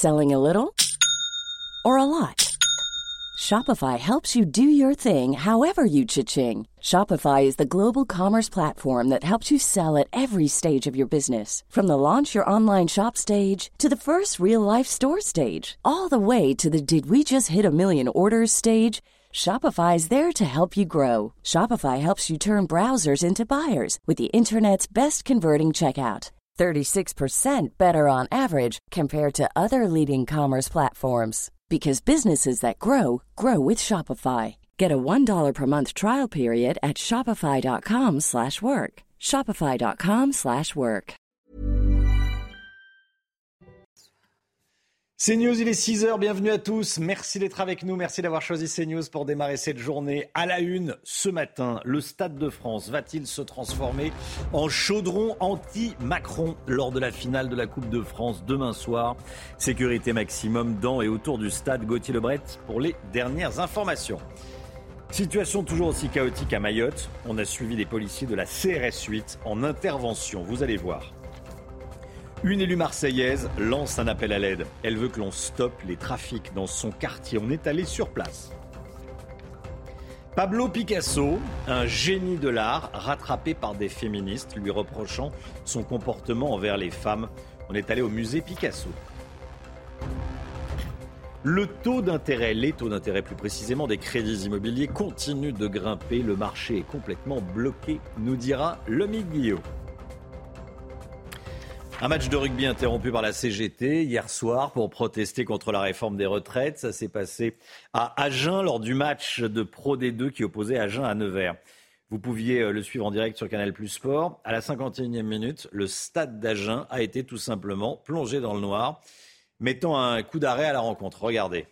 Selling a little or a lot? Shopify helps you do your thing however you cha-ching. Shopify is the global commerce platform that helps you sell at every stage of your business. From the launch your online shop stage to the first real-life store stage, all the way to the did we just hit a million orders stage. Shopify is there to help you grow. Shopify helps you turn browsers into buyers with the internet's best converting checkout. 36% better on average compared to other leading commerce platforms. Because businesses that grow, grow with Shopify. Get a $1 per month trial period at shopify.com/work. Shopify.com/work. CNews, il est 6h, bienvenue à tous. Merci d'être avec nous, merci d'avoir choisi CNews pour démarrer cette journée. À la une, ce matin, le Stade de France va-t-il se transformer en chaudron anti-Macron lors de la finale de la Coupe de France demain soir? Sécurité maximum dans et autour du stade. Gauthier Lebret pour les dernières informations. Situation toujours aussi chaotique à Mayotte. On a suivi les policiers de la CRS 8 en intervention, vous allez voir. Une élue marseillaise lance un appel à l'aide. Elle veut que l'on stoppe les trafics dans son quartier. On est allé sur place. Pablo Picasso, un génie de l'art, rattrapé par des féministes lui reprochant son comportement envers les femmes. On est allé au musée Picasso. Les taux d'intérêt plus précisément des crédits immobiliers continuent de grimper. Le marché est complètement bloqué, nous dira Lomique Guillot. Un match de rugby interrompu par la CGT hier soir pour protester contre la réforme des retraites. Ça s'est passé à Agen lors du match de Pro D2 qui opposait Agen à Nevers. Vous pouviez le suivre en direct sur Canal+ Sport. À la 51e minute, le stade d'Agen a été tout simplement plongé dans le noir, mettant un coup d'arrêt à la rencontre. Regardez.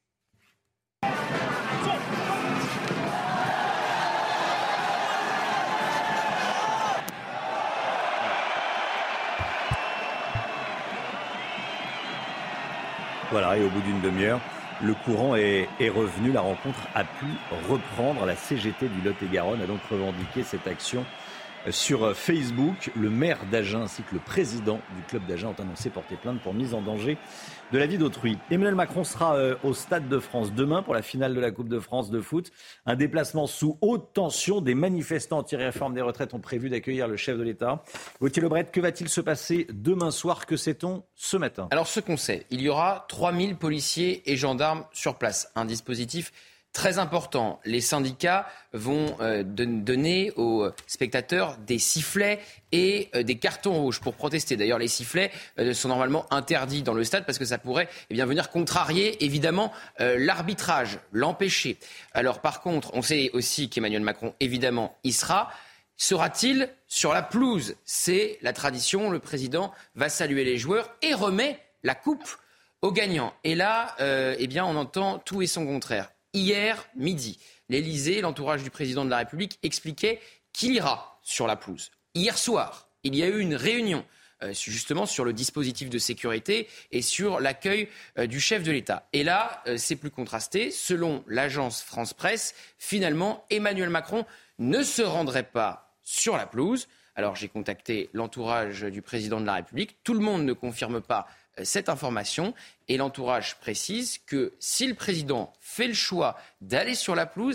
Voilà, et au bout d'une demi-heure, le courant est revenu. La rencontre a pu reprendre. La CGT du Lot-et-Garonne a donc revendiqué cette action sur Facebook. Le maire d'Agen ainsi que le président du club d'Agen ont annoncé porter plainte pour mise en danger de la vie d'autrui. Emmanuel Macron sera au Stade de France demain pour la finale de la Coupe de France de foot. Un déplacement sous haute tension. Des manifestants anti-réforme des retraites ont prévu d'accueillir le chef de l'État. Gauthier Lebret, que va-t-il se passer demain soir? Que sait-on ce matin? Alors ce qu'on sait, il y aura 3000 policiers et gendarmes sur place. Un dispositif très important. Les syndicats vont donner aux spectateurs des sifflets et des cartons rouges pour protester. D'ailleurs, les sifflets sont normalement interdits dans le stade parce que ça pourrait venir contrarier évidemment l'arbitrage, l'empêcher. Alors par contre, on sait aussi qu'Emmanuel Macron, évidemment, y sera. Sera-t-il sur la pelouse? C'est la tradition. Le président va saluer les joueurs et remet la coupe aux gagnants. Et là, on entend tout et son contraire. Hier midi, l'Élysée, l'entourage du président de la République, expliquait qu'il ira sur la pelouse. Hier soir, il y a eu une réunion justement sur le dispositif de sécurité et sur l'accueil du chef de l'État. Et là, c'est plus contrasté. Selon l'agence France Presse, finalement, Emmanuel Macron ne se rendrait pas sur la pelouse. Alors j'ai contacté l'entourage du président de la République. Tout le monde ne confirme pas cette information et l'entourage précise que si le président fait le choix d'aller sur la pelouse,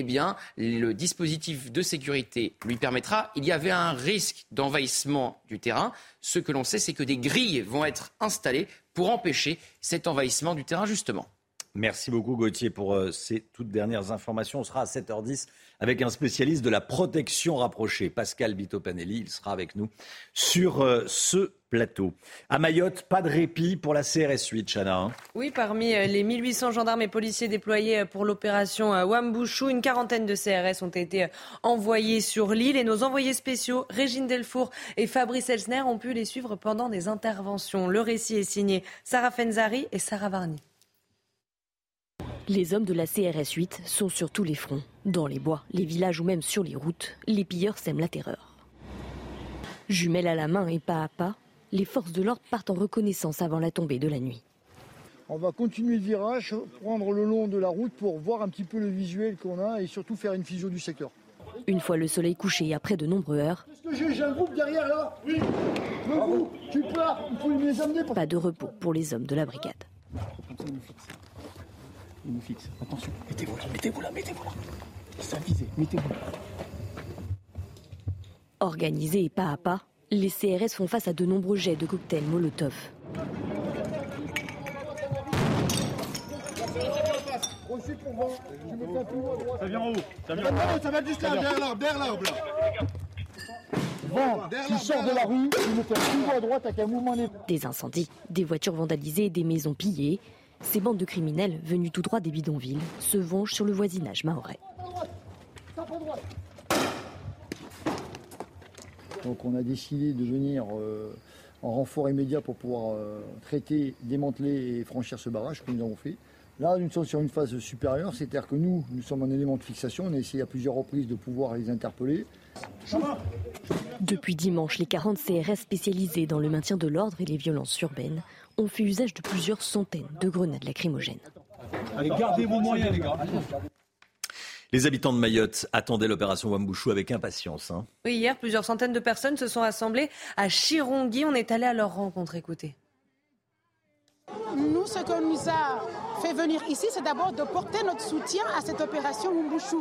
le dispositif de sécurité lui permettra. Il y avait un risque d'envahissement du terrain. Ce que l'on sait, c'est que des grilles vont être installées pour empêcher cet envahissement du terrain, justement. Merci beaucoup Gauthier pour ces toutes dernières informations. On sera à 7h10 avec un spécialiste de la protection rapprochée, Pascal Bito-Panelli. Il sera avec nous sur ce plateau. À Mayotte, pas de répit pour la CRS 8, Chana. Oui, parmi les 1800 gendarmes et policiers déployés pour l'opération Wambouchou, une quarantaine de CRS ont été envoyés sur l'île et nos envoyés spéciaux, Régine Delfour et Fabrice Elsner, ont pu les suivre pendant des interventions. Le récit est signé Sarah Fenzari et Sarah Varny. Les hommes de la CRS 8 sont sur tous les fronts. Dans les bois, les villages ou même sur les routes, les pilleurs sèment la terreur. Jumelles à la main et pas à pas, les forces de l'ordre partent en reconnaissance avant la tombée de la nuit. On va continuer le virage, prendre le long de la route pour voir un petit peu le visuel qu'on a et surtout faire une physio du secteur. Une fois le soleil couché après de nombreuses heures, J'ai un groupe derrière là. Oui. Vous, tu pars, il faut les amener. pas de repos pour les hommes de la brigade. Il nous fixe. Attention, mettez-vous là. Ça visé, mettez-vous là. Organisés et pas à pas, les CRS font face à de nombreux jets de cocktails Molotov. Ça vient en haut. Ça va juste là, derrière l'arbre là. Bon, tu sors de la rue, tu me fais tout droit à droite avec un mouvement d'épaule. Des incendies, des voitures vandalisées, des maisons pillées. Ces bandes de criminels, venus tout droit des bidonvilles, se vengent sur le voisinage mahorais. Donc on a décidé de venir en renfort immédiat pour pouvoir traiter, démanteler et franchir ce barrage que nous avons fait. Là, nous sommes sur une phase supérieure, c'est-à-dire que nous sommes en élément de fixation. On a essayé à plusieurs reprises de pouvoir les interpeller. Depuis dimanche, les 40 CRS spécialisés dans le maintien de l'ordre et les violences urbaines ont fait usage de plusieurs centaines de grenades lacrymogènes. Allez, gardez vos moyens, les gars. Les habitants de Mayotte attendaient l'opération Wambouchou avec impatience. Oui, hier, plusieurs centaines de personnes se sont rassemblées à Chirongui. On est allé à leur rencontre. Écoutez. Nous, ce qu'on nous a fait venir ici, c'est d'abord de porter notre soutien à cette opération Wambouchou.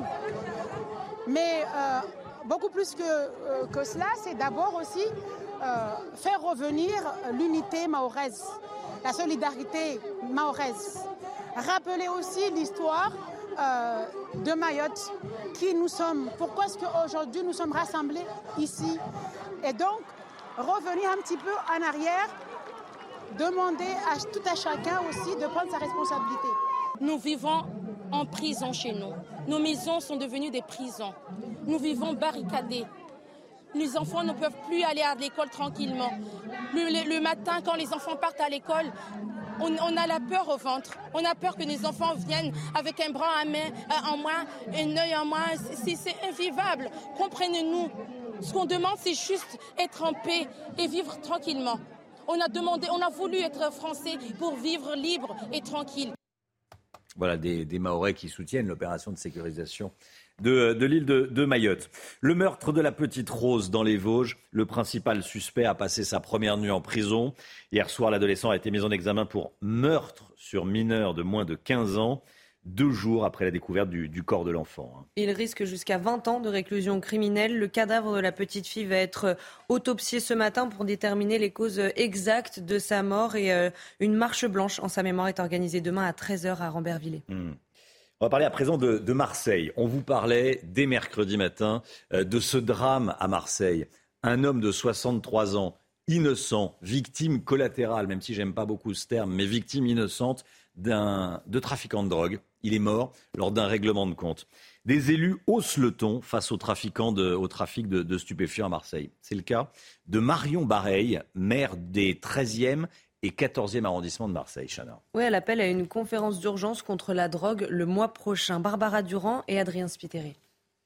Mais beaucoup plus que cela, c'est d'abord aussi faire revenir l'unité mahoraise, la solidarité mahoraise. Rappeler aussi l'histoire de Mayotte, qui nous sommes. Pourquoi est-ce qu'aujourd'hui nous sommes rassemblés ici? Et donc, revenir un petit peu en arrière, demander à tout à chacun aussi de prendre sa responsabilité. Nous vivons en prison chez nous. Nos maisons sont devenues des prisons. Nous vivons barricadés. Les enfants ne peuvent plus aller à l'école tranquillement. Le matin, quand les enfants partent à l'école, on a la peur au ventre. On a peur que les enfants viennent avec un bras en moins, un œil en moins. C'est invivable. Comprenez-nous. Ce qu'on demande, c'est juste être en paix et vivre tranquillement. On a voulu être français pour vivre libre et tranquille. Voilà des Mahorais qui soutiennent l'opération de sécurisation de l'île de Mayotte. Le meurtre de la petite Rose dans les Vosges. Le principal suspect a passé sa première nuit en prison. Hier soir, l'adolescent a été mis en examen pour meurtre sur mineur de moins de 15 ans. 2 jours après la découverte du corps de l'enfant. Il risque jusqu'à 20 ans de réclusion criminelle. Le cadavre de la petite fille va être autopsié ce matin pour déterminer les causes exactes de sa mort. Et une marche blanche en sa mémoire est organisée demain à 13h à Rambervillers. On va parler à présent de Marseille. On vous parlait dès mercredi matin de ce drame à Marseille. Un homme de 63 ans, innocent, victime collatérale, même si j'aime pas beaucoup ce terme, mais victime innocente de trafiquants de drogue. Il est mort lors d'un règlement de compte. Des élus haussent le ton face au trafic de stupéfiants à Marseille. C'est le cas de Marion Bareil, maire des 13e et 14e arrondissements de Marseille. Chana. Oui, elle appelle à une conférence d'urgence contre la drogue le mois prochain. Barbara Durand et Adrien Spiteri.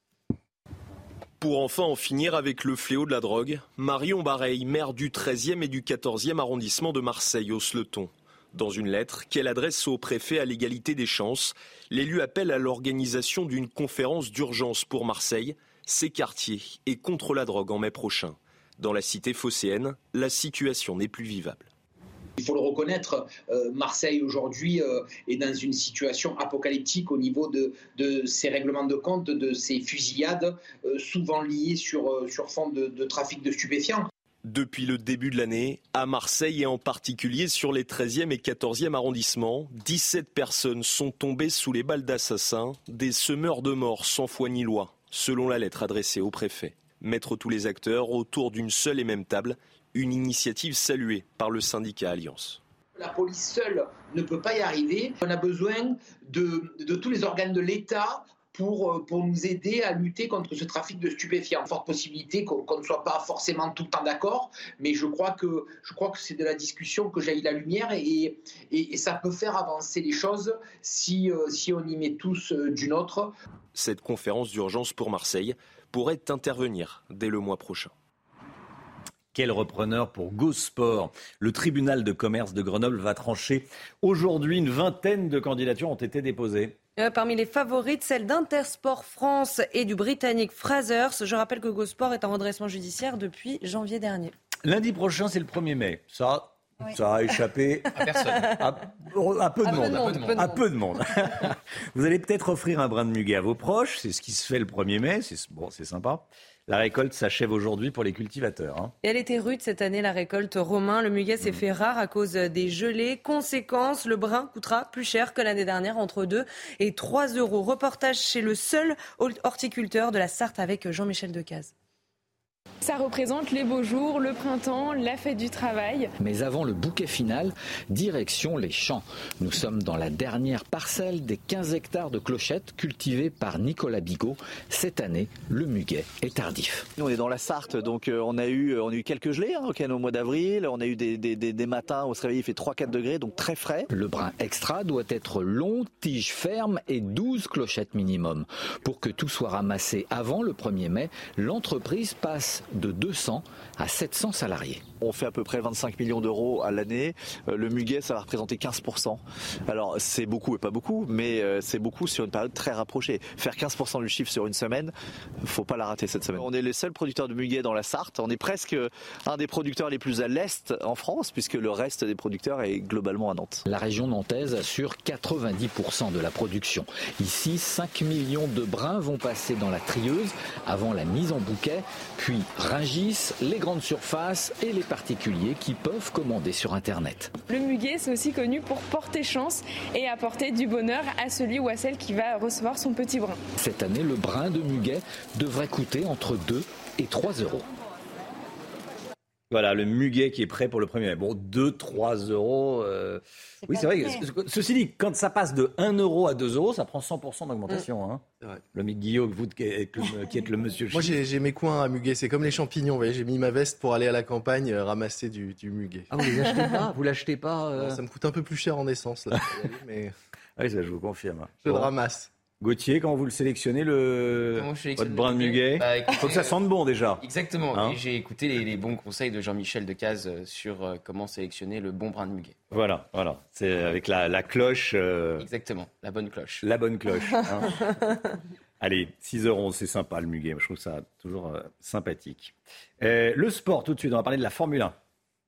Pour enfin en finir avec le fléau de la drogue, Marion Bareil, maire du 13e et du 14e arrondissement de Marseille, hausse le ton. Dans une lettre qu'elle adresse au préfet à l'égalité des chances, l'élu appelle à l'organisation d'une conférence d'urgence pour Marseille, ses quartiers et contre la drogue en mai prochain. Dans la cité phocéenne, la situation n'est plus vivable. Il faut le reconnaître, Marseille aujourd'hui est dans une situation apocalyptique au niveau de ces règlements de compte, de ces fusillades, souvent liées sur fond de trafic de stupéfiants. Depuis le début de l'année, à Marseille et en particulier sur les 13e et 14e arrondissements, 17 personnes sont tombées sous les balles d'assassins, des semeurs de mort sans foi ni loi, selon la lettre adressée au préfet. Mettre tous les acteurs autour d'une seule et même table, une initiative saluée par le syndicat Alliance. La police seule ne peut pas y arriver. On a besoin de tous les organes de l'État pour nous aider à lutter contre ce trafic de stupéfiants. Forte possibilité qu'on ne soit pas forcément tout le temps d'accord, mais je crois que c'est de la discussion que jaillit la lumière et ça peut faire avancer les choses si on y met tous du nôtre. Cette conférence d'urgence pour Marseille pourrait intervenir dès le mois prochain. Quel repreneur pour Go Sport? Le tribunal de commerce de Grenoble va trancher aujourd'hui. Une vingtaine de candidatures ont été déposées. Parmi les favorites, celle d'Intersport France et du Britannique Frasers. Je rappelle que Go Sport est en redressement judiciaire depuis janvier dernier. Lundi prochain, c'est le 1er mai. Ça a échappé à personne. À peu de monde. Vous allez peut-être offrir un brin de muguet à vos proches. C'est ce qui se fait le 1er mai. C'est sympa. La récolte s'achève aujourd'hui pour les cultivateurs. Et elle était rude cette année, la récolte. Romain, le muguet s'est fait rare à cause des gelées. Conséquence, le brin coûtera plus cher que l'année dernière, entre 2 et 3 euros. Reportage chez le seul horticulteur de la Sarthe avec Jean-Michel Decaze. Ça représente les beaux jours, le printemps, la fête du travail. Mais avant le bouquet final, direction les champs. Nous sommes dans la dernière parcelle des 15 hectares de clochettes cultivées par Nicolas Bigot. Cette année, le muguet est tardif. Nous, on est dans la Sarthe, donc on a eu quelques gelées au mois d'avril. On a eu des matins où on se réveille, il fait 3-4 degrés, donc très frais. Le brin extra doit être long, tige ferme et 12 clochettes minimum. Pour que tout soit ramassé avant le 1er mai, l'entreprise passe de 200 à 700 salariés. On fait à peu près 25 millions d'euros à l'année. Le muguet, ça va représenter 15%. Alors, c'est beaucoup et pas beaucoup, mais c'est beaucoup sur une période très rapprochée. Faire 15% du chiffre sur une semaine, faut pas la rater cette semaine. On est les seuls producteurs de muguet dans la Sarthe. On est presque un des producteurs les plus à l'est en France, puisque le reste des producteurs est globalement à Nantes. La région nantaise assure 90% de la production. Ici, 5 millions de brins vont passer dans la trieuse avant la mise en bouquet, puis Rungis, les grandes surfaces et les particuliers qui peuvent commander sur Internet. Le muguet, c'est aussi connu pour porter chance et apporter du bonheur à celui ou à celle qui va recevoir son petit brin. Cette année, le brin de muguet devrait coûter entre 2 et 3 euros. Voilà, le muguet qui est prêt pour le 1er mai. Bon, 2-3 euros. Oui, c'est vrai. Ceci dit, quand ça passe de 1 euro à 2 euros, ça prend 100% d'augmentation. Le Guillaume, vous qui êtes le monsieur Moi, j'ai mes coins à muguet. C'est comme les champignons. Vous voyez, j'ai mis ma veste pour aller à la campagne ramasser du muguet. Ah, vous les achetez pas? Vous l'achetez pas Non, ça me coûte un peu plus cher en essence. Là, mais... Oui, ça, je vous confirme. Je le ramasse. Gauthier, quand vous le sélectionnez, votre brin de muguet, il faut que ça sente bon déjà. Exactement. Et j'ai écouté les bons conseils de Jean-Michel Decaze sur comment sélectionner le bon brin de muguet. Voilà. C'est avec la cloche. Exactement, la bonne cloche. La bonne cloche. Allez, 6h11, c'est sympa le muguet. Je trouve ça toujours sympathique. Le sport, tout de suite, on va parler de la Formule 1.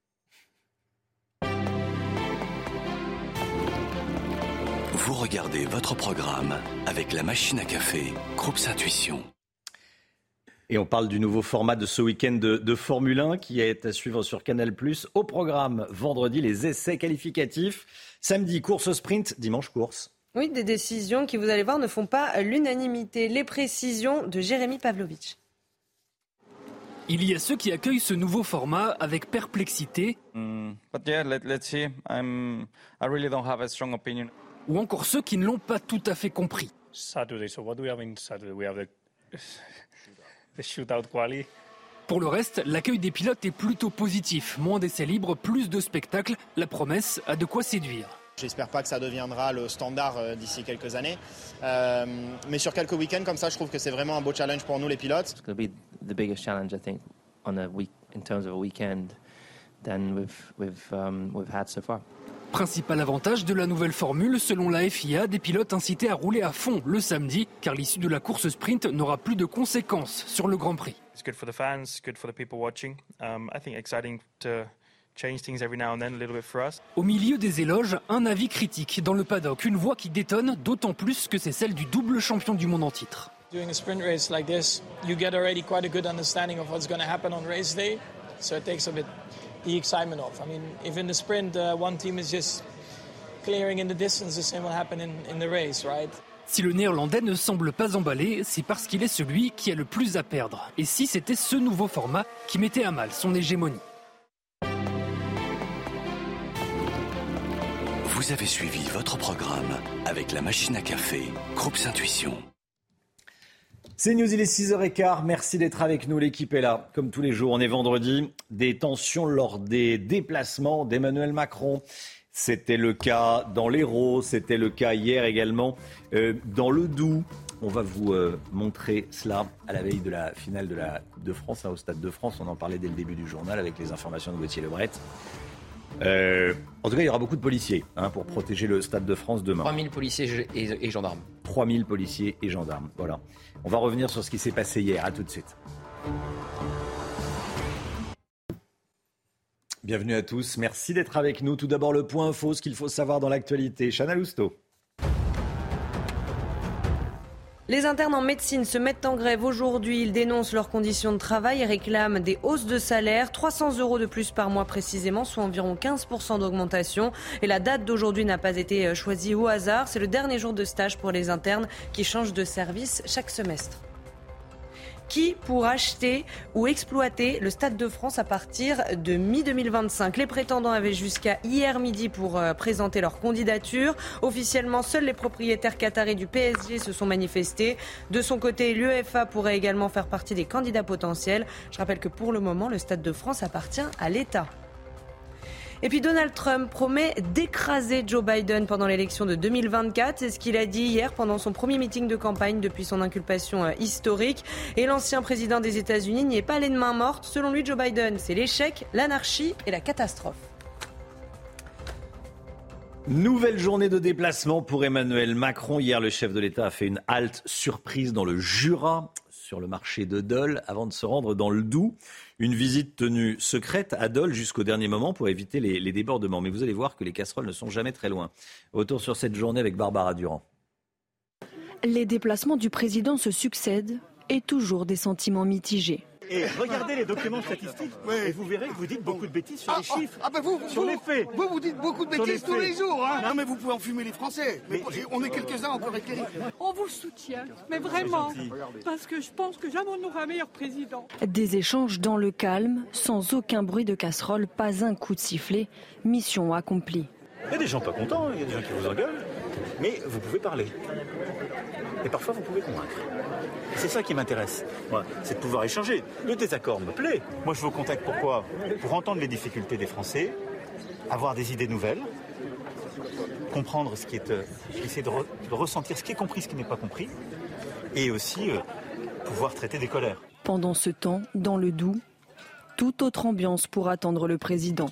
Vous regardez votre programme avec la machine à café, Groupe Intuition. Et on parle du nouveau format de ce week-end de Formule 1 qui est à suivre sur Canal+. Au programme, vendredi, les essais qualificatifs. Samedi, course sprint. Dimanche, course. Oui, des décisions qui, vous allez voir, ne font pas l'unanimité. Les précisions de Jérémy Pavlovitch. Il y a ceux qui accueillent ce nouveau format avec perplexité. Let's see. I really don't have a strong opinion. Ou encore ceux qui ne l'ont pas tout à fait compris. Saturday, so what do we have in Saturday? We have the shootout quali. Pour le reste, l'accueil des pilotes est plutôt positif. Moins d'essais libres, plus de spectacles. La promesse a de quoi séduire. J'espère pas que ça deviendra le standard d'ici quelques années. Mais sur quelques week-ends comme ça, je trouve que c'est vraiment un beau challenge pour nous les pilotes. It's going to be the biggest challenge, I think, on a week in terms of a weekend than we've had so far. Principal avantage de la nouvelle formule, selon la FIA, des pilotes incités à rouler à fond le samedi, car l'issue de la course sprint n'aura plus de conséquences sur le Grand Prix. It's good for the fans, good for the people watching. I think exciting to change things every now and then a little bit for us. Au milieu des éloges, un avis critique dans le paddock, une voix qui détonne, d'autant plus que c'est celle du double champion du monde en titre. Doing a sprint race like this, you get already quite a good understanding of what's going to happen on race day, so it takes a bit the excitement off. I mean, if in the sprint one team is just clearing in the distance, the same will happen in the race, right? Si le Néerlandais ne semble pas emballé, c'est parce qu'il est celui qui a le plus à perdre. Et si c'était ce nouveau format qui mettait à mal son hégémonie. Vous avez suivi votre programme avec la machine à café, Groupe Intuition. C'est News, il est 6h15. Merci d'être avec nous. L'équipe est là, comme tous les jours. On est vendredi. Des tensions lors des déplacements d'Emmanuel Macron. C'était le cas dans l'Hérault. C'était le cas hier également dans le Doubs. On va vous montrer cela à la veille de la finale de la Coupe de France, au Stade de France. On en parlait dès le début du journal avec les informations de Gauthier Lebret. En tout cas, il y aura beaucoup de policiers pour protéger le Stade de France demain. 3000 policiers et gendarmes. 3000 policiers et gendarmes, voilà. On va revenir sur ce qui s'est passé hier. À tout de suite. Bienvenue à tous. Merci d'être avec nous. Tout d'abord, le point info, ce qu'il faut savoir dans l'actualité. Chana Lousteau. Les internes en médecine se mettent en grève aujourd'hui. Ils dénoncent leurs conditions de travail et réclament des hausses de salaire. 300 € de plus par mois précisément, soit environ 15% d'augmentation. Et la date d'aujourd'hui n'a pas été choisie au hasard. C'est le dernier jour de stage pour les internes qui changent de service chaque semestre. Qui pour acheter ou exploiter le Stade de France à partir de mi-2025. Les prétendants avaient jusqu'à hier midi pour présenter leur candidature. Officiellement, seuls les propriétaires qataris du PSG se sont manifestés. De son côté, l'UEFA pourrait également faire partie des candidats potentiels. Je rappelle que pour le moment, le Stade de France appartient à l'État. Et puis Donald Trump promet d'écraser Joe Biden pendant l'élection de 2024. C'est ce qu'il a dit hier pendant son premier meeting de campagne depuis son inculpation historique. Et l'ancien président des États-Unis n'y est pas allé de main morte. Selon lui, Joe Biden, c'est l'échec, l'anarchie et la catastrophe. Nouvelle journée de déplacement pour Emmanuel Macron. Hier, le chef de l'État a fait une halte surprise dans le Jura, sur le marché de Dole, avant de se rendre dans le Doubs. Une visite tenue secrète à Dole jusqu'au dernier moment pour éviter les débordements. Mais vous allez voir que les casseroles ne sont jamais très loin. Retour sur cette journée avec Barbara Durand. Les déplacements du président se succèdent et toujours des sentiments mitigés. Et regardez les documents statistiques et vous verrez que vous dites beaucoup de bêtises sur les chiffres. Sur les faits. Vous dites beaucoup de bêtises tous les jours. Hein. Non mais vous pouvez enfumer les Français. Mais on est quelques-uns encore éclairés. On vous soutient, mais vraiment, parce que je pense que jamais on n'aura un meilleur président. Des échanges dans le calme, sans aucun bruit de casserole, pas un coup de sifflet. Mission accomplie. Il y a des gens pas contents, il y a des gens qui vous engueulent, mais vous pouvez parler. Et parfois vous pouvez convaincre. C'est ça qui m'intéresse, moi, c'est de pouvoir échanger. Le désaccord me plaît. Moi, je vous contacte pourquoi ? Pour entendre les difficultés des Français, avoir des idées nouvelles, comprendre ce qui est... essayer de ressentir ce qui est compris, ce qui n'est pas compris, et aussi pouvoir traiter des colères. Pendant ce temps, dans le Doubs, toute autre ambiance pour attendre le président.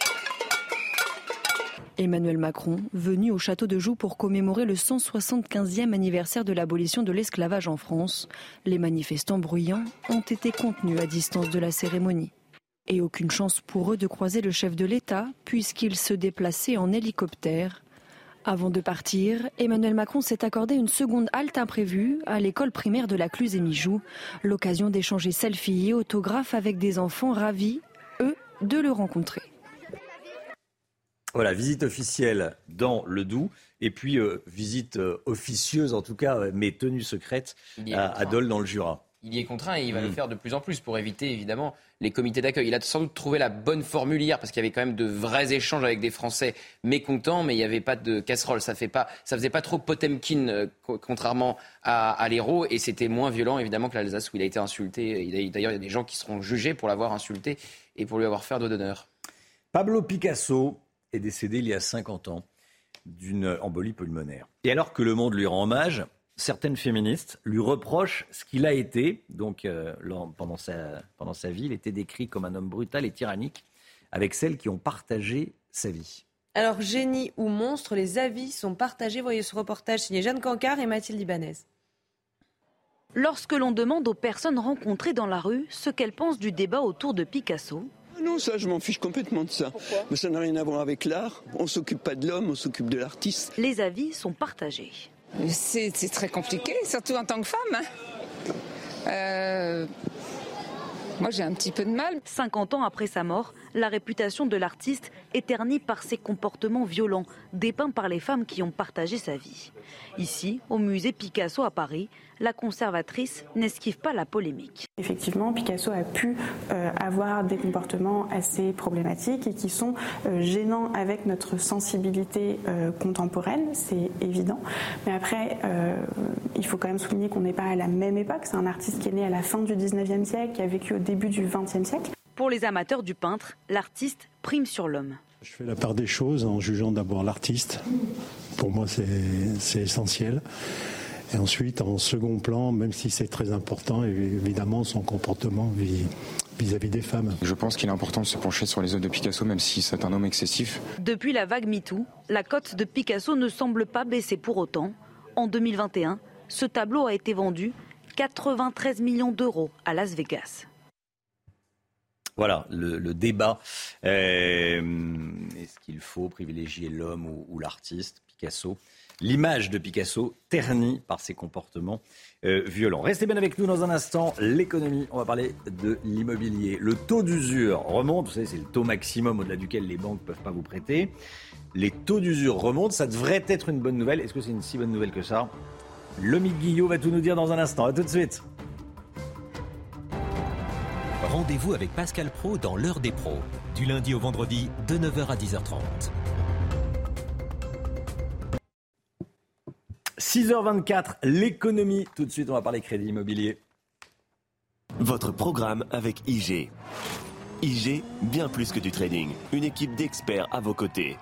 Emmanuel Macron, venu au château de Joux pour commémorer le 175e anniversaire de l'abolition de l'esclavage en France. Les manifestants bruyants ont été contenus à distance de la cérémonie. Et aucune chance pour eux de croiser le chef de l'État, puisqu'il se déplaçait en hélicoptère. Avant de partir, Emmanuel Macron s'est accordé une seconde halte imprévue à l'école primaire de la Cluse-et-Mijoux. L'occasion d'échanger selfies et autographes avec des enfants ravis, eux, de le rencontrer. Voilà, visite officielle dans le Doubs et puis visite officieuse en tout cas, mais tenue secrète à Dole dans le Jura. Il y est contraint et il va le faire de plus en plus pour éviter évidemment les comités d'accueil. Il a sans doute trouvé la bonne formule hier parce qu'il y avait quand même de vrais échanges avec des Français mécontents, mais il n'y avait pas de casserole. Ça faisait pas trop Potemkin contrairement à l'Hérault et c'était moins violent évidemment que l'Alsace où il a été insulté. D'ailleurs, il y a des gens qui seront jugés pour l'avoir insulté et pour lui avoir fait un doigt d'honneur. Pablo Picasso est décédé il y a 50 ans d'une embolie pulmonaire. Et alors que le monde lui rend hommage, certaines féministes lui reprochent ce qu'il a été. Donc, pendant sa vie, il était décrit comme un homme brutal et tyrannique, avec celles qui ont partagé sa vie. Alors, génie ou monstre, les avis sont partagés. Voyez ce reportage signé Jeanne Cancard et Mathilde Ibanez. Lorsque l'on demande aux personnes rencontrées dans la rue ce qu'elles pensent du débat autour de Picasso, non, ça, je m'en fiche complètement de ça. Pourquoi ? Mais ça n'a rien à voir avec l'art. On ne s'occupe pas de l'homme, on s'occupe de l'artiste. Les avis sont partagés. C'est très compliqué, surtout en tant que femme. Moi, j'ai un petit peu de mal. 50 ans après sa mort, la réputation de l'artiste est ternie par ses comportements violents, dépeints par les femmes qui ont partagé sa vie. Ici, au musée Picasso à Paris, la conservatrice n'esquive pas la polémique. Effectivement, Picasso a pu avoir des comportements assez problématiques et qui sont gênants avec notre sensibilité contemporaine, c'est évident. Mais après, il faut quand même souligner qu'on n'est pas à la même époque. C'est un artiste qui est né à la fin du 19e siècle, qui a vécu au début du 20e siècle. Pour les amateurs du peintre, l'artiste prime sur l'homme. Je fais la part des choses en jugeant d'abord l'artiste. Pour moi, c'est essentiel. Et ensuite, en second plan, même si c'est très important, évidemment, son comportement vis-à-vis des femmes. Je pense qu'il est important de se pencher sur les œuvres de Picasso, même si c'est un homme excessif. Depuis la vague MeToo, la cote de Picasso ne semble pas baisser pour autant. En 2021, ce tableau a été vendu 93 millions d'euros à Las Vegas. Voilà, le débat. Est-ce qu'il faut privilégier l'homme ou l'artiste, Picasso ? L'image de Picasso ternie par ses comportements violents. Restez bien avec nous dans un instant. L'économie, on va parler de l'immobilier. Le taux d'usure remonte. Vous savez, c'est le taux maximum au-delà duquel les banques ne peuvent pas vous prêter. Les taux d'usure remontent. Ça devrait être une bonne nouvelle. Est-ce que c'est une si bonne nouvelle que ça ? Lomique Guillot va tout nous dire dans un instant. À tout de suite. Rendez-vous avec Pascal Praud dans l'heure des pros. Du lundi au vendredi, de 9h à 10h30. 6h24, l'économie. Tout de suite, on va parler crédit immobilier. Votre programme avec IG. IG, bien plus que du trading. Une équipe d'experts à vos côtés.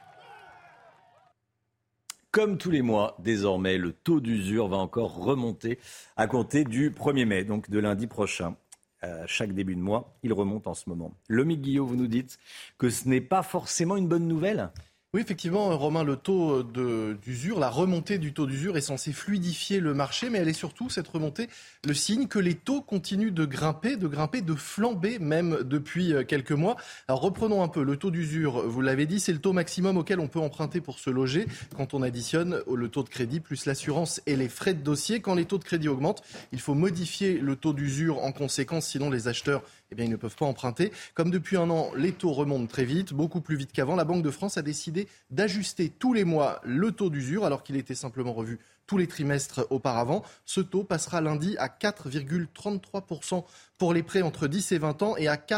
Comme tous les mois, désormais, le taux d'usure va encore remonter à compter du 1er mai, donc de lundi prochain. Chaque début de mois, il remonte en ce moment. Lomique Guillot, vous nous dites que ce n'est pas forcément une bonne nouvelle ? Oui, effectivement, Romain, le taux d'usure, la remontée du taux d'usure est censée fluidifier le marché, mais elle est surtout, cette remontée, le signe que les taux continuent de grimper, de flamber même depuis quelques mois. Alors reprenons un peu, le taux d'usure, vous l'avez dit, c'est le taux maximum auquel on peut emprunter pour se loger quand on additionne le taux de crédit plus l'assurance et les frais de dossier. Quand les taux de crédit augmentent, il faut modifier le taux d'usure en conséquence, sinon les acheteurs ils ne peuvent pas emprunter. Comme depuis un an, les taux remontent très vite, beaucoup plus vite qu'avant. La Banque de France a décidé d'ajuster tous les mois le taux d'usure, alors qu'il était simplement revu tous les trimestres auparavant. Ce taux passera lundi à 4,33% pour les prêts entre 10 et 20 ans et à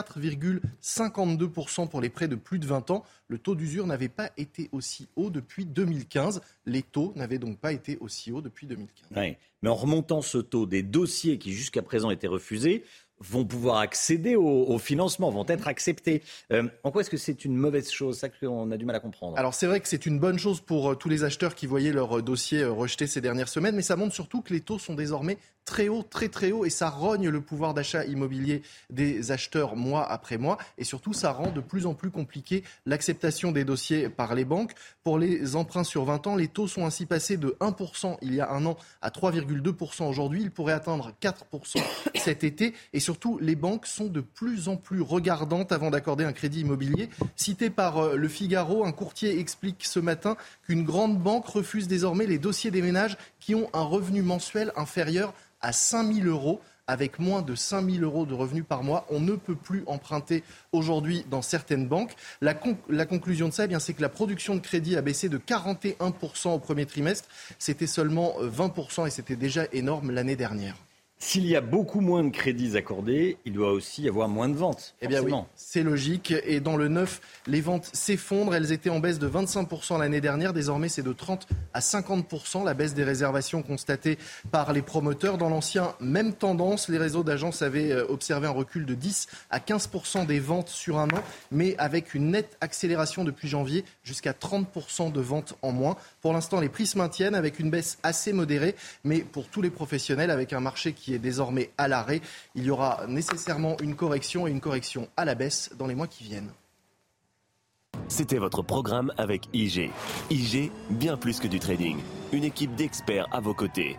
4,52% pour les prêts de plus de 20 ans. Le taux d'usure n'avait pas été aussi haut depuis 2015. Les taux n'avaient donc pas été aussi hauts depuis 2015. Oui. Mais en remontant ce taux, des dossiers qui jusqu'à présent étaient refusés vont pouvoir accéder au financement, vont être acceptés. En quoi est-ce que c'est une mauvaise chose ? C'est ça qu'on a du mal à comprendre. Alors c'est vrai que c'est une bonne chose pour tous les acheteurs qui voyaient leur dossier rejeté ces dernières semaines, mais ça montre surtout que les taux sont désormais très hauts, très très hauts, et ça rogne le pouvoir d'achat immobilier des acheteurs mois après mois, et surtout ça rend de plus en plus compliqué l'acceptation des dossiers par les banques. Pour les emprunts sur 20 ans, les taux sont ainsi passés de 1% il y a un an à 3,2% aujourd'hui. Ils pourraient atteindre 4% cet été, et surtout les banques sont de plus en plus regardantes avant d'accorder un crédit immobilier. Cité par Le Figaro, un courtier explique ce matin qu'une grande banque refuse désormais les dossiers des ménages qui ont un revenu mensuel inférieur à 5 000 euros. Avec moins de 5 000 euros de revenus par mois, on ne peut plus emprunter aujourd'hui dans certaines banques. La conclusion de ça, c'est que la production de crédit a baissé de 41% au premier trimestre. C'était seulement 20% et c'était déjà énorme l'année dernière. S'il y a beaucoup moins de crédits accordés, il doit aussi y avoir moins de ventes. Eh bien oui, c'est logique. Et dans le neuf, les ventes s'effondrent. Elles étaient en baisse de 25% l'année dernière. Désormais, c'est de 30 à 50% la baisse des réservations constatée par les promoteurs. Dans l'ancien, même tendance. Les réseaux d'agences avaient observé un recul de 10 à 15% des ventes sur un an, mais avec une nette accélération depuis janvier jusqu'à 30% de ventes en moins. Pour l'instant, les prix se maintiennent avec une baisse assez modérée, mais pour tous les professionnels, avec un marché qui est désormais à l'arrêt, il y aura nécessairement une correction et une correction à la baisse dans les mois qui viennent. C'était votre programme avec IG. IG, bien plus que du trading. Une équipe d'experts à vos côtés.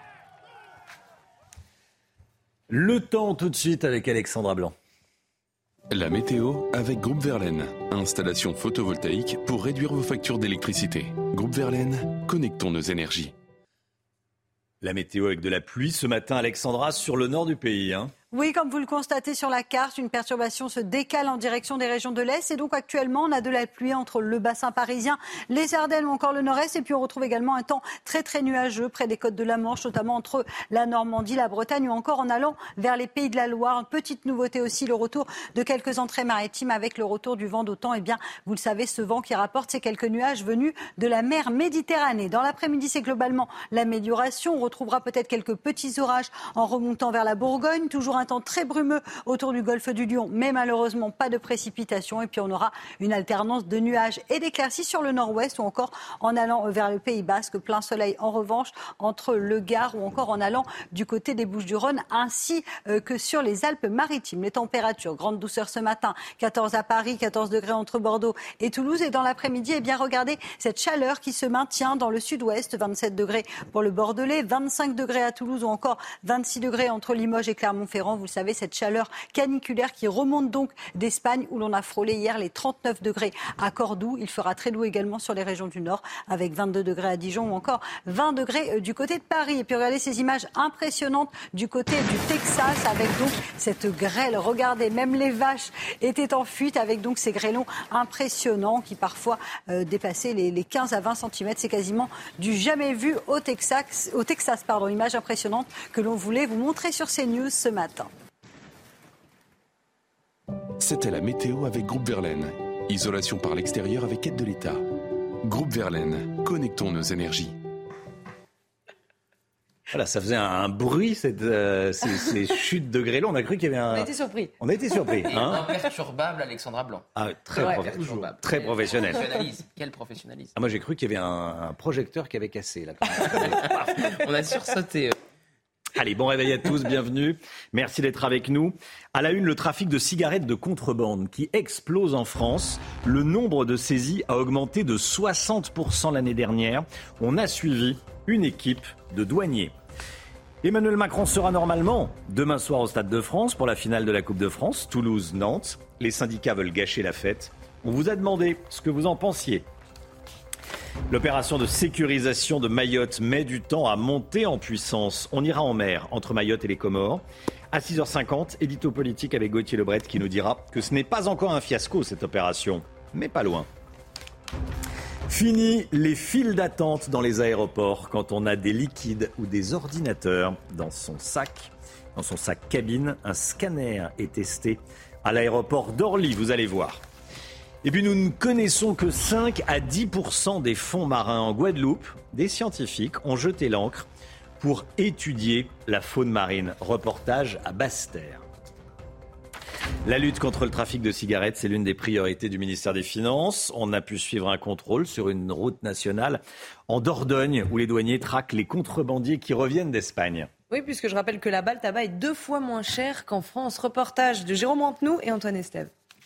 Le temps tout de suite avec Alexandra Blanc. La météo avec Groupe Verlaine. Installation photovoltaïque pour réduire vos factures d'électricité. Groupe Verlaine, connectons nos énergies. La météo avec de la pluie ce matin, Alexandra, sur le nord du pays. Oui, comme vous le constatez sur la carte, une perturbation se décale en direction des régions de l'Est. Et donc actuellement, on a de la pluie entre le bassin parisien, les Ardennes ou encore le nord-est. Et puis on retrouve également un temps très très nuageux près des côtes de la Manche, notamment entre la Normandie, la Bretagne ou encore en allant vers les Pays de la Loire. Une petite nouveauté aussi, le retour de quelques entrées maritimes avec le retour du vent d'automne. Eh bien, vous le savez, ce vent qui rapporte ces quelques nuages venus de la mer Méditerranée. Dans l'après-midi, c'est globalement l'amélioration. On retrouvera peut-être quelques petits orages en remontant vers la Bourgogne. Toujours un temps très brumeux autour du golfe du Lion, mais malheureusement pas de précipitations. Et puis on aura une alternance de nuages et d'éclaircies sur le nord-ouest ou encore en allant vers le Pays Basque. Plein soleil en revanche entre le Gard ou encore en allant du côté des Bouches-du-Rhône ainsi que sur les Alpes-Maritimes. Les températures, grande douceur ce matin, 14 à Paris, 14 degrés entre Bordeaux et Toulouse. Et dans l'après-midi, eh bien regardez cette chaleur qui se maintient dans le sud-ouest, 27 degrés pour le Bordelais, 25 degrés à Toulouse ou encore 26 degrés entre Limoges et Clermont-Ferrand. Vous le savez, cette chaleur caniculaire qui remonte donc d'Espagne où l'on a frôlé hier les 39 degrés à Cordoue. Il fera très doux également sur les régions du nord avec 22 degrés à Dijon ou encore 20 degrés du côté de Paris. Et puis regardez ces images impressionnantes du côté du Texas avec donc cette grêle. Regardez, même les vaches étaient en fuite avec donc ces grêlons impressionnants qui parfois dépassaient les 15 à 20 cm. C'est quasiment du jamais vu au Texas. Image impressionnante que l'on voulait vous montrer sur CNews ce matin. C'était la météo avec Groupe Verlaine. Isolation par l'extérieur avec aide de l'État. Groupe Verlaine, connectons nos énergies. Voilà, ça faisait un bruit, ces chutes de grêlons. On a cru qu'il y avait un... On a été surpris. On a été surpris. Hein, imperturbable Alexandra Blanc. Ah, très professionnel. Quel professionnalisme. Ah, moi, j'ai cru qu'il y avait un projecteur qui avait cassé. Là, on a sursauté. Allez, bon réveil à tous, bienvenue. Merci d'être avec nous. À la une, le trafic de cigarettes de contrebande qui explose en France. Le nombre de saisies a augmenté de 60% l'année dernière. On a suivi une équipe de douaniers. Emmanuel Macron sera normalement demain soir au Stade de France pour la finale de la Coupe de France, Toulouse-Nantes. Les syndicats veulent gâcher la fête. On vous a demandé ce que vous en pensiez. L'opération de sécurisation de Mayotte met du temps à monter en puissance. On ira en mer entre Mayotte et les Comores. À 6h50, édito politique avec Gauthier Lebret qui nous dira que ce n'est pas encore un fiasco cette opération, mais pas loin. Fini les files d'attente dans les aéroports quand on a des liquides ou des ordinateurs dans son sac cabine. Un scanner est testé à l'aéroport d'Orly, vous allez voir. Et puis nous ne connaissons que 5 à 10% des fonds marins en Guadeloupe. Des scientifiques ont jeté l'ancre pour étudier la faune marine. Reportage à Basse-Terre. La lutte contre le trafic de cigarettes, c'est l'une des priorités du ministère des Finances. On a pu suivre un contrôle sur une route nationale en Dordogne où les douaniers traquent les contrebandiers qui reviennent d'Espagne. Oui, puisque je rappelle que là-bas, le tabac est 2 fois moins cher qu'en France. Reportage de Jérôme Rampenou et Antoine Estève.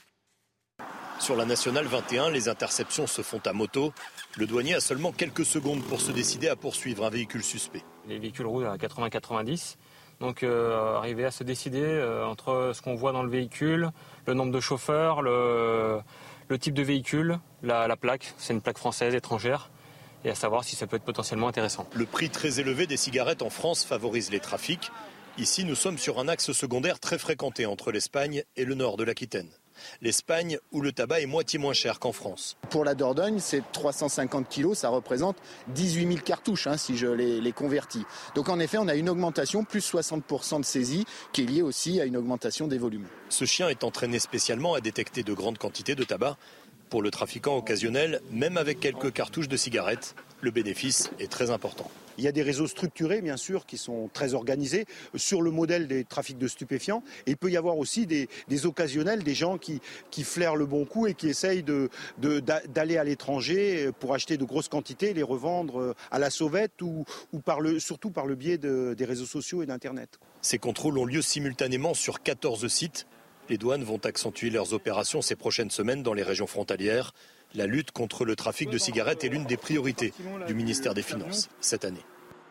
Sur la nationale 21, les interceptions se font à moto. Le douanier a seulement quelques secondes pour se décider à poursuivre un véhicule suspect. Les véhicules roulent à 80-90. Donc arriver à se décider entre ce qu'on voit dans le véhicule, le nombre de chauffeurs, le type de véhicule, la plaque, c'est une plaque française, étrangère, et à savoir si ça peut être potentiellement intéressant. Le prix très élevé des cigarettes en France favorise les trafics. Ici, nous sommes sur un axe secondaire très fréquenté entre l'Espagne et le nord de l'Aquitaine. L'Espagne, où le tabac est moitié moins cher qu'en France. Pour la Dordogne, c'est 350 kilos, ça représente 18 000 cartouches si je les convertis. Donc en effet, on a une augmentation, plus 60% de saisie, qui est liée aussi à une augmentation des volumes. Ce chien est entraîné spécialement à détecter de grandes quantités de tabac. Pour le trafiquant occasionnel, même avec quelques cartouches de cigarettes, le bénéfice est très important. Il y a des réseaux structurés, bien sûr, qui sont très organisés sur le modèle des trafics de stupéfiants. Et il peut y avoir aussi des occasionnels, des gens qui flairent le bon coup et qui essayent d'aller à l'étranger pour acheter de grosses quantités et les revendre à la sauvette ou surtout par le biais des réseaux sociaux et d'Internet. Ces contrôles ont lieu simultanément sur 14 sites. Les douanes vont accentuer leurs opérations ces prochaines semaines dans les régions frontalières. La lutte contre le trafic de cigarettes est l'une des priorités du ministère des Finances cette année.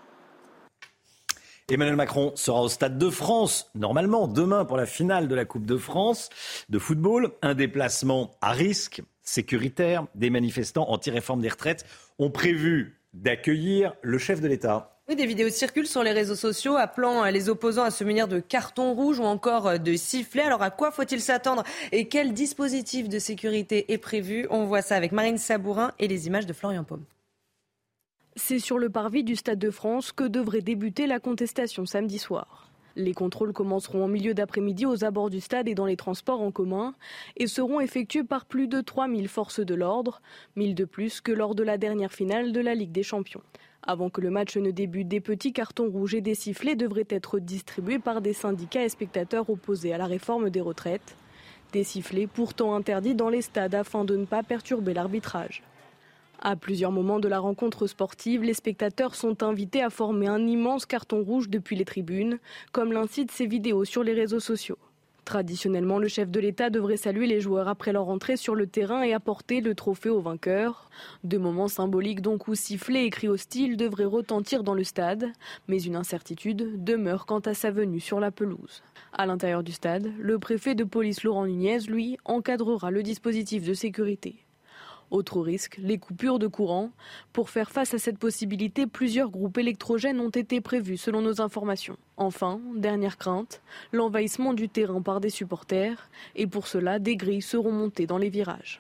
Emmanuel Macron sera au Stade de France, normalement, demain pour la finale de la Coupe de France de football. Un déplacement à risque, sécuritaire. Des manifestants anti-réforme des retraites ont prévu d'accueillir le chef de l'État. Oui, des vidéos circulent sur les réseaux sociaux appelant les opposants à se munir de cartons rouges ou encore de sifflets. Alors à quoi faut-il s'attendre et quel dispositif de sécurité est prévu ? On voit ça avec Marine Sabourin et les images de Florian Paume. C'est sur le parvis du Stade de France que devrait débuter la contestation samedi soir. Les contrôles commenceront en milieu d'après-midi aux abords du stade et dans les transports en commun et seront effectués par plus de 3000 forces de l'ordre, 1000 de plus que lors de la dernière finale de la Ligue des Champions. Avant que le match ne débute, des petits cartons rouges et des sifflets devraient être distribués par des syndicats et spectateurs opposés à la réforme des retraites. Des sifflets pourtant interdits dans les stades afin de ne pas perturber l'arbitrage. À plusieurs moments de la rencontre sportive, les spectateurs sont invités à former un immense carton rouge depuis les tribunes, comme l'incitent ces vidéos sur les réseaux sociaux. Traditionnellement, le chef de l'État devrait saluer les joueurs après leur entrée sur le terrain et apporter le trophée aux vainqueurs. Deux moments symboliques donc où sifflets et cris hostiles devraient retentir dans le stade, mais une incertitude demeure quant à sa venue sur la pelouse. À l'intérieur du stade, le préfet de police Laurent Nunez, lui, encadrera le dispositif de sécurité. Autre risque, les coupures de courant. Pour faire face à cette possibilité, plusieurs groupes électrogènes ont été prévus selon nos informations. Enfin, dernière crainte, l'envahissement du terrain par des supporters. Et pour cela, des grilles seront montées dans les virages.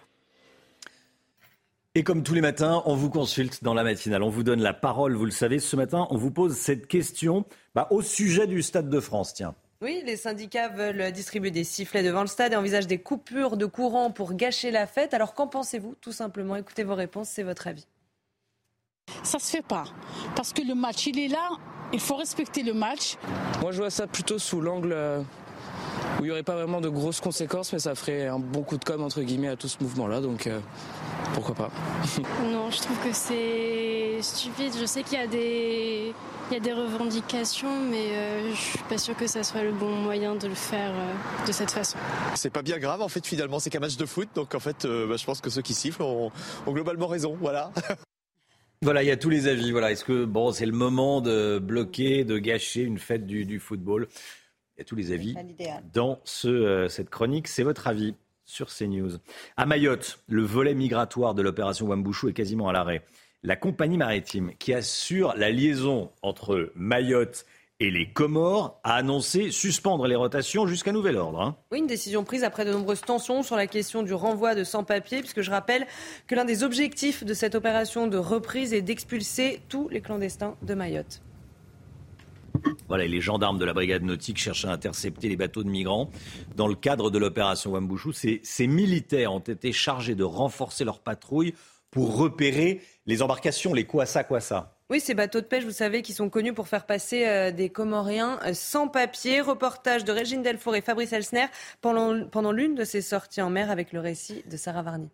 Et comme tous les matins, on vous consulte dans la matinale. On vous donne la parole, vous le savez. Ce matin, on vous pose cette question au sujet du Stade de France. Tiens. Oui, les syndicats veulent distribuer des sifflets devant le stade et envisagent des coupures de courant pour gâcher la fête. Alors qu'en pensez-vous? Tout simplement, écoutez vos réponses, c'est votre avis. Ça se fait pas, parce que le match, il est là, il faut respecter le match. Moi, je vois ça plutôt sous l'angle où il n'y aurait pas vraiment de grosses conséquences, mais ça ferait un bon coup de com' entre guillemets à tout ce mouvement-là, donc pourquoi pas. Non, je trouve que c'est stupide. Je sais qu'il y a des revendications, mais je suis pas sûre que ça soit le bon moyen de le faire de cette façon. C'est pas bien grave en fait, finalement, c'est qu'un match de foot, donc en fait je pense que ceux qui sifflent ont globalement raison, voilà. Voilà, il y a tous les avis. Voilà, est-ce que c'est le moment de bloquer, de gâcher une fête du football? Il y a tous les avis dans cette chronique. C'est votre avis sur CNews. À Mayotte, le volet migratoire de l'opération Wambushu est quasiment à l'arrêt. La compagnie maritime qui assure la liaison entre Mayotte et les Comores a annoncé suspendre les rotations jusqu'à nouvel ordre. Oui, une décision prise après de nombreuses tensions sur la question du renvoi de sans-papiers, puisque je rappelle que l'un des objectifs de cette opération de reprise est d'expulser tous les clandestins de Mayotte. Voilà, et les gendarmes de la brigade nautique cherchent à intercepter les bateaux de migrants. Dans le cadre de l'opération Wambushu, ces militaires ont été chargés de renforcer leur patrouille pour repérer les embarcations, les kwassa-kwassa. Oui, ces bateaux de pêche, vous savez, qui sont connus pour faire passer des Comoriens sans papier. Reportage de Régine Delfour et Fabrice Elsner pendant l'une de ces sorties en mer avec le récit de Sarah Varny.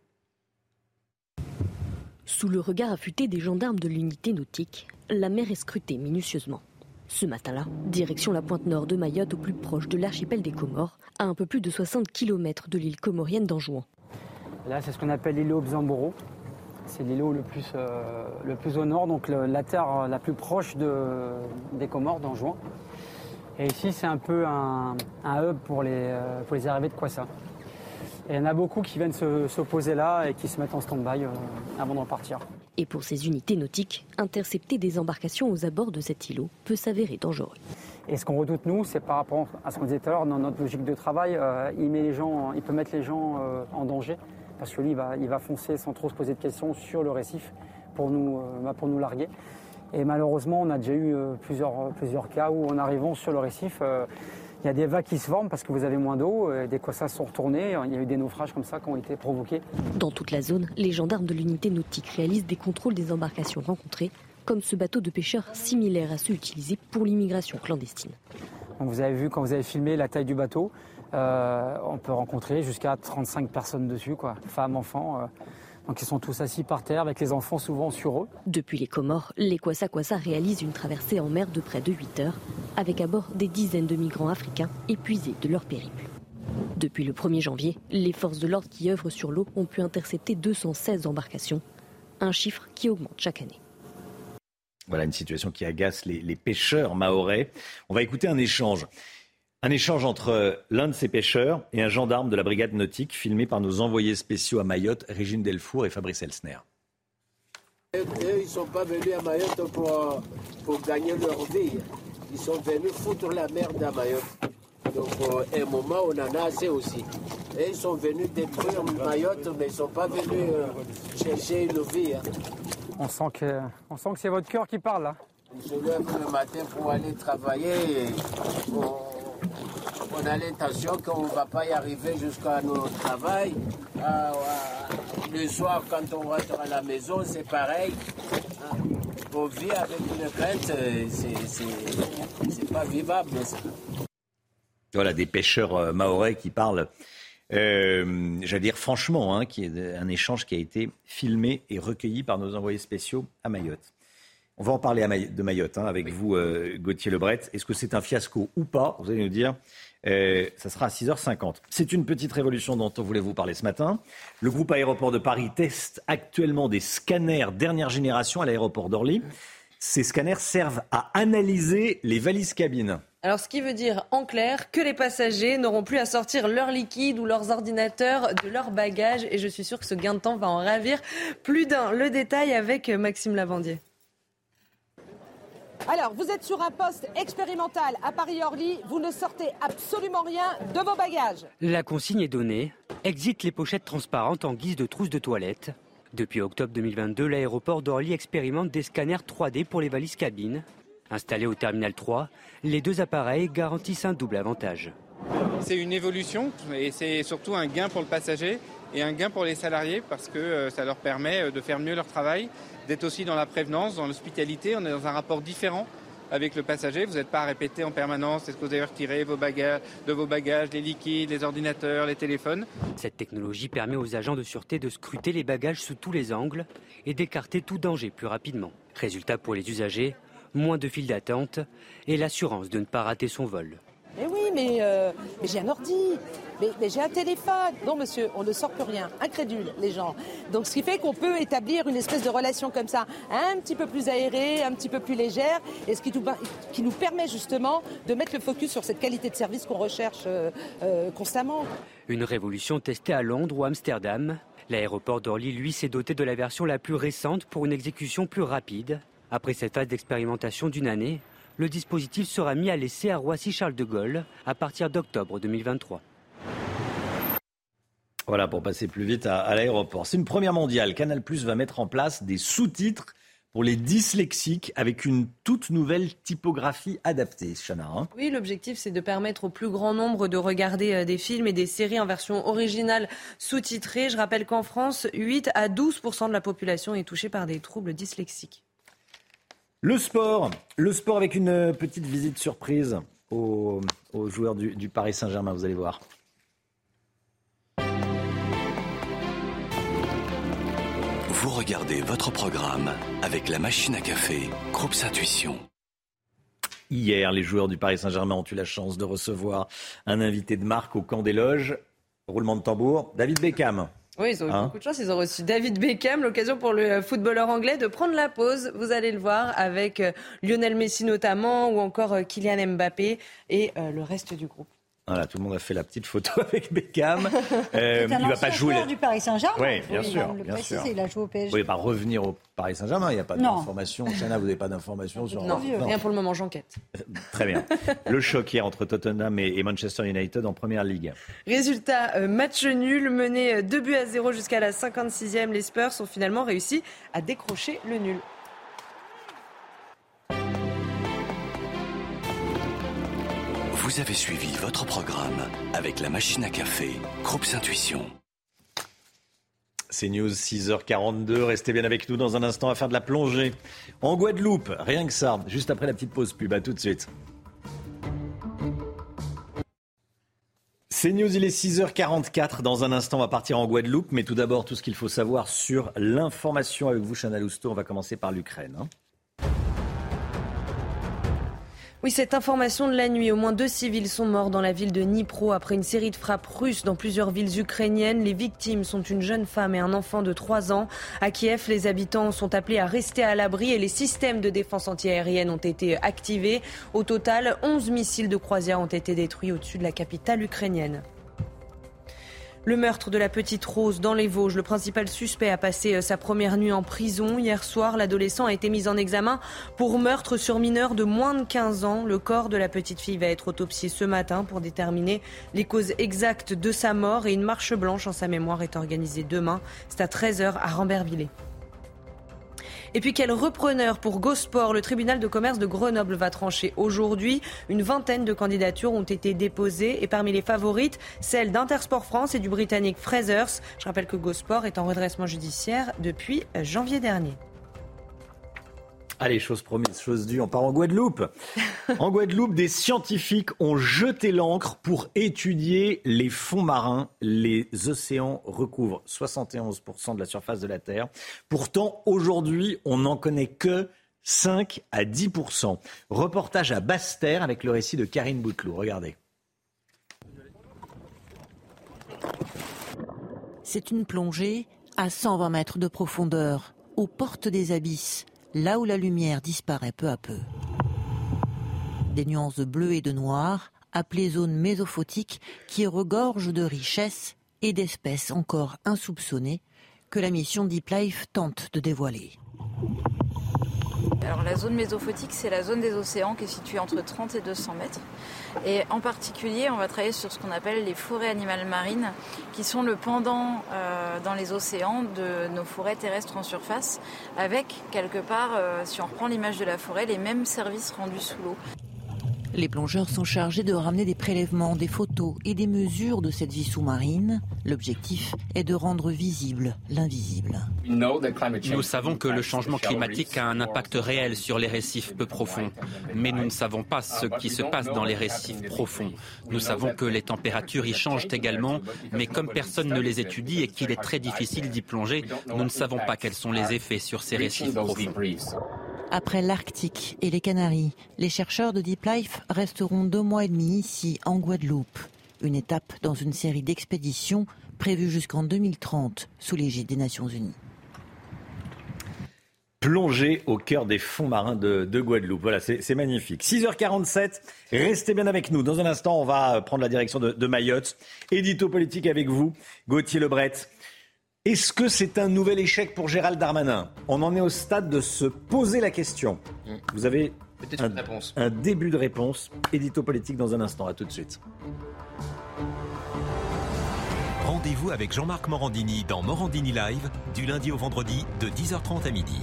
Sous le regard affûté des gendarmes de l'unité nautique, la mer est scrutée minutieusement. Ce matin-là, direction la pointe nord de Mayotte, au plus proche de l'archipel des Comores, à un peu plus de 60 km de l'île comorienne d'Anjouan. Là, c'est ce qu'on appelle l'îlot Bzamboro. C'est l'îlot le plus au nord, donc la terre la plus proche des Comores, d'Anjouan. Et ici, c'est un peu un hub pour les arrivées de Kwassa. Et il y en a beaucoup qui viennent s'opposer là et qui se mettent en stand-by avant de repartir. Et pour ces unités nautiques, intercepter des embarcations aux abords de cet îlot peut s'avérer dangereux. Et ce qu'on redoute, nous, c'est par rapport à ce qu'on disait tout à l'heure, dans notre logique de travail, il peut mettre les gens en danger. Parce que lui, il va foncer sans trop se poser de questions sur le récif pour nous larguer. Et malheureusement, on a déjà eu plusieurs cas où, en arrivant sur le récif, il y a des vagues qui se forment parce que vous avez moins d'eau, des kwassa sont retournés, il y a eu des naufrages comme ça qui ont été provoqués. Dans toute la zone, les gendarmes de l'unité nautique réalisent des contrôles des embarcations rencontrées, comme ce bateau de pêcheurs similaire à ceux utilisés pour l'immigration clandestine. Donc vous avez vu, quand vous avez filmé la taille du bateau, on peut rencontrer jusqu'à 35 personnes dessus, femmes, enfants. Donc ils sont tous assis par terre avec les enfants souvent sur eux. Depuis les Comores, les kwassa-kwassa réalisent une traversée en mer de près de 8 heures, avec à bord des dizaines de migrants africains épuisés de leur périple. Depuis le 1er janvier, les forces de l'ordre qui œuvrent sur l'eau ont pu intercepter 216 embarcations, un chiffre qui augmente chaque année. Voilà une situation qui agace les pêcheurs mahorais. On va écouter un échange. Un échange entre l'un de ces pêcheurs et un gendarme de la brigade nautique, filmé par nos envoyés spéciaux à Mayotte, Régine Delfour et Fabrice Elsner. Eux, ils ne sont pas venus à Mayotte pour gagner leur vie. Ils sont venus foutre la merde à Mayotte. Donc, à un moment, on en a assez aussi. Et ils sont venus détruire Mayotte, mais ils ne sont pas venus chercher une vie. On sent que c'est votre cœur qui parle, là. On se lève le matin pour aller travailler et on a l'intention qu'on ne va pas y arriver jusqu'à notre travail. Le soir, quand on rentre à la maison, c'est pareil. On vit avec une crainte, c'est pas vivable. Ça. Voilà, des pêcheurs mahorais qui parlent, j'allais dire franchement, qui est un échange qui a été filmé et recueilli par nos envoyés spéciaux à Mayotte. On va en parler de Mayotte avec vous, Gauthier Lebret. Est-ce que c'est un fiasco ou pas ? Vous allez nous dire. Ça sera à 6h50. C'est une petite révolution dont on voulait vous parler ce matin. Le groupe Aéroport de Paris teste actuellement des scanners dernière génération à l'aéroport d'Orly. Ces scanners servent à analyser les valises cabines. Alors, ce qui veut dire, en clair, que les passagers n'auront plus à sortir leur liquide ou leurs ordinateurs de leur bagage. Et je suis sûre que ce gain de temps va en ravir plus d'un. Le détail avec Maxime Lavandier. Alors, vous êtes sur un poste expérimental à Paris-Orly. Vous ne sortez absolument rien de vos bagages. La consigne est donnée. Exit les pochettes transparentes en guise de trousse de toilette. Depuis octobre 2022, l'aéroport d'Orly expérimente des scanners 3D pour les valises cabines. Installés au terminal 3, les deux appareils garantissent un double avantage. C'est une évolution et c'est surtout un gain pour le passager et un gain pour les salariés parce que ça leur permet de faire mieux leur travail, d'être aussi dans la prévenance, dans l'hospitalité. On est dans un rapport différent avec le passager. Vous n'êtes pas à répéter en permanence est-ce que vous avez retiré de vos bagages, les liquides, les ordinateurs, les téléphones. Cette technologie permet aux agents de sûreté de scruter les bagages sous tous les angles et d'écarter tout danger plus rapidement. Résultat pour les usagers, moins de files d'attente et l'assurance de ne pas rater son vol. Mais oui, mais j'ai un ordi, mais j'ai un téléphone. Non, monsieur, on ne sort plus rien. Incrédule, les gens. Donc, ce qui fait qu'on peut établir une espèce de relation comme ça, un petit peu plus aérée, un petit peu plus légère, et ce qui nous permet justement de mettre le focus sur cette qualité de service qu'on recherche constamment. Une révolution testée à Londres ou Amsterdam. L'aéroport d'Orly, lui, s'est doté de la version la plus récente pour une exécution plus rapide. Après cette phase d'expérimentation d'une année, le dispositif sera mis à l'essai à Roissy-Charles de Gaulle à partir d'octobre 2023. Voilà, pour passer plus vite à l'aéroport. C'est une première mondiale. Canal+ va mettre en place des sous-titres pour les dyslexiques avec une toute nouvelle typographie adaptée, Chana. Oui, l'objectif, c'est de permettre au plus grand nombre de regarder des films et des séries en version originale sous-titrée. Je rappelle qu'en France, 8 à 12% de la population est touchée par des troubles dyslexiques. Le sport avec une petite visite surprise aux joueurs du Paris Saint-Germain, vous allez voir. Vous regardez votre programme avec la machine à café, Groupe Intuition. Hier, les joueurs du Paris Saint-Germain ont eu la chance de recevoir un invité de marque au camp des loges. Roulement de tambour, David Beckham. Oui, ils ont eu beaucoup de chance. Ils ont reçu David Beckham, l'occasion pour le footballeur anglais de prendre la pause. Vous allez le voir avec Lionel Messi notamment ou encore Kylian Mbappé et le reste du groupe. Voilà, tout le monde a fait la petite photo avec Beckham. C'est un il va pas jouer du Paris Saint-Germain. Oui, bien sûr. Il a joué au PSG. Oui, pas revenir au Paris Saint-Germain. Il n'y a pas d'informations. Chana, vous n'avez pas d'informations sur. Non, rien pour le moment. J'enquête. Très bien. Le choc hier entre Tottenham et Manchester United en Première Ligue. Résultat, match nul, mené 2-0 jusqu'à la 56e. Les Spurs ont finalement réussi à décrocher le nul. Vous avez suivi votre programme avec la machine à café, Groupe Intuition. C'est News 6h42. Restez bien avec nous dans un instant à faire de la plongée en Guadeloupe. Rien que ça. Juste après la petite pause pub. À tout de suite. C'est News, il est 6h44. Dans un instant, on va partir en Guadeloupe. Mais tout d'abord, tout ce qu'il faut savoir sur l'information avec vous, Chana Lousteau. On va commencer par l'Ukraine. Oui, cette information de la nuit. Au moins 2 civils sont morts dans la ville de Dnipro après une série de frappes russes dans plusieurs villes ukrainiennes. Les victimes sont une jeune femme et un enfant de 3 ans. À Kiev, les habitants sont appelés à rester à l'abri et les systèmes de défense antiaérienne ont été activés. Au total, 11 missiles de croisière ont été détruits au-dessus de la capitale ukrainienne. Le meurtre de la petite Rose dans les Vosges. Le principal suspect a passé sa première nuit en prison. Hier soir, l'adolescent a été mis en examen pour meurtre sur mineur de moins de 15 ans. Le corps de la petite fille va être autopsié ce matin pour déterminer les causes exactes de sa mort. Et une marche blanche en sa mémoire est organisée demain. C'est à 13h à Rambervillers. Et puis quel repreneur pour Gosport? Le tribunal de commerce de Grenoble va trancher aujourd'hui. Une vingtaine de candidatures ont été déposées et parmi les favorites, celle d'Intersport France et du britannique Frasers. Je rappelle que Gosport est en redressement judiciaire depuis janvier dernier. Allez, chose promise, chose due, on part en Guadeloupe. En Guadeloupe, des scientifiques ont jeté l'ancre pour étudier les fonds marins. Les océans recouvrent 71% de la surface de la Terre. Pourtant, aujourd'hui, on n'en connaît que 5 à 10%. Reportage à Basse-Terre avec le récit de Karine Bouteloup. Regardez. C'est une plongée à 120 mètres de profondeur, aux portes des abysses, là où la lumière disparaît peu à peu. Des nuances de bleu et de noir, appelées zones mésophotiques, qui regorgent de richesses et d'espèces encore insoupçonnées, que la mission Deep Life tente de dévoiler. Alors la zone mésophotique, c'est la zone des océans qui est située entre 30 et 200 mètres. Et en particulier, on va travailler sur ce qu'on appelle les forêts animales marines, qui sont le pendant dans les océans de nos forêts terrestres en surface, avec quelque part, si on reprend l'image de la forêt, les mêmes services rendus sous l'eau. Les plongeurs sont chargés de ramener des prélèvements, des photos et des mesures de cette vie sous-marine. L'objectif est de rendre visible l'invisible. Nous savons que le changement climatique a un impact réel sur les récifs peu profonds. Mais nous ne savons pas ce qui se passe dans les récifs profonds. Nous savons que les températures y changent également, mais comme personne ne les étudie et qu'il est très difficile d'y plonger, nous ne savons pas quels sont les effets sur ces récifs profonds. Après l'Arctique et les Canaries, les chercheurs de Deep Life resteront 2 mois et demi ici, en Guadeloupe. Une étape dans une série d'expéditions prévues jusqu'en 2030 sous l'égide des Nations Unies. Plongée au cœur des fonds marins de Guadeloupe. Voilà, c'est magnifique. 6h47, restez bien avec nous. Dans un instant, on va prendre la direction de Mayotte. Édito politique avec vous, Gauthier Lebret. Est-ce que c'est un nouvel échec pour Gérald Darmanin? On en est au stade de se poser la question. Vous avez un début de réponse. Édito politique dans un instant. À tout de suite. Rendez-vous avec Jean-Marc Morandini dans Morandini Live, du lundi au vendredi, de 10h30 à midi.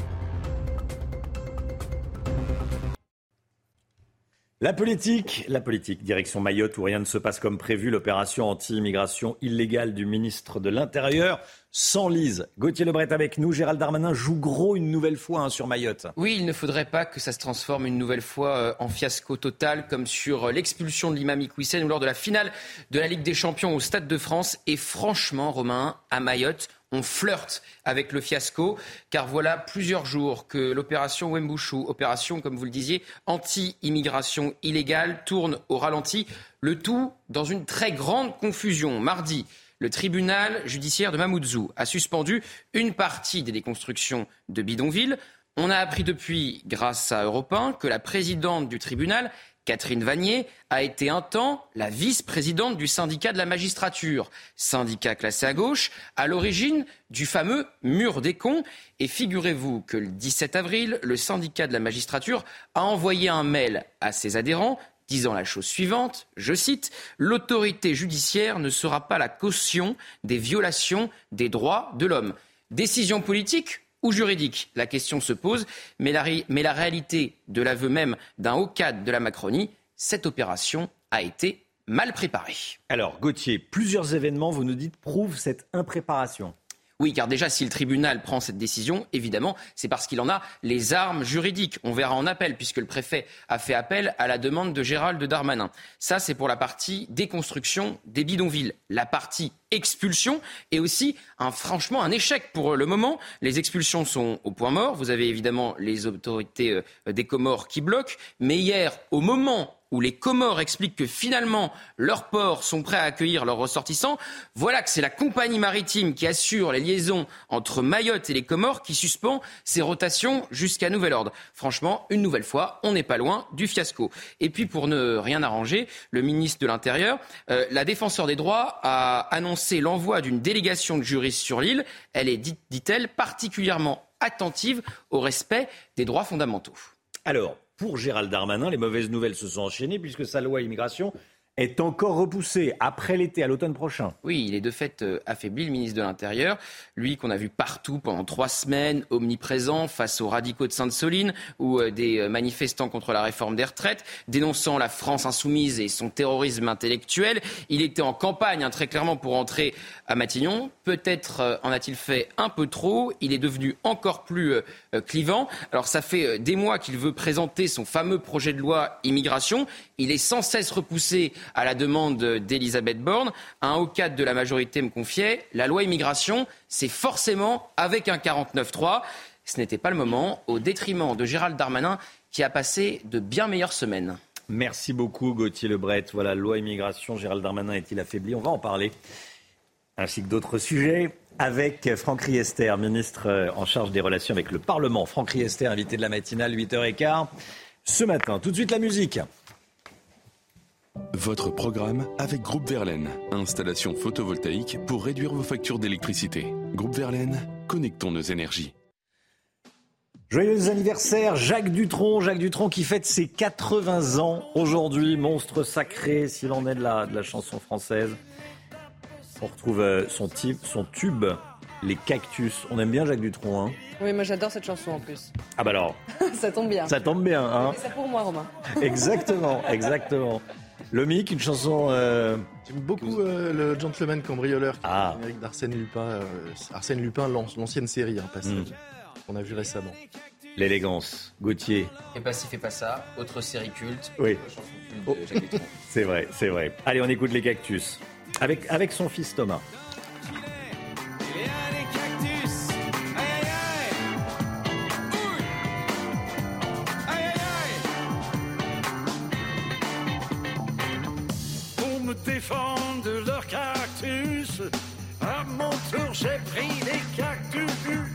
La politique, direction Mayotte où rien ne se passe comme prévu, l'opération anti-immigration illégale du ministre de l'Intérieur s'enlise. Gauthier Lebret avec nous, Gérald Darmanin joue gros une nouvelle fois sur Mayotte. Oui, il ne faudrait pas que ça se transforme une nouvelle fois en fiasco total comme sur l'expulsion de l'imam Iqwisen ou lors de la finale de la Ligue des Champions au Stade de France. Et franchement, Romain, à Mayotte, on flirte avec le fiasco, car voilà plusieurs jours que l'opération Wembouchou, opération, comme vous le disiez, anti-immigration illégale, tourne au ralenti, le tout dans une très grande confusion. Mardi, le tribunal judiciaire de Mamoudzou a suspendu une partie des déconstructions de bidonvilles. On a appris depuis, grâce à Europe 1, que la présidente du tribunal, Catherine Vanier, a été un temps la vice-présidente du syndicat de la magistrature, syndicat classé à gauche, à l'origine du fameux mur des cons. Et figurez-vous que le 17 avril, le syndicat de la magistrature a envoyé un mail à ses adhérents disant la chose suivante, je cite, « L'autorité judiciaire ne sera pas la caution des violations des droits de l'homme ». Décision politique ou juridique? La question se pose, mais la réalité de l'aveu même d'un haut cadre de la Macronie, cette opération a été mal préparée. Alors Gauthier, plusieurs événements, vous nous dites, prouvent cette impréparation. Oui, car déjà, si le tribunal prend cette décision, évidemment, c'est parce qu'il en a les armes juridiques. On verra en appel, puisque le préfet a fait appel à la demande de Gérald Darmanin. Ça, c'est pour la partie déconstruction des bidonvilles. La partie expulsion est aussi, franchement, un échec pour le moment. Les expulsions sont au point mort. Vous avez évidemment les autorités des Comores qui bloquent. Mais hier, au moment où les Comores expliquent que finalement leurs ports sont prêts à accueillir leurs ressortissants, voilà que c'est la compagnie maritime qui assure les liaisons entre Mayotte et les Comores qui suspend ses rotations jusqu'à nouvel ordre. Franchement, une nouvelle fois, on n'est pas loin du fiasco. Et puis pour ne rien arranger, le ministre de l'Intérieur, la défenseure des droits a annoncé l'envoi d'une délégation de juristes sur l'île. Elle est, dit-elle, particulièrement attentive au respect des droits fondamentaux. Alors, pour Gérald Darmanin, les mauvaises nouvelles se sont enchaînées puisque sa loi immigration, est encore repoussé après l'été, à l'automne prochain. Oui, il est de fait affaibli, le ministre de l'Intérieur. Lui qu'on a vu partout pendant 3 semaines, omniprésent face aux radicaux de Sainte-Soline ou des manifestants contre la réforme des retraites, dénonçant la France insoumise et son terrorisme intellectuel. Il était en campagne, très clairement, pour entrer à Matignon. Peut-être en a-t-il fait un peu trop. Il est devenu encore plus clivant. Alors ça fait des mois qu'il veut présenter son fameux projet de loi immigration. Il est sans cesse repoussé à la demande d'Elisabeth Borne. Un haut cadre de la majorité me confiait, la loi immigration, c'est forcément avec un 49.3. Ce n'était pas le moment, au détriment de Gérald Darmanin, qui a passé de bien meilleures semaines. Merci beaucoup Gauthier Lebret. Voilà, loi immigration, Gérald Darmanin est-il affaibli ? On va en parler, ainsi que d'autres sujets, avec Franck Riester, ministre en charge des relations avec le Parlement. Franck Riester, invité de la matinale, 8h15, ce matin. Tout de suite la musique. Votre programme avec Groupe Verlaine. Installation photovoltaïque pour réduire vos factures d'électricité. Groupe Verlaine, connectons nos énergies. Joyeux anniversaire Jacques Dutronc. Jacques Dutronc qui fête ses 80 ans aujourd'hui. Monstre sacré, s'il en est de la chanson française. On retrouve son tube, Les Cactus. On aime bien Jacques Dutronc, hein ? Oui, moi j'adore cette chanson en plus. Ah bah alors. Ça tombe bien. Ça tombe bien, hein ? C'est ça pour moi, Romain. Exactement, exactement. Lomic, une chanson... J'aime beaucoup le Gentleman Cambrioleur, générique d'Arsène Lupin. Arsène Lupin, l'ancienne série, passage, qu'on a vu récemment. L'élégance, Gauthier. Fais pas ci, fais pas ça. Autre série culte. Oui. Chanson culte de Jacques Dutronc. C'est vrai, c'est vrai. Allez, on écoute Les Cactus. Avec son fils Thomas. Défendre de leurs cactus. À mon tour, j'ai pris les cactus.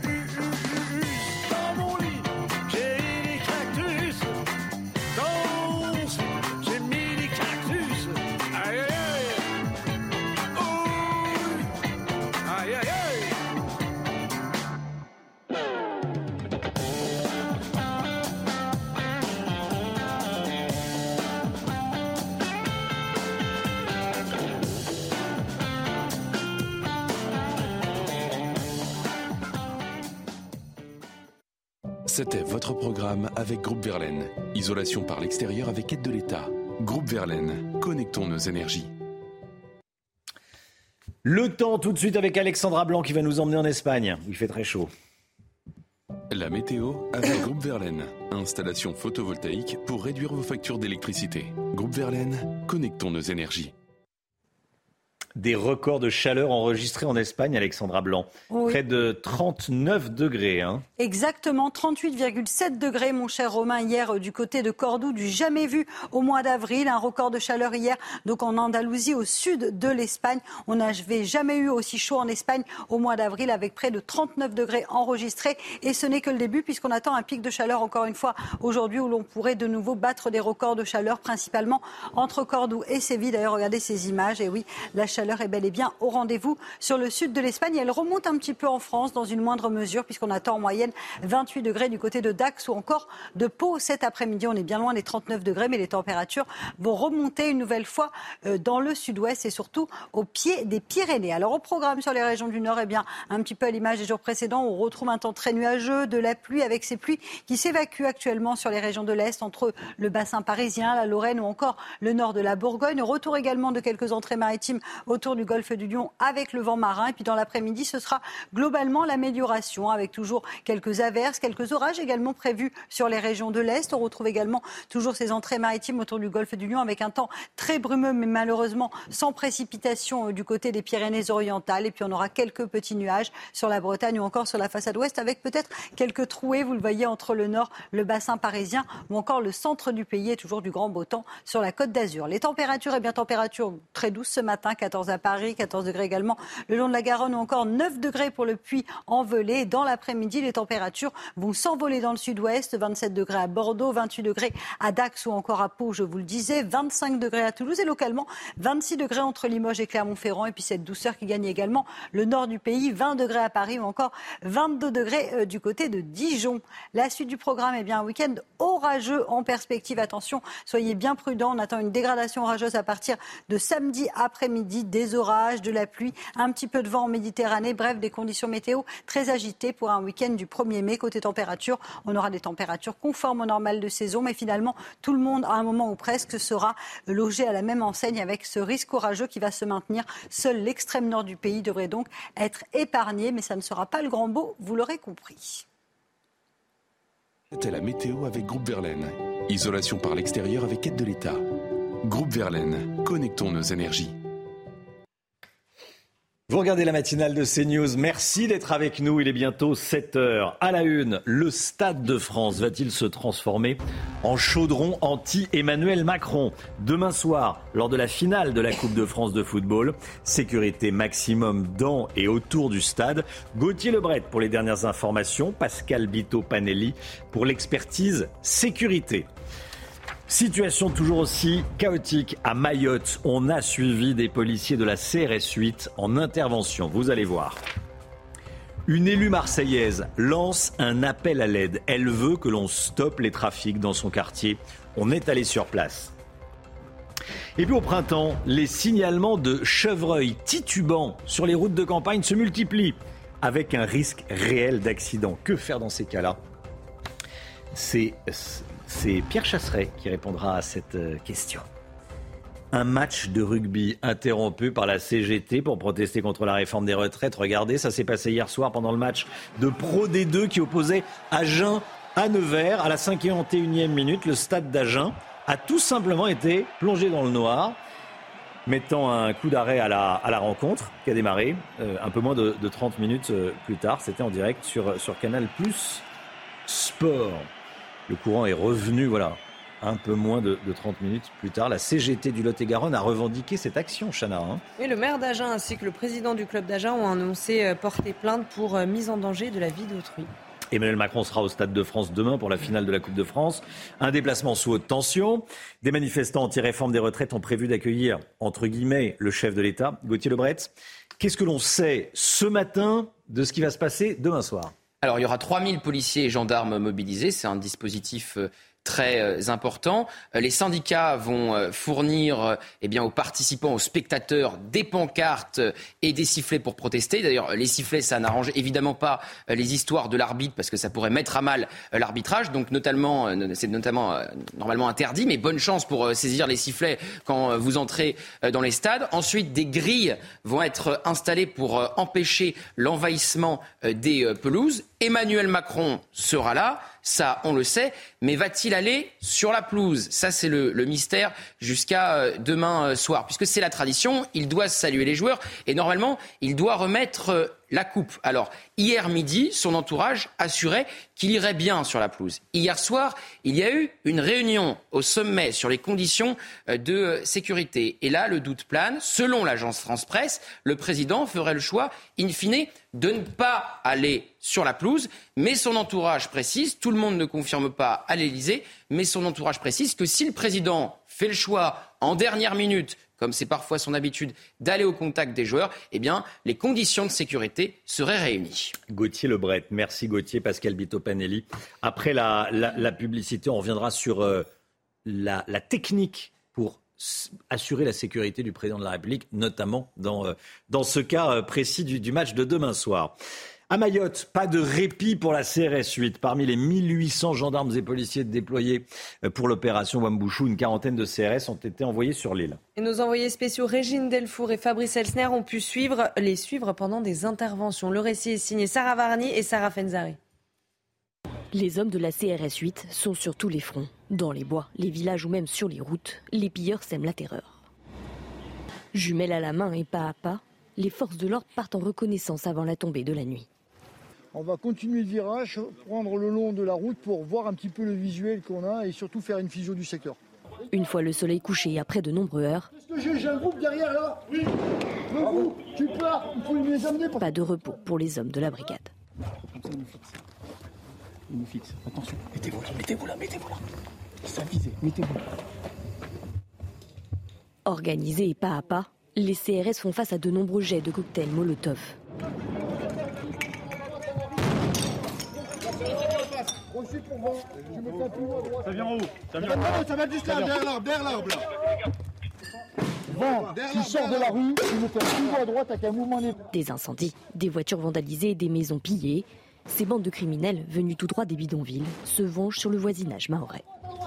Dans mon lit, j'ai les cactus. Dans mon lit, j'ai mis les cactus. Aïe, aïe, aïe. Oh, aïe, aïe, aïe. C'était votre programme avec Groupe Verlaine. Isolation par l'extérieur avec aide de l'État. Groupe Verlaine, connectons nos énergies. Le temps tout de suite avec Alexandra Blanc qui va nous emmener en Espagne. Il fait très chaud. La météo avec Groupe Verlaine. Installation photovoltaïque pour réduire vos factures d'électricité. Groupe Verlaine, connectons nos énergies. Des records de chaleur enregistrés en Espagne, Alexandra Blanc. Oui. Près de 39 degrés. Hein. Exactement, 38,7 degrés, mon cher Romain, hier du côté de Cordoue, du jamais vu au mois d'avril. Un record de chaleur hier, donc en Andalousie, au sud de l'Espagne. On n'avait jamais eu aussi chaud en Espagne au mois d'avril, avec près de 39 degrés enregistrés. Et ce n'est que le début, puisqu'on attend un pic de chaleur, encore une fois, aujourd'hui, où l'on pourrait de nouveau battre des records de chaleur, principalement entre Cordoue et Séville. D'ailleurs, regardez ces images, et oui, la chaleur est bel et bien au rendez-vous sur le sud de l'Espagne. Elle remonte un petit peu en France dans une moindre mesure puisqu'on attend en moyenne 28 degrés du côté de Dax ou encore de Pau cet après-midi. On est bien loin des 39 degrés, mais les températures vont remonter une nouvelle fois dans le sud-ouest et surtout au pied des Pyrénées. Alors au programme sur les régions du Nord, eh bien, un petit peu à l'image des jours précédents, on retrouve un temps très nuageux, de la pluie avec ces pluies qui s'évacuent actuellement sur les régions de l'Est entre le bassin parisien, la Lorraine ou encore le nord de la Bourgogne. Retour également de quelques entrées maritimes autour du golfe du Lion avec le vent marin. Et puis dans l'après-midi, ce sera globalement l'amélioration avec toujours quelques averses, quelques orages également prévus sur les régions de l'Est. On retrouve également toujours ces entrées maritimes autour du golfe du Lion avec un temps très brumeux mais malheureusement sans précipitation du côté des Pyrénées-Orientales. Et puis on aura quelques petits nuages sur la Bretagne ou encore sur la façade ouest avec peut-être quelques trouées, vous le voyez, entre le nord, le bassin parisien ou encore le centre du pays et toujours du grand beau temps sur la Côte d'Azur. Les températures, températures très douces ce matin, 14 à Paris, 14 degrés également le long de la Garonne ou encore 9 degrés pour le Puy-en-Velay. Dans l'après-midi, les températures vont s'envoler dans le sud-ouest, 27 degrés à Bordeaux, 28 degrés à Dax ou encore à Pau, je vous le disais, 25 degrés à Toulouse et localement 26 degrés entre Limoges et Clermont-Ferrand. Et puis cette douceur qui gagne également le nord du pays, 20 degrés à Paris ou encore 22 degrés du côté de Dijon. La suite du programme, un week-end orageux orageux en perspective. Attention, soyez bien prudents. On attend une dégradation orageuse à partir de samedi après-midi. Des orages, de la pluie, un petit peu de vent en Méditerranée. Bref, des conditions météo très agitées pour un week-end du 1er mai. Côté température, on aura des températures conformes au normal de saison. Mais finalement, tout le monde, à un moment ou presque, sera logé à la même enseigne avec ce risque orageux qui va se maintenir. Seul l'extrême nord du pays devrait donc être épargné. Mais ça ne sera pas le grand beau, vous l'aurez compris. C'était la météo avec Groupe Verlaine. Isolation par l'extérieur avec aide de l'État. Groupe Verlaine, connectons nos énergies. Vous regardez la matinale de CNews. Merci d'être avec nous. Il est bientôt 7h. À la une, le Stade de France va-t-il se transformer en chaudron anti-Emmanuel Macron ? Demain soir, lors de la finale de la Coupe de France de football, sécurité maximum dans et autour du stade. Gauthier Lebret pour les dernières informations. Pascal Bito-Panelli pour l'expertise sécurité. Situation toujours aussi chaotique à Mayotte. On a suivi des policiers de la CRS 8 en intervention. Vous allez voir. Une élue marseillaise lance un appel à l'aide. Elle veut que l'on stoppe les trafics dans son quartier. On est allé sur place. Et puis au printemps, les signalements de chevreuils titubants sur les routes de campagne se multiplient avec un risque réel d'accident. Que faire dans ces cas-là ? C'est Pierre Chasseret qui répondra à cette question. Un match de rugby interrompu par la CGT pour protester contre la réforme des retraites. Regardez, ça s'est passé hier soir pendant le match de Pro D2 qui opposait Agen à Nevers. À la 51e minute, le stade d'Agen a tout simplement été plongé dans le noir, mettant un coup d'arrêt à la rencontre qui a démarré un peu moins de 30 minutes plus tard. C'était en direct sur Canal+ Sport. Le courant est revenu, un peu moins de 30 minutes plus tard. La CGT du Lot-et-Garonne a revendiqué cette action, Chana. Oui, le maire d'Agen ainsi que le président du club d'Agen ont annoncé porter plainte pour mise en danger de la vie d'autrui. Emmanuel Macron sera au Stade de France demain pour la finale de la Coupe de France. Un déplacement sous haute tension. Des manifestants anti-réforme des retraites ont prévu d'accueillir, entre guillemets, le chef de l'État, Gauthier Lebret. Qu'est-ce que l'on sait ce matin de ce qui va se passer demain soir ? Alors, il y aura 3000 policiers et gendarmes mobilisés. C'est un dispositif très important. Les syndicats vont fournir aux participants, aux spectateurs, des pancartes et des sifflets pour protester. D'ailleurs, les sifflets, ça n'arrange évidemment pas les histoires de l'arbitre parce que ça pourrait mettre à mal l'arbitrage. Donc, c'est normalement interdit, mais bonne chance pour saisir les sifflets quand vous entrez dans les stades. Ensuite, des grilles vont être installées pour empêcher l'envahissement des pelouses. Emmanuel Macron sera là, ça on le sait, mais va-t-il aller sur la pelouse ? Ça c'est le mystère jusqu'à demain soir, puisque c'est la tradition, il doit saluer les joueurs et normalement il doit remettre la coupe. Alors hier midi, son entourage assurait qu'il irait bien sur la pelouse. Hier soir, il y a eu une réunion au sommet sur les conditions de sécurité. Et là, le doute plane. Selon l'agence France-Presse, le président ferait le choix, in fine, de ne pas aller sur la pelouse. Mais son entourage précise, tout le monde ne confirme pas à l'Élysée, mais son entourage précise que si le président fait le choix en dernière minute, comme c'est parfois son habitude, d'aller au contact des joueurs, les conditions de sécurité seraient réunies. Gauthier Lebret, merci Gauthier. Pascal Bito-Panelli. Après la publicité, on reviendra sur la technique pour assurer la sécurité du président de la République, notamment dans ce cas précis du match de demain soir. À Mayotte, pas de répit pour la CRS 8. Parmi les 1800 gendarmes et policiers déployés pour l'opération Wambouchou, une quarantaine de CRS ont été envoyés sur l'île. Et nos envoyés spéciaux Régine Delfour et Fabrice Elsner ont pu les suivre pendant des interventions. Le récit est signé Sarah Varni et Sarah Fenzari. Les hommes de la CRS 8 sont sur tous les fronts. Dans les bois, les villages ou même sur les routes, les pilleurs sèment la terreur. Jumelles à la main et pas à pas, les forces de l'ordre partent en reconnaissance avant la tombée de la nuit. On va continuer le virage, prendre le long de la route pour voir un petit peu le visuel qu'on a et surtout faire une physio du secteur. Une fois le soleil couché après de nombreuses heures, j'ai un groupe derrière là. Oui. Vous, tu pars, il faut les amener. Pas de repos pour les hommes de la brigade. Il nous fixe. Attention, mettez-vous là. Ça visé, mettez-vous. Organisés et pas à pas, les CRS font face à de nombreux jets de cocktails Molotov. aussi pour voir. Je me fais plus haut à droite. Ça vient en haut. Ça va juste là, derrière l'arbre là. Vent qui sort de la rue, il me fait plus haut à droite avec un mouvement d'épaule. Des incendies, des voitures vandalisées et des maisons pillées. Ces bandes de criminels venus tout droit des bidonvilles se vengent sur le voisinage mahorais.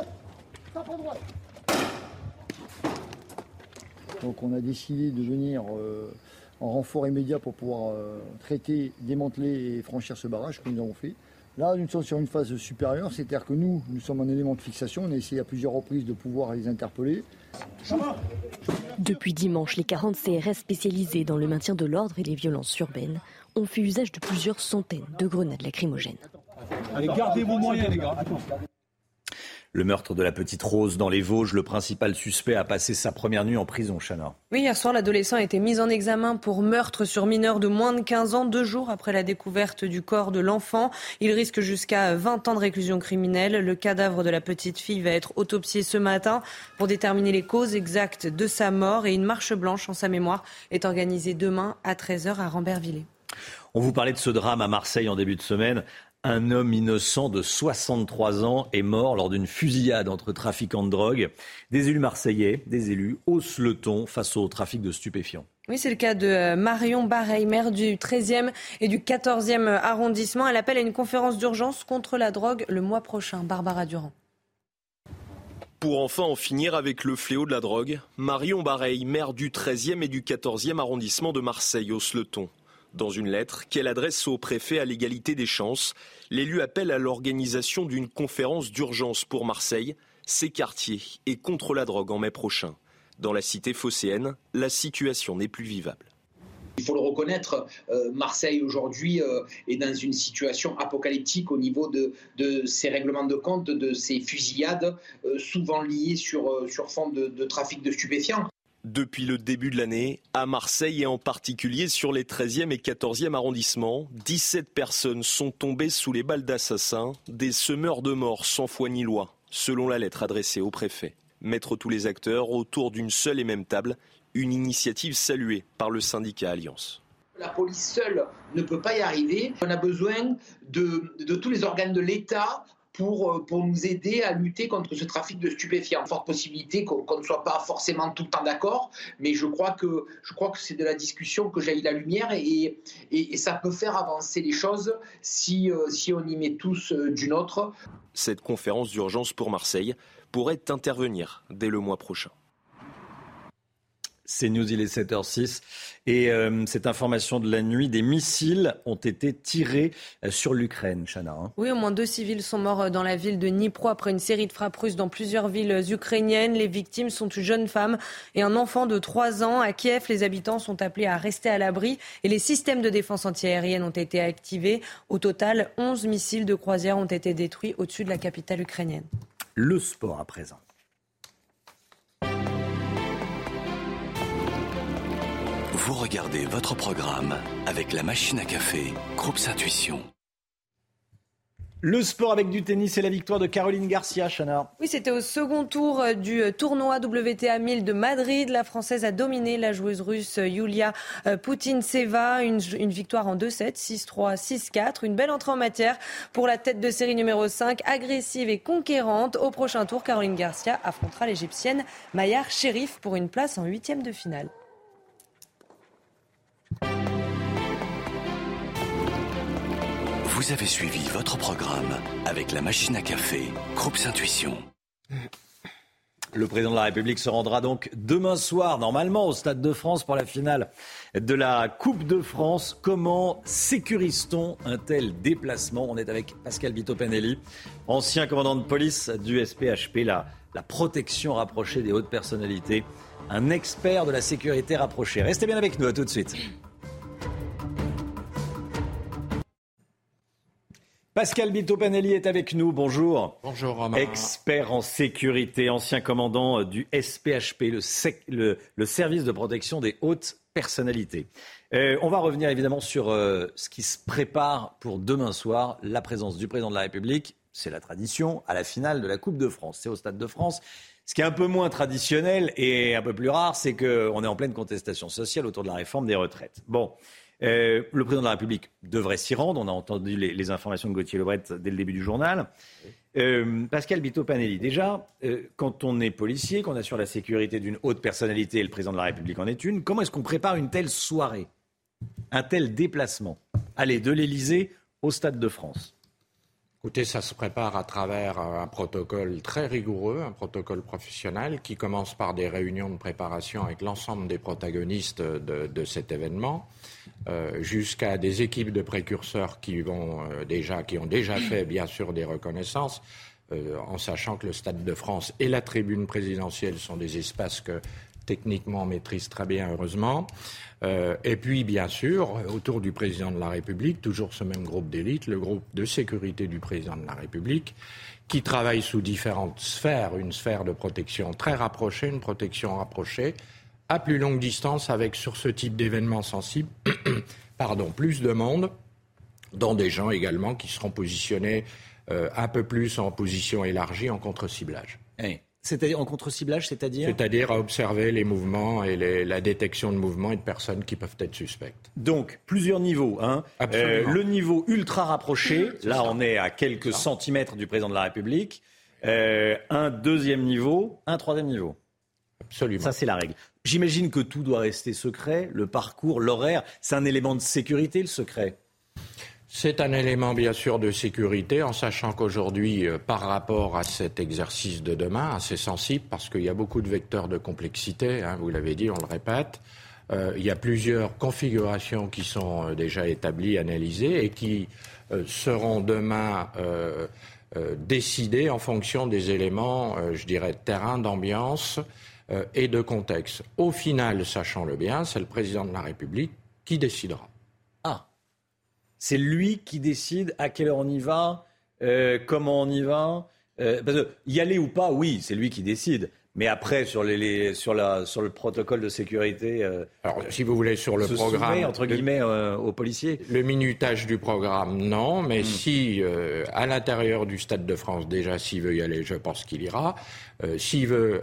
Donc on a décidé de venir en renfort immédiat pour pouvoir traiter, démanteler et franchir ce barrage que nous avons fait. Là, nous sommes sur une phase supérieure, c'est-à-dire que nous sommes un élément de fixation. On a essayé à plusieurs reprises de pouvoir les interpeller. Depuis dimanche, les 40 CRS spécialisés dans le maintien de l'ordre et les violences urbaines ont fait usage de plusieurs centaines de grenades lacrymogènes. Allez, gardez vos moyens, les gars. Attends. Le meurtre de la petite Rose dans les Vosges, le principal suspect a passé sa première nuit en prison, Chana. Oui, hier soir, l'adolescent a été mis en examen pour meurtre sur mineur de moins de 15 ans, 2 jours après la découverte du corps de l'enfant. Il risque jusqu'à 20 ans de réclusion criminelle. Le cadavre de la petite fille va être autopsié ce matin pour déterminer les causes exactes de sa mort. Et une marche blanche en sa mémoire est organisée demain à 13h à Rambervillers. On vous parlait de ce drame à Marseille en début de semaine. Un homme innocent de 63 ans est mort lors d'une fusillade entre trafiquants de drogue. Des élus marseillais, des élus haussent le ton face au trafic de stupéfiants. Oui, c'est le cas de Marion Bareil, maire du 13e et du 14e arrondissement. Elle appelle à une conférence d'urgence contre la drogue le mois prochain. Barbara Durand. Pour enfin en finir avec le fléau de la drogue, Marion Bareil, maire du 13e et du 14e arrondissement de Marseille, hausse le ton. Dans une lettre qu'elle adresse au préfet à l'égalité des chances, l'élu appelle à l'organisation d'une conférence d'urgence pour Marseille, ses quartiers et contre la drogue en mai prochain. Dans la cité phocéenne, la situation n'est plus vivable. Il faut le reconnaître, Marseille aujourd'hui est dans une situation apocalyptique au niveau de ces règlements de compte, de ces fusillades, souvent liées sur fond de trafic de stupéfiants. Depuis le début de l'année, à Marseille et en particulier sur les 13e et 14e arrondissements, 17 personnes sont tombées sous les balles d'assassins, des semeurs de mort sans foi ni loi, selon la lettre adressée au préfet. Mettre tous les acteurs autour d'une seule et même table, une initiative saluée par le syndicat Alliance. La police seule ne peut pas y arriver. On a besoin de tous les organes de l'État pour nous aider à lutter contre ce trafic de stupéfiants. Forte possibilité qu'on ne soit pas forcément tout le temps d'accord, mais je crois que c'est de la discussion que jaillit la lumière et ça peut faire avancer les choses si on y met tous du nôtre. Cette conférence d'urgence pour Marseille pourrait intervenir dès le mois prochain. C'est News, il est 7h06. Et cette information de la nuit, des missiles ont été tirés sur l'Ukraine, Chana. Oui, au moins 2 civils sont morts dans la ville de Dnipro après une série de frappes russes dans plusieurs villes ukrainiennes. Les victimes sont une jeune femme et un enfant de 3 ans. À Kiev, les habitants sont appelés à rester à l'abri et les systèmes de défense antiaérienne ont été activés. Au total, 11 missiles de croisière ont été détruits au-dessus de la capitale ukrainienne. Le sport à présent. Vous regardez votre programme avec la machine à café, Groupe Intuition. Le sport avec du tennis et la victoire de Caroline Garcia, Chana. Oui, c'était au second tour du tournoi WTA 1000 de Madrid. La Française a dominé la joueuse russe Yulia Putintseva. Une victoire en 2-7, 6-3, 6-4. Une belle entrée en matière pour la tête de série numéro 5, agressive et conquérante. Au prochain tour, Caroline Garcia affrontera l'Égyptienne Mayar Sherif pour une place en 8e de finale. Vous avez suivi votre programme avec la machine à café, Groupe Intuition. Le président de la République se rendra donc demain soir, normalement, au Stade de France pour la finale de la Coupe de France. Comment sécurise-t-on un tel déplacement ? On est avec Pascal Vito-Panelli, ancien commandant de police du SPHP, la protection rapprochée des hautes personnalités, un expert de la sécurité rapprochée. Restez bien avec nous, à tout de suite. Pascal Vito-Panelli est avec nous, bonjour. Bonjour Romain. Expert en sécurité, ancien commandant du SPHP, le service de protection des hautes personnalités. On va revenir évidemment sur ce qui se prépare pour demain soir, la présence du président de la République, c'est la tradition, à la finale de la Coupe de France. C'est au Stade de France. Ce qui est un peu moins traditionnel et un peu plus rare, c'est qu'on est en pleine contestation sociale autour de la réforme des retraites. Bon. Le président de la République devrait s'y rendre. On a entendu les informations de Gauthier Lebret dès le début du journal. Pascal Bito-Panelli, déjà, quand on est policier, qu'on assure la sécurité d'une haute personnalité, et le président de la République en est une, comment est-ce qu'on prépare une telle soirée, un tel déplacement? Allez, de l'Élysée au Stade de France. Écoutez, ça se prépare à travers un protocole très rigoureux, un protocole professionnel qui commence par des réunions de préparation avec l'ensemble des protagonistes de cet événement, jusqu'à des équipes de précurseurs qui ont déjà fait bien sûr des reconnaissances, en sachant que le Stade de France et la tribune présidentielle sont des espaces que techniquement on maîtrise très bien, heureusement. Et puis, bien sûr, autour du président de la République, toujours ce même groupe d'élite, le groupe de sécurité du président de la République, qui travaille sous différentes sphères, une sphère de protection très rapprochée, une protection rapprochée, à plus longue distance, avec sur ce type d'événement sensible, plus de monde, dont des gens également qui seront positionnés un peu plus en position élargie en contre-ciblage. Hey. C'est-à-dire en contre-ciblage, c'est-à-dire ? C'est-à-dire à observer les mouvements et la détection de mouvements et de personnes qui peuvent être suspectes. Donc, plusieurs niveaux. Le niveau ultra rapproché, là on est à quelques centimètres du président de la République. Un deuxième niveau, un troisième niveau. Absolument. Ça, c'est la règle. J'imagine que tout doit rester secret, le parcours, l'horaire. C'est un élément de sécurité, le secret ? C'est un élément bien sûr de sécurité, en sachant qu'aujourd'hui, par rapport à cet exercice de demain, assez sensible, parce qu'il y a beaucoup de vecteurs de complexité, vous l'avez dit, on le répète, il y a plusieurs configurations qui sont déjà établies, analysées, et qui seront demain décidées en fonction des éléments, je dirais, de terrain, d'ambiance et de contexte. Au final, sachons-le bien, c'est le président de la République qui décidera. C'est lui qui décide à quelle heure on y va, comment on y va. Parce que y aller ou pas, oui, c'est lui qui décide. Mais après, sur le protocole de sécurité, alors, si vous voulez, sur le programme, soumet, entre guillemets, aux policiers. Le minutage du programme, non. Mais si, à l'intérieur du Stade de France, déjà, s'il veut y aller, je pense qu'il ira. S'il veut,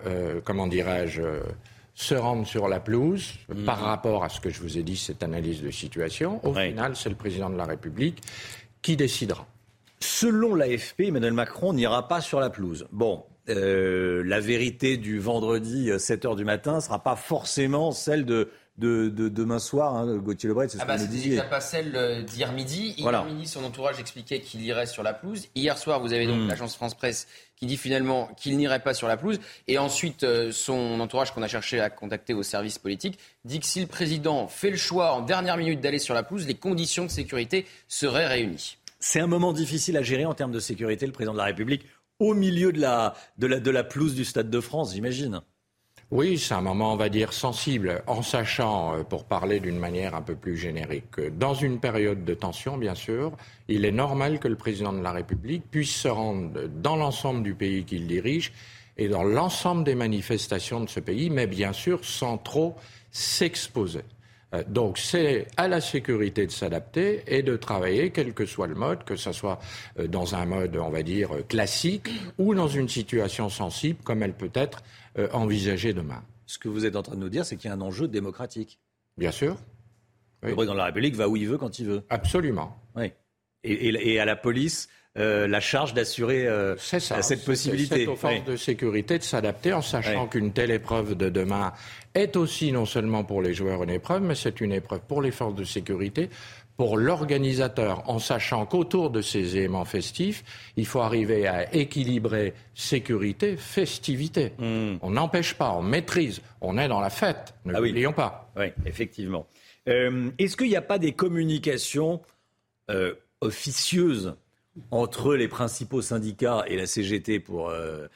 se rendre sur la pelouse par rapport à ce que je vous ai dit, cette analyse de situation. Au final, c'est le président de la République qui décidera. Selon l'AFP, Emmanuel Macron n'ira pas sur la pelouse. Bon, la vérité du vendredi 7h du matin ne sera pas forcément celle de demain soir, Gauthier Lebret, c'est ce que vous me disiez. C'est déjà pas celle d'hier midi. Hier midi, son entourage expliquait qu'il irait sur la pelouse. Hier soir, vous avez donc l'agence France Presse qui dit finalement qu'il n'irait pas sur la pelouse. Et ensuite, son entourage qu'on a cherché à contacter au service politique dit que si le président fait le choix en dernière minute d'aller sur la pelouse, les conditions de sécurité seraient réunies. C'est un moment difficile à gérer en termes de sécurité, le président de la République, au milieu de la pelouse du Stade de France, j'imagine. Oui, c'est un moment, on va dire, sensible, en sachant, pour parler d'une manière un peu plus générique, que dans une période de tension, bien sûr, il est normal que le président de la République puisse se rendre dans l'ensemble du pays qu'il dirige et dans l'ensemble des manifestations de ce pays, mais bien sûr sans trop s'exposer. Donc c'est à la sécurité de s'adapter et de travailler, quel que soit le mode, que ce soit dans un mode, on va dire, classique ou dans une situation sensible comme elle peut être envisagée demain. Ce que vous êtes en train de nous dire, c'est qu'il y a un enjeu démocratique. Bien sûr. Oui. Le président de la République va où il veut, quand il veut. Absolument. Oui. Et à la police, la charge d'assurer cette possibilité. C'est aux forces de sécurité de s'adapter en sachant qu'une telle épreuve de demain est aussi non seulement pour les joueurs une épreuve, mais c'est une épreuve pour les forces de sécurité, pour l'organisateur, en sachant qu'autour de ces éléments festifs, il faut arriver à équilibrer sécurité, festivité. On n'empêche pas, on maîtrise, on est dans la fête, ne l'oublions pas. Oui, effectivement. Est-ce qu'il n'y a pas des communications officieuses entre les principaux syndicats et la CGT, pour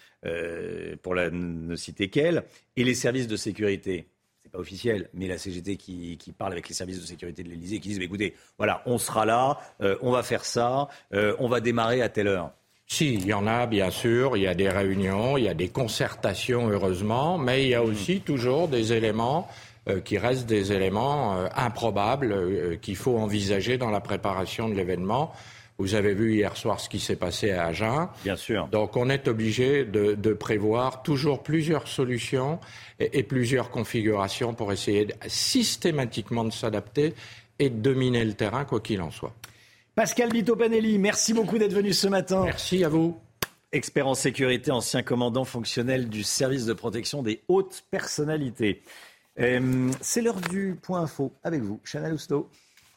ne citer qu'elle, et les services de sécurité? C'est pas officiel, mais la CGT qui parle avec les services de sécurité de l'Élysée, qui disent écoutez, voilà, on sera là, on va faire ça, on va démarrer à telle heure. Si, il y en a, bien sûr, il y a des réunions, il y a des concertations, heureusement, mais il y a aussi toujours des éléments qui restent des éléments improbables qu'il faut envisager dans la préparation de l'événement. Vous avez vu hier soir ce qui s'est passé à Agen. Bien sûr. Donc on est obligé de prévoir toujours plusieurs solutions et plusieurs configurations pour essayer systématiquement de s'adapter et de dominer le terrain, quoi qu'il en soit. Pascal Bito-Panelli, merci beaucoup d'être venu ce matin. Merci à vous. Expert en sécurité, ancien commandant fonctionnel du service de protection des hautes personnalités. C'est l'heure du point info avec vous, Chana Lousteau.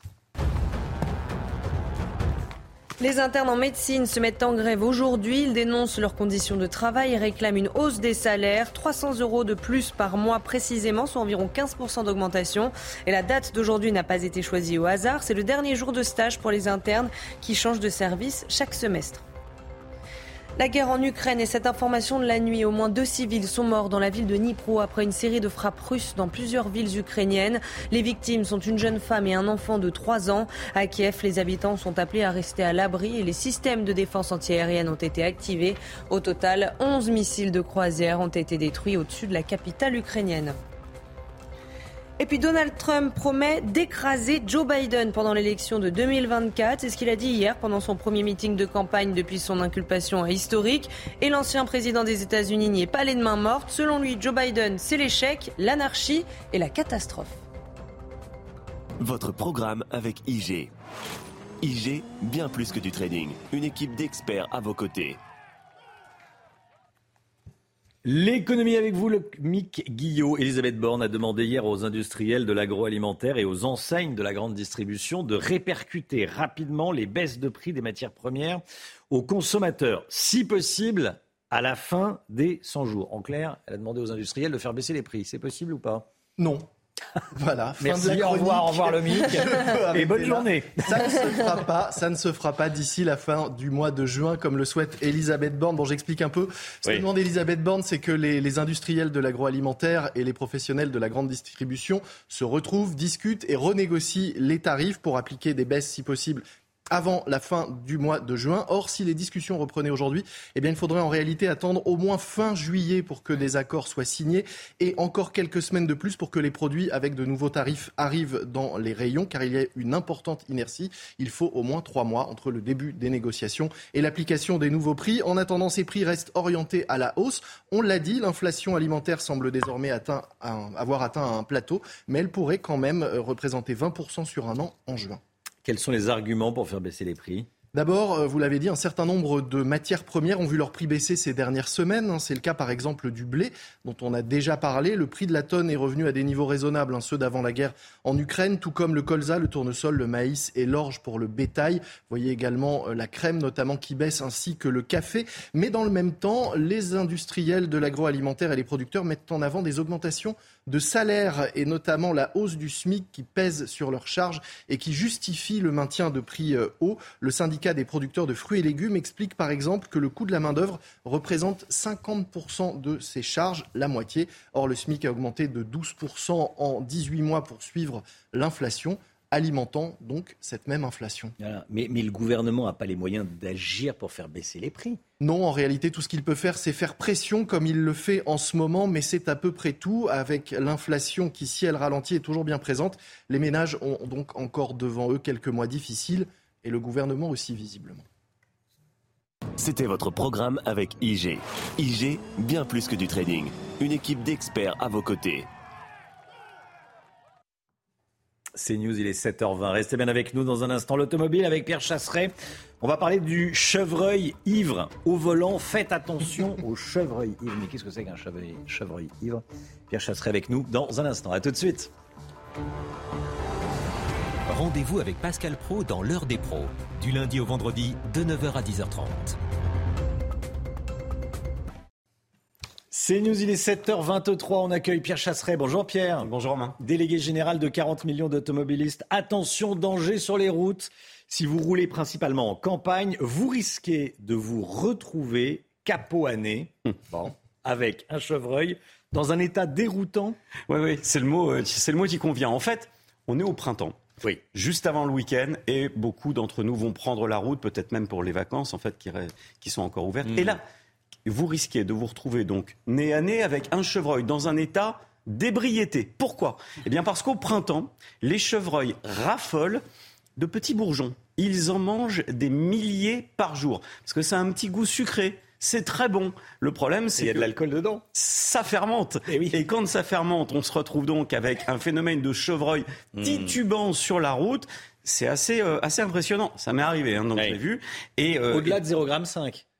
Les internes en médecine se mettent en grève aujourd'hui. Ils dénoncent leurs conditions de travail et réclament une hausse des salaires. 300 € de plus par mois précisément, soit environ 15% d'augmentation. Et la date d'aujourd'hui n'a pas été choisie au hasard. C'est le dernier jour de stage pour les internes qui changent de service chaque semestre. La guerre en Ukraine et cette information de la nuit. Au moins 2 civils sont morts dans la ville de Dnipro après une série de frappes russes dans plusieurs villes ukrainiennes. Les victimes sont une jeune femme et un enfant de 3 ans. À Kiev, les habitants sont appelés à rester à l'abri et les systèmes de défense antiaérienne ont été activés. Au total, 11 missiles de croisière ont été détruits au-dessus de la capitale ukrainienne. Et puis Donald Trump promet d'écraser Joe Biden pendant l'élection de 2024. C'est ce qu'il a dit hier pendant son premier meeting de campagne depuis son inculpation historique. Et l'ancien président des États-Unis n'y est pas allé de main morte. Selon lui, Joe Biden, c'est l'échec, l'anarchie et la catastrophe. Votre programme avec IG. IG, bien plus que du trading. Une équipe d'experts à vos côtés. L'économie avec vous, le Mick Guillot. Elisabeth Borne a demandé hier aux industriels de l'agroalimentaire et aux enseignes de la grande distribution de répercuter rapidement les baisses de prix des matières premières aux consommateurs, si possible à la fin des 100 jours. En clair, elle a demandé aux industriels de faire baisser les prix. C'est possible ou pas ? Non. Voilà, merci, au revoir le Mick et bonne journée. Ça ne se fera pas d'ici la fin du mois de juin comme le souhaite Elisabeth Borne. Bon, j'explique un peu. Ce que demande Elisabeth Borne, c'est que les industriels de l'agroalimentaire et les professionnels de la grande distribution se retrouvent, discutent et renégocient les tarifs pour appliquer des baisses si possible avant la fin du mois de juin. Or, si les discussions reprenaient aujourd'hui, eh bien, il faudrait en réalité attendre au moins fin juillet pour que des accords soient signés et encore quelques semaines de plus pour que les produits avec de nouveaux tarifs arrivent dans les rayons, car il y a une importante inertie. Il faut au moins 3 mois entre le début des négociations et l'application des nouveaux prix. En attendant, ces prix restent orientés à la hausse. On l'a dit, l'inflation alimentaire semble désormais avoir atteint un plateau, mais elle pourrait quand même représenter 20% sur un an en juin. Quels sont les arguments pour faire baisser les prix ? D'abord, vous l'avez dit, un certain nombre de matières premières ont vu leur prix baisser ces dernières semaines. C'est le cas par exemple du blé, dont on a déjà parlé. Le prix de la tonne est revenu à des niveaux raisonnables, ceux d'avant la guerre en Ukraine, tout comme le colza, le tournesol, le maïs et l'orge pour le bétail. Vous voyez également la crème notamment qui baisse, ainsi que le café. Mais dans le même temps, les industriels de l'agroalimentaire et les producteurs mettent en avant des augmentations de salaire et notamment la hausse du SMIC qui pèse sur leurs charges et qui justifie le maintien de prix hauts. Le syndicat des producteurs de fruits et légumes explique par exemple que le coût de la main-d'œuvre représente 50% de ces charges, la moitié. Or, le SMIC a augmenté de 12% en 18 mois pour suivre l'inflation, alimentant donc cette même inflation. Voilà. Mais le gouvernement n'a pas les moyens d'agir pour faire baisser les prix. Non, en réalité, tout ce qu'il peut faire, c'est faire pression comme il le fait en ce moment, mais c'est à peu près tout. Avec l'inflation qui, si elle ralentit, est toujours bien présente, les ménages ont donc encore devant eux quelques mois difficiles, et le gouvernement aussi visiblement. C'était votre programme avec IG. IG, bien plus que du trading. Une équipe d'experts à vos côtés. C'est News, il est 7h20. Restez bien avec nous dans un instant. L'automobile avec Pierre Chasseret. On va parler du chevreuil ivre au volant. Faites attention au chevreuil ivre. Mais qu'est-ce que c'est qu'un chevreuil ivre ? Pierre Chasseret avec nous dans un instant. À tout de suite. Rendez-vous avec Pascal Praud dans l'heure des pros. Du lundi au vendredi, de 9h à 10h30. C'est News, il est 7h23, on accueille Pierre Chasseret. Bonjour Pierre. Bonjour Romain. Délégué général de 40 millions d'automobilistes. Attention, danger sur les routes. Si vous roulez principalement en campagne, vous risquez de vous retrouver capot à nez, avec un chevreuil, dans un état déroutant. Oui, c'est le mot qui convient. En fait, on est au printemps. Oui. Juste avant le week-end, et beaucoup d'entre nous vont prendre la route, peut-être même pour les vacances, en fait, qui sont encore ouvertes. Et là, vous risquez de vous retrouver donc nez à nez avec un chevreuil dans un état d'ébriété. Pourquoi ? Eh bien parce qu'au printemps, les chevreuils raffolent de petits bourgeons. Ils en mangent des milliers par jour. Parce que ça a un petit goût sucré. C'est très bon. Le problème, c'est qu'il y a de l'alcool dedans. Ça fermente. Et quand ça fermente, on se retrouve donc avec un phénomène de chevreuil titubant sur la route. C'est assez impressionnant. Ça m'est arrivé, donc je l'ai vu. Et, au-delà de 0,5 g.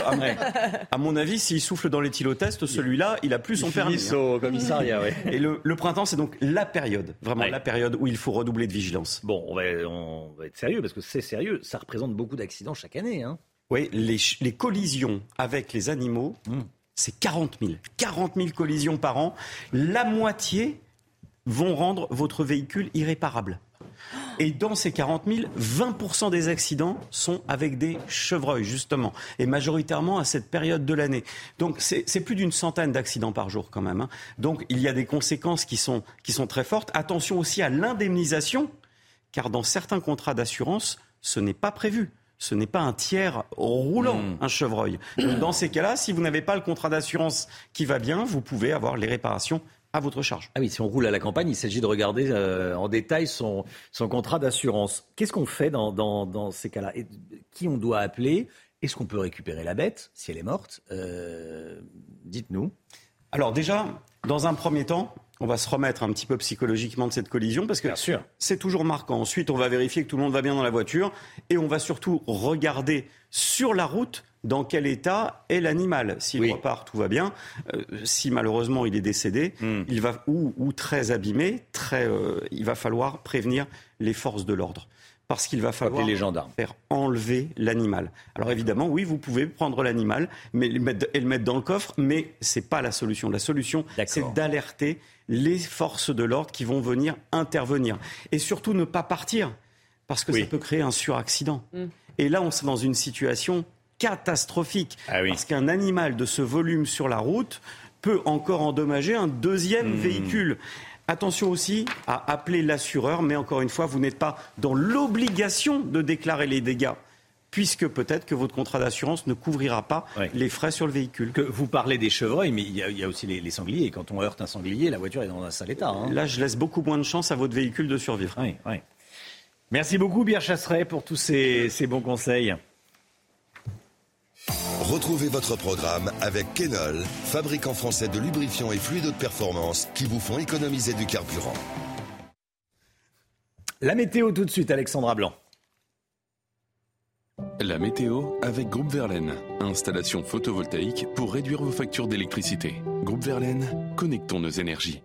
À mon avis, s'il souffle dans l'éthylotest, celui-là, il a plus son permis. Au commissariat, oui. Et le printemps, c'est donc la période, vraiment la période où il faut redoubler de vigilance. Bon, on va être sérieux, parce que c'est sérieux. Ça représente beaucoup d'accidents chaque année. Oui, les collisions avec les animaux, c'est 40 000. 40 000 collisions par an. La moitié vont rendre votre véhicule irréparable. Et dans ces 40 000, 20% des accidents sont avec des chevreuils, justement. Et majoritairement à cette période de l'année. Donc c'est plus d'une centaine d'accidents par jour quand même. Donc il y a des conséquences qui sont très fortes. Attention aussi à l'indemnisation, car dans certains contrats d'assurance, ce n'est pas prévu. Ce n'est pas un tiers roulant, un chevreuil. Donc dans ces cas-là, si vous n'avez pas le contrat d'assurance qui va bien, vous pouvez avoir les réparations à votre charge. Ah oui, si on roule à la campagne, il s'agit de regarder en détail son contrat d'assurance. Qu'est-ce qu'on fait dans ces cas-là ? Et qui on doit appeler ? Est-ce qu'on peut récupérer la bête si elle est morte ? Dites-nous. Alors déjà, dans un premier temps, on va se remettre un petit peu psychologiquement de cette collision parce que c'est toujours marquant. Ensuite, on va vérifier que tout le monde va bien dans la voiture et on va surtout regarder sur la route dans quel état est l'animal. S'il repart, tout va bien. Si malheureusement il est décédé, il va ou très abîmé, il va falloir prévenir les forces de l'ordre. Parce qu'il va falloir les gendarmes. Faire enlever l'animal. Alors évidemment, oui, vous pouvez prendre l'animal et le mettre dans le coffre, mais c'est pas la solution. La solution, c'est d'alerter les forces de l'ordre qui vont venir intervenir. Et surtout, ne pas partir, parce que ça peut créer un suraccident. Et là, on est dans une situation catastrophique. Parce qu'un animal de ce volume sur la route peut encore endommager un deuxième véhicule. Attention aussi à appeler l'assureur, mais encore une fois, vous n'êtes pas dans l'obligation de déclarer les dégâts, puisque peut-être que votre contrat d'assurance ne couvrira pas les frais sur le véhicule. Que vous parlez des chevreuils, mais il y a aussi les sangliers. Quand on heurte un sanglier, la voiture est dans un sale état. Là, je laisse beaucoup moins de chance à votre véhicule de survivre. Merci beaucoup, Pierre Chasseret, pour tous ces bons conseils. Retrouvez votre programme avec Kenol, fabricant français de lubrifiants et fluides de performance qui vous font économiser du carburant. La météo tout de suite, Alexandra Blanc. La météo avec Groupe Verlaine. Installation photovoltaïque pour réduire vos factures d'électricité. Groupe Verlaine, connectons nos énergies.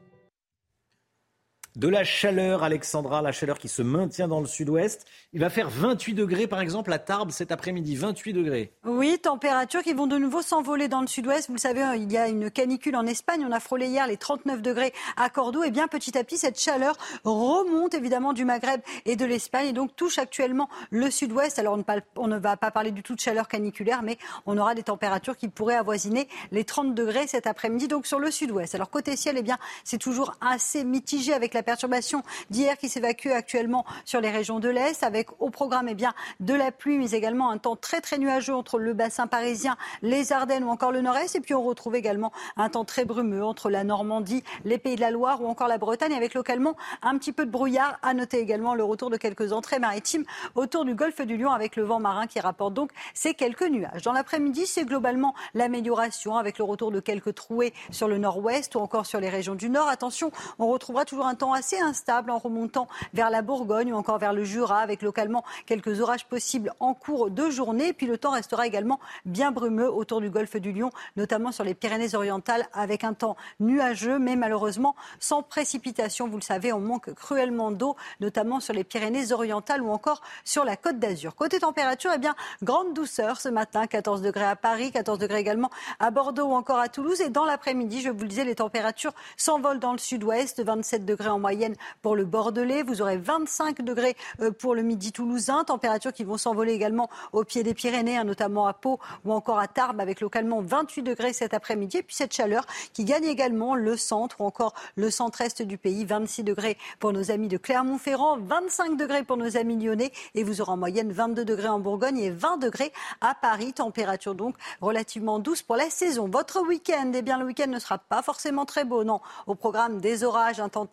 De la chaleur, Alexandra, la chaleur qui se maintient dans le sud-ouest. Il va faire 28 degrés, par exemple, à Tarbes cet après-midi. 28 degrés. Oui, températures qui vont de nouveau s'envoler dans le sud-ouest. Vous le savez, il y a une canicule en Espagne. On a frôlé hier les 39 degrés à Cordoue. Et bien, petit à petit, cette chaleur remonte évidemment du Maghreb et de l'Espagne et donc touche actuellement le sud-ouest. Alors, on ne va pas parler du tout de chaleur caniculaire, mais on aura des températures qui pourraient avoisiner les 30 degrés cet après-midi, donc sur le sud-ouest. Alors, côté ciel, eh bien, c'est toujours assez mitigé avec la perturbation d'hier qui s'évacue actuellement sur les régions de l'Est, avec au programme de la pluie, mais également un temps très très nuageux entre le bassin parisien, les Ardennes ou encore le Nord-Est. Et puis on retrouve également un temps très brumeux entre la Normandie, les Pays de la Loire ou encore la Bretagne, avec localement un petit peu de brouillard. À noter également le retour de quelques entrées maritimes autour du golfe du Lion, avec le vent marin qui rapporte donc ces quelques nuages. Dans l'après-midi, c'est globalement l'amélioration avec le retour de quelques trouées sur le nord-ouest ou encore sur les régions du nord. Attention, on retrouvera toujours un temps assez instable en remontant vers la Bourgogne ou encore vers le Jura, avec localement quelques orages possibles en cours de journée. Puis le temps restera également bien brumeux autour du golfe du Lion, notamment sur les Pyrénées-Orientales, avec un temps nuageux, mais malheureusement sans précipitation. Vous le savez, on manque cruellement d'eau, notamment sur les Pyrénées-Orientales ou encore sur la Côte d'Azur. Côté température, eh bien, grande douceur ce matin, 14 degrés à Paris, 14 degrés également à Bordeaux ou encore à Toulouse. Et dans l'après-midi, je vous le disais, les températures s'envolent dans le sud-ouest, 27 degrés en moyenne pour le Bordelais. Vous aurez 25 degrés pour le midi toulousain. Températures qui vont s'envoler également au pied des Pyrénées, notamment à Pau ou encore à Tarbes, avec localement 28 degrés cet après-midi. Et puis cette chaleur qui gagne également le centre ou encore le centre-est du pays. 26 degrés pour nos amis de Clermont-Ferrand, 25 degrés pour nos amis lyonnais. Et vous aurez en moyenne 22 degrés en Bourgogne et 20 degrés à Paris. Température donc relativement douce pour la saison. Votre week-end, eh bien le week-end ne sera pas forcément très beau, non. Au programme des orages, un temps très instable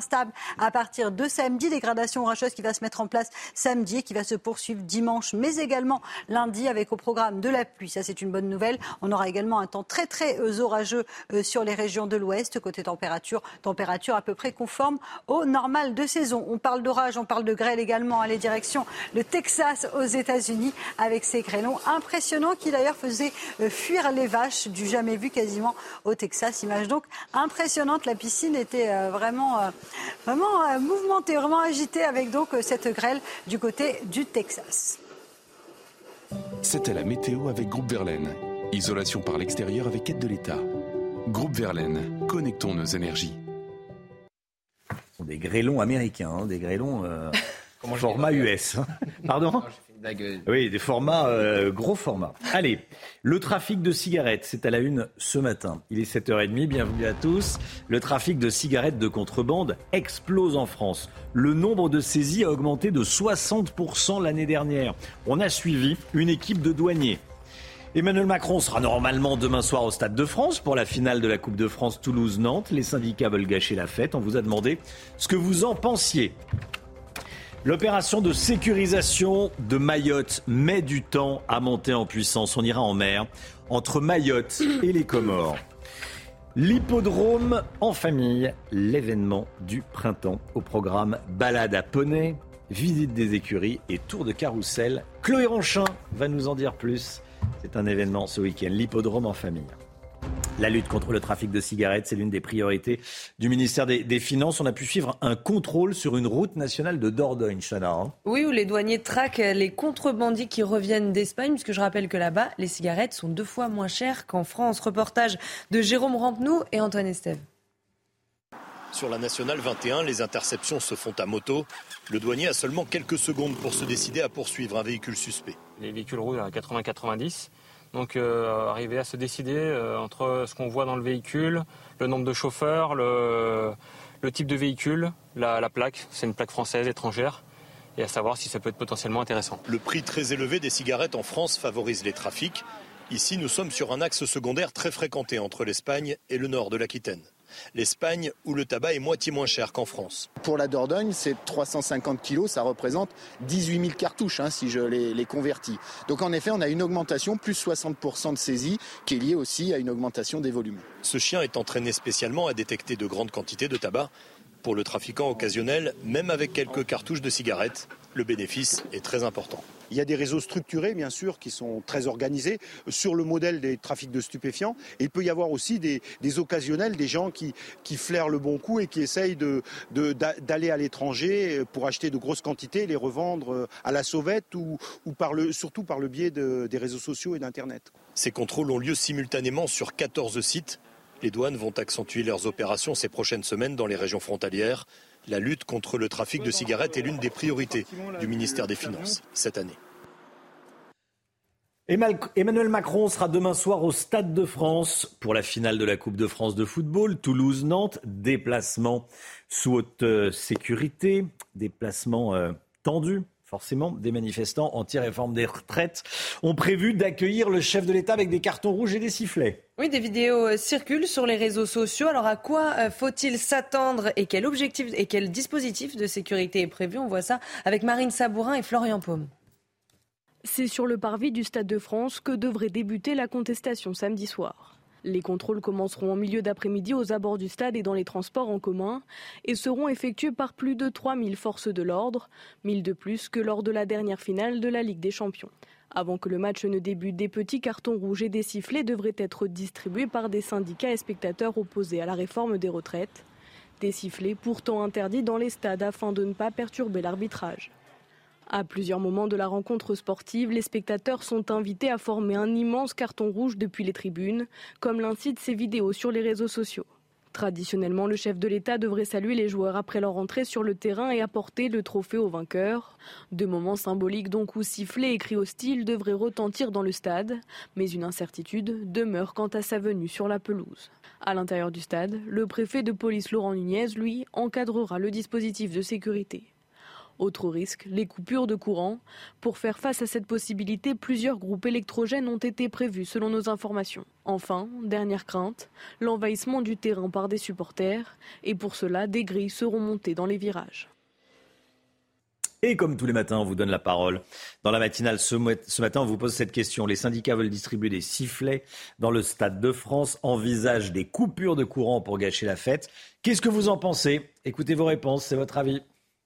instable à partir de samedi. Dégradation orageuse qui va se mettre en place samedi et qui va se poursuivre dimanche, mais également lundi avec au programme de la pluie. Ça, c'est une bonne nouvelle. On aura également un temps très orageux sur les régions de l'ouest. Côté température à peu près conforme au normal de saison. On parle d'orage, on parle de grêle également. Allez, direction le Texas aux États-Unis avec ces grêlons impressionnants qui d'ailleurs faisaient fuir les vaches, du jamais vu quasiment au Texas. Image donc impressionnante. La piscine était vraiment mouvementée, vraiment agitée avec donc cette grêle du côté du Texas. C'était la météo avec Groupe Verlaine. Isolation par l'extérieur avec aide de l'État. Groupe Verlaine, connectons nos énergies. Ce sont des grêlons américains, des grêlons format US. Pardon ? Oui, des formats, gros formats. Allez, le trafic de cigarettes, c'est à la une ce matin. Il est 7h30, bienvenue à tous. Le trafic de cigarettes de contrebande explose en France. Le nombre de saisies a augmenté de 60% l'année dernière. On a suivi une équipe de douaniers. Emmanuel Macron sera normalement demain soir au Stade de France pour la finale de la Coupe de France Toulouse-Nantes. Les syndicats veulent gâcher la fête. On vous a demandé ce que vous en pensiez. L'opération de sécurisation de Mayotte met du temps à monter en puissance. On ira en mer entre Mayotte et les Comores. L'hippodrome en famille, l'événement du printemps. Au programme balade à poney, visite des écuries et tour de carrousel. Chloé Ronchin va nous en dire plus. C'est un événement ce week-end, l'hippodrome en famille. La lutte contre le trafic de cigarettes, c'est l'une des priorités du ministère des Finances. On a pu suivre un contrôle sur une route nationale de Dordogne, Chana. Oui, où les douaniers traquent les contrebandiers qui reviennent d'Espagne, puisque je rappelle que là-bas, les cigarettes sont 2 fois moins chères qu'en France. Reportage de Jérôme Rampenou et Antoine Estève. Sur la nationale 21, les interceptions se font à moto. Le douanier a seulement quelques secondes pour se décider à poursuivre un véhicule suspect. Les véhicules roulent à 80-90. Donc arriver à se décider entre ce qu'on voit dans le véhicule, le nombre de chauffeurs, le type de véhicule, la plaque, c'est une plaque française, étrangère, et à savoir si ça peut être potentiellement intéressant. Le prix très élevé des cigarettes en France favorise les trafics. Ici, nous sommes sur un axe secondaire très fréquenté entre l'Espagne et le nord de l'Aquitaine. L'Espagne, où le tabac est moitié moins cher qu'en France. Pour la Dordogne, c'est 350 kilos, ça représente 18 000 cartouches si je les convertis. Donc en effet, on a une augmentation, plus 60% de saisie, qui est liée aussi à une augmentation des volumes. Ce chien est entraîné spécialement à détecter de grandes quantités de tabac. Pour le trafiquant occasionnel, même avec quelques cartouches de cigarettes, le bénéfice est très important. Il y a des réseaux structurés, bien sûr, qui sont très organisés sur le modèle des trafics de stupéfiants. Et il peut y avoir aussi des occasionnels, des gens qui flairent le bon coup et qui essayent d'aller à l'étranger pour acheter de grosses quantités et les revendre à la sauvette ou surtout par le biais des réseaux sociaux et d'Internet. Ces contrôles ont lieu simultanément sur 14 sites. Les douanes vont accentuer leurs opérations ces prochaines semaines dans les régions frontalières. La lutte contre le trafic de cigarettes est l'une des priorités du ministère des Finances cette année. Emmanuel Macron sera demain soir au Stade de France pour la finale de la Coupe de France de football. Toulouse-Nantes, déplacement sous haute sécurité, déplacement tendu. Forcément, des manifestants anti-réforme des retraites ont prévu d'accueillir le chef de l'État avec des cartons rouges et des sifflets. Oui, des vidéos circulent sur les réseaux sociaux. Alors à quoi faut-il s'attendre et quel objectif et quel dispositif de sécurité est prévu? On voit ça avec Marine Sabourin et Florian Paume. C'est sur le parvis du Stade de France que devrait débuter la contestation samedi soir. Les contrôles commenceront en milieu d'après-midi aux abords du stade et dans les transports en commun et seront effectués par plus de 3000 forces de l'ordre, 1000 de plus que lors de la dernière finale de la Ligue des Champions. Avant que le match ne débute, des petits cartons rouges et des sifflets devraient être distribués par des syndicats et spectateurs opposés à la réforme des retraites. Des sifflets pourtant interdits dans les stades afin de ne pas perturber l'arbitrage. À plusieurs moments de la rencontre sportive, les spectateurs sont invités à former un immense carton rouge depuis les tribunes, comme l'incitent ces vidéos sur les réseaux sociaux. Traditionnellement, le chef de l'État devrait saluer les joueurs après leur entrée sur le terrain et apporter le trophée au vainqueur. 2 moments symboliques donc où sifflets et cris hostiles devraient retentir dans le stade, mais une incertitude demeure quant à sa venue sur la pelouse. À l'intérieur du stade, le préfet de police Laurent Nunez, lui, encadrera le dispositif de sécurité. Autre risque, les coupures de courant. Pour faire face à cette possibilité, plusieurs groupes électrogènes ont été prévus selon nos informations. Enfin, dernière crainte, l'envahissement du terrain par des supporters. Et pour cela, des grilles seront montées dans les virages. Et comme tous les matins, on vous donne la parole. Dans la matinale, ce matin, on vous pose cette question. Les syndicats veulent distribuer des sifflets dans le Stade de France, envisagent des coupures de courant pour gâcher la fête. Qu'est-ce que vous en pensez ? Écoutez vos réponses, c'est votre avis.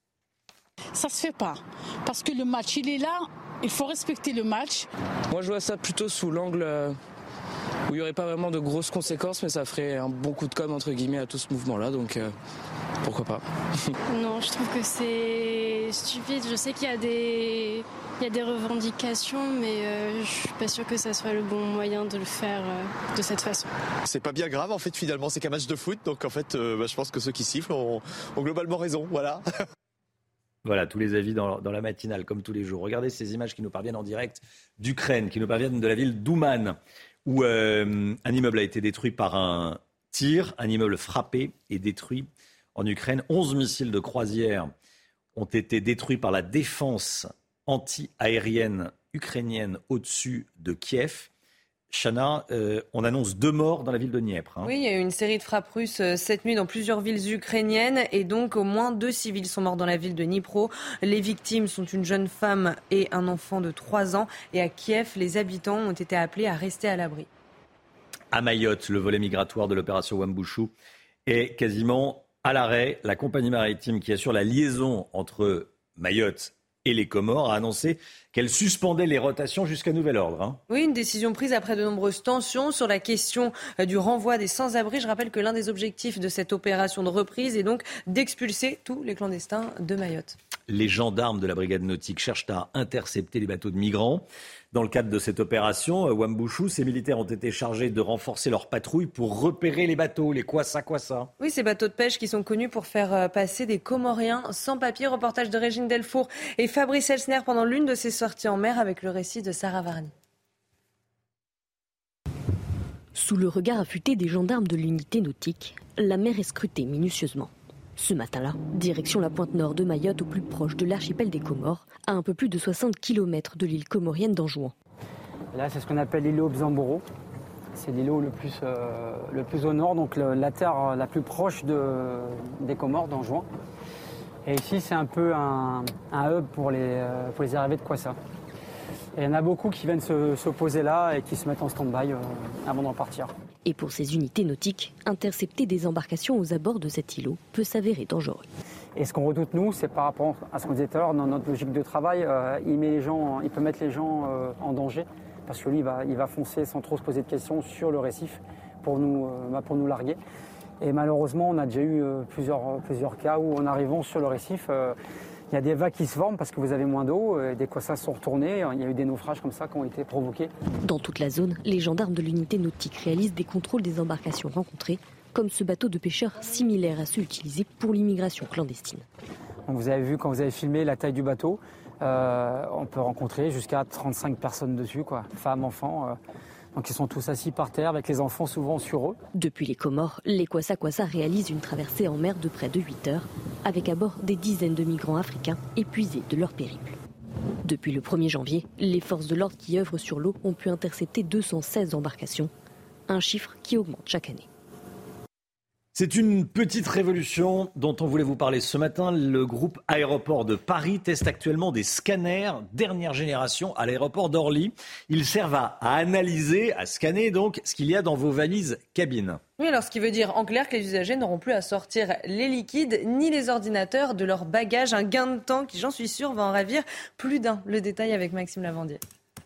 Ça se fait pas, parce que le match, il est là, il faut respecter le match. Moi, je vois ça plutôt sous l'angle où il n'y aurait pas vraiment de grosses conséquences, mais ça ferait un bon coup de com' entre guillemets à tout ce mouvement-là, donc pourquoi pas. Non, je trouve que c'est stupide. Je sais qu'il y a des revendications, mais je suis pas sûre que ça soit le bon moyen de le faire de cette façon. C'est pas bien grave en fait, finalement, c'est qu'un match de foot, donc en fait, je pense que ceux qui sifflent ont globalement raison, voilà. Voilà, tous les avis dans la matinale, comme tous les jours. Regardez ces images qui nous parviennent en direct d'Ukraine, qui nous parviennent de la ville d'Ouman, où un immeuble a été détruit par un tir, un immeuble frappé et détruit en Ukraine. 11 missiles de croisière ont été détruits par la défense anti-aérienne ukrainienne au-dessus de Kiev. Chana, on annonce 2 morts dans la ville de Dniepr. Oui, il y a eu une série de frappes russes cette nuit dans plusieurs villes ukrainiennes et donc au moins 2 civils sont morts dans la ville de Dnipro. Les victimes sont une jeune femme et un enfant de 3 ans. Et à Kiev, les habitants ont été appelés à rester à l'abri. À Mayotte, le volet migratoire de l'opération Wambushu est quasiment à l'arrêt. La compagnie maritime qui assure la liaison entre Mayotte et les Comores a annoncé qu'elle suspendait les rotations jusqu'à nouvel ordre. Oui, une décision prise après de nombreuses tensions sur la question du renvoi des sans-abri. Je rappelle que l'un des objectifs de cette opération de reprise est donc d'expulser tous les clandestins de Mayotte. Les gendarmes de la brigade nautique cherchent à intercepter les bateaux de migrants. Dans le cadre de cette opération, Wambushu, ces militaires ont été chargés de renforcer leur patrouille pour repérer les bateaux, les kwassa-kwassa. Oui, ces bateaux de pêche qui sont connus pour faire passer des Comoriens sans papier. Reportage de Régine Delfour et Fabrice Elsner pendant l'une de ces sorties en mer avec le récit de Sarah Varny. Sous le regard affûté des gendarmes de l'unité nautique, la mer est scrutée minutieusement. Ce matin-là, direction la pointe nord de Mayotte, au plus proche de l'archipel des Comores, à un peu plus de 60 km de l'île comorienne d'Anjouan. Là, c'est ce qu'on appelle l'îlot Bzamboro. C'est l'îlot le plus au nord, donc la terre la plus proche des Comores, d'Anjouan. Et ici, c'est un peu un hub pour les arrivées de Kwassa. Et il y en a beaucoup qui viennent se poser là et qui se mettent en stand-by avant d'en partir. Et pour ces unités nautiques, intercepter des embarcations aux abords de cet îlot peut s'avérer dangereux. Et ce qu'on redoute, nous, c'est par rapport à ce qu'on disait tout à l'heure, dans notre logique de travail, il peut mettre les gens en danger, parce que lui, il va foncer sans trop se poser de questions sur le récif pour nous larguer. Et malheureusement, on a déjà eu plusieurs cas où, en arrivant sur le récif, il y a des vagues qui se forment parce que vous avez moins d'eau, des kwassas sont retournés, il y a eu des naufrages comme ça qui ont été provoqués. Dans toute la zone, les gendarmes de l'unité nautique réalisent des contrôles des embarcations rencontrées, comme ce bateau de pêcheurs similaire à ceux utilisés pour l'immigration clandestine. Donc vous avez vu, quand vous avez filmé la taille du bateau, on peut rencontrer jusqu'à 35 personnes dessus, femmes, enfants. Donc ils sont tous assis par terre avec les enfants souvent sur eux. Depuis les Comores, les kwassa-kwassa réalisent une traversée en mer de près de 8 heures, avec à bord des dizaines de migrants africains épuisés de leur périple. Depuis le 1er janvier, les forces de l'ordre qui œuvrent sur l'eau ont pu intercepter 216 embarcations, un chiffre qui augmente chaque année. C'est une petite révolution dont on voulait vous parler ce matin. Le groupe Aéroport de Paris teste actuellement des scanners dernière génération à l'aéroport d'Orly. Ils servent à analyser, à scanner donc ce qu'il y a dans vos valises cabines. Oui, alors ce qui veut dire en clair que les usagers n'auront plus à sortir les liquides ni les ordinateurs de leur bagage. Un gain de temps qui, j'en suis sûre, va en ravir plus d'un. Le détail avec Maxime Lavandier.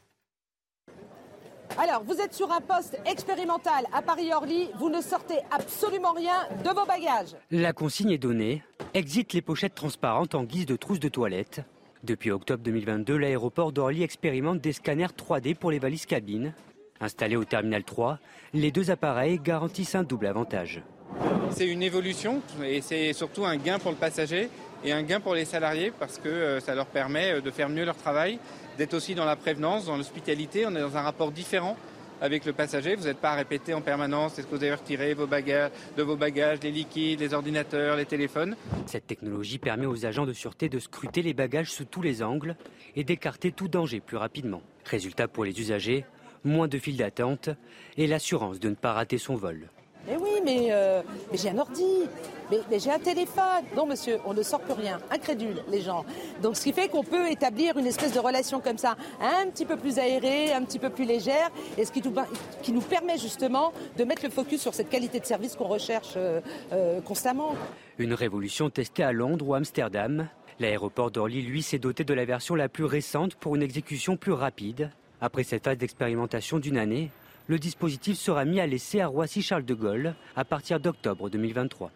Alors, vous êtes sur un poste expérimental à Paris-Orly. Vous ne sortez absolument rien de vos bagages. La consigne est donnée. Exit les pochettes transparentes en guise de trousse de toilette. Depuis octobre 2022, l'aéroport d'Orly expérimente des scanners 3D pour les valises cabines. Installés au terminal 3, les 2 appareils garantissent un double avantage. C'est une évolution et c'est surtout un gain pour le passager et un gain pour les salariés parce que ça leur permet de faire mieux leur travail, d'être aussi dans la prévenance, dans l'hospitalité. On est dans un rapport différent avec le passager. Vous n'êtes pas à répéter en permanence est-ce que vous avez retiré de vos bagages, les liquides, les ordinateurs, les téléphones. Cette technologie permet aux agents de sûreté de scruter les bagages sous tous les angles et d'écarter tout danger plus rapidement. Résultat pour les usagers, moins de files d'attente et l'assurance de ne pas rater son vol. Mais oui, mais j'ai un ordi, mais j'ai un téléphone. Non, monsieur, on ne sort plus rien. Incrédules, les gens. Donc, ce qui fait qu'on peut établir une espèce de relation comme ça, un petit peu plus aérée, un petit peu plus légère, et qui nous permet justement de mettre le focus sur cette qualité de service qu'on recherche constamment. Une révolution testée à Londres ou Amsterdam. L'aéroport d'Orly, lui, s'est doté de la version la plus récente pour une exécution plus rapide. Après cette phase d'expérimentation d'une année, le dispositif sera mis à l'essai à Roissy-Charles de Gaulle à partir d'octobre 2023.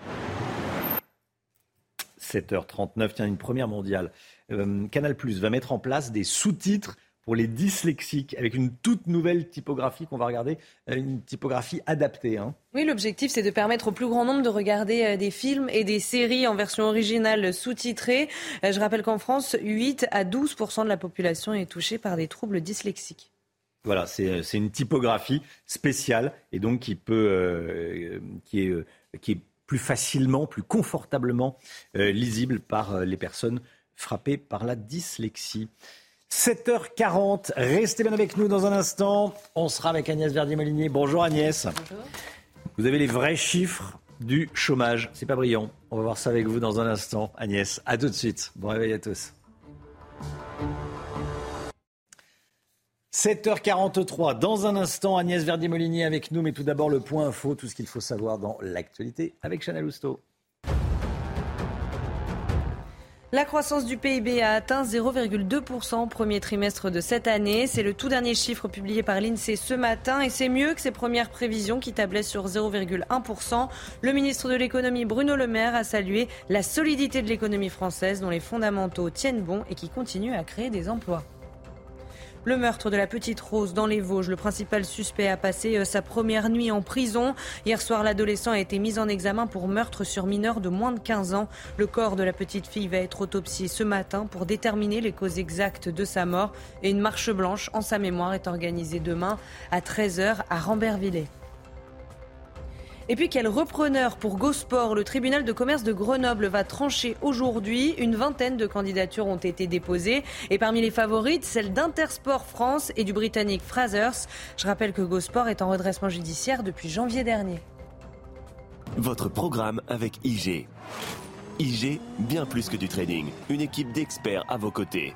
7h39, tiens, une première mondiale. Canal+ va mettre en place des sous-titres pour les dyslexiques avec une toute nouvelle typographie qu'on va regarder, une typographie adaptée. Oui, l'objectif, c'est de permettre au plus grand nombre de regarder des films et des séries en version originale sous-titrée. Je rappelle qu'en France, 8 à 12% de la population est touchée par des troubles dyslexiques. Voilà, c'est une typographie spéciale et donc qui est plus facilement, plus confortablement lisible par les personnes frappées par la dyslexie. 7h40, restez bien avec nous dans un instant. On sera avec Agnès Verdier-Molinier. Bonjour Agnès. Bonjour. Vous avez les vrais chiffres du chômage. C'est pas brillant. On va voir ça avec vous dans un instant. Agnès, à tout de suite. Bon réveil à tous. 7h43, dans un instant, Agnès Verdier-Molinier avec nous, mais tout d'abord le point info, tout ce qu'il faut savoir dans l'actualité avec Chana Lousteau. La croissance du PIB a atteint 0,2% au premier trimestre de cette année. C'est le tout dernier chiffre publié par l'INSEE ce matin et c'est mieux que ses premières prévisions qui tablaient sur 0,1%. Le ministre de l'économie Bruno Le Maire a salué la solidité de l'économie française dont les fondamentaux tiennent bon et qui continue à créer des emplois. Le meurtre de la petite Rose dans les Vosges. Le principal suspect a passé sa première nuit en prison. Hier soir, l'adolescent a été mis en examen pour meurtre sur mineur de moins de 15 ans. Le corps de la petite fille va être autopsié ce matin pour déterminer les causes exactes de sa mort. Et une marche blanche en sa mémoire est organisée demain à 13h à Rambervillers. Et puis quel repreneur pour Gosport. Le tribunal de commerce de Grenoble va trancher aujourd'hui. Une vingtaine de candidatures ont été déposées. Et parmi les favorites, celle d'Intersport France et du britannique Frasers. Je rappelle que Gosport est en redressement judiciaire depuis janvier dernier. Votre programme avec IG. IG, bien plus que du trading. Une équipe d'experts à vos côtés.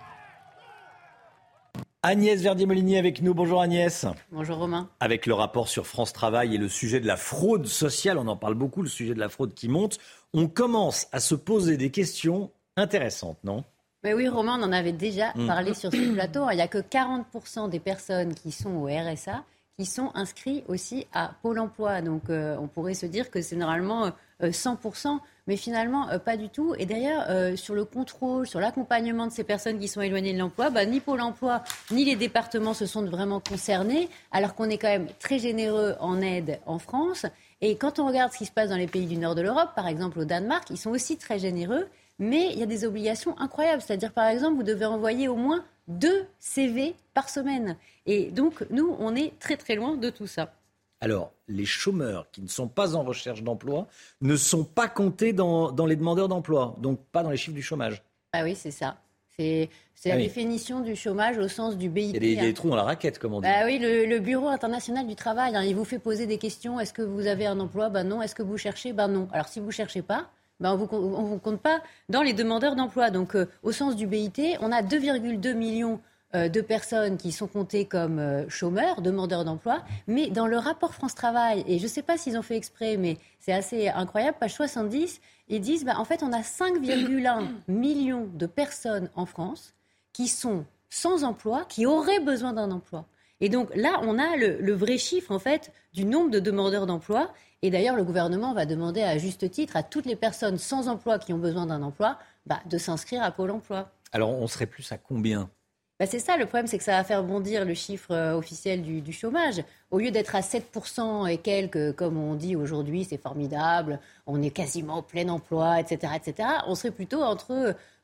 Agnès Verdier-Molinier avec nous. Bonjour Agnès. Bonjour Romain. Avec le rapport sur France Travail et le sujet de la fraude sociale, on en parle beaucoup, le sujet de la fraude qui monte, on commence à se poser des questions intéressantes, non ? Mais oui Romain, on en avait déjà parlé sur ce plateau. Il n'y a que 40% des personnes qui sont au RSA qui sont inscrits aussi à Pôle emploi. Donc on pourrait se dire que c'est normalement 100%, mais finalement pas du tout. Et d'ailleurs, sur le contrôle, sur l'accompagnement de ces personnes qui sont éloignées de l'emploi, ni Pôle emploi, ni les départements se sont vraiment concernés, alors qu'on est quand même très généreux en aide en France. Et quand on regarde ce qui se passe dans les pays du nord de l'Europe, par exemple au Danemark, ils sont aussi très généreux, mais il y a des obligations incroyables. C'est-à-dire, par exemple, vous devez envoyer au moins 2 CV par semaine. Et donc, nous, on est très très loin de tout ça. Alors, les chômeurs qui ne sont pas en recherche d'emploi ne sont pas comptés dans les demandeurs d'emploi, donc pas dans les chiffres du chômage. Ah oui, c'est ça. C'est la définition du chômage au sens du BIP. Il y a des trous dans la raquette, comme on dit. Oui, le Bureau international du travail, il vous fait poser des questions. Est-ce que vous avez un emploi ? Non. Est-ce que vous cherchez ? Non. Alors, si vous ne cherchez pas, on ne vous compte pas dans les demandeurs d'emploi. Donc, au sens du BIT, on a 2,2 millions de personnes qui sont comptées comme chômeurs, demandeurs d'emploi, mais dans le rapport France Travail, et je ne sais pas s'ils ont fait exprès, mais c'est assez incroyable, page 70, ils disent, en fait, on a 5,1 millions de personnes en France qui sont sans emploi, qui auraient besoin d'un emploi. Et donc là, on a le vrai chiffre, en fait, du nombre de demandeurs d'emploi. Et d'ailleurs, le gouvernement va demander à juste titre à toutes les personnes sans emploi qui ont besoin d'un emploi de s'inscrire à Pôle emploi. Alors, on serait plus à combien ? C'est ça, le problème, c'est que ça va faire bondir le chiffre officiel du chômage. Au lieu d'être à 7% et quelques, comme on dit aujourd'hui, c'est formidable, on est quasiment au plein emploi, etc., on serait plutôt entre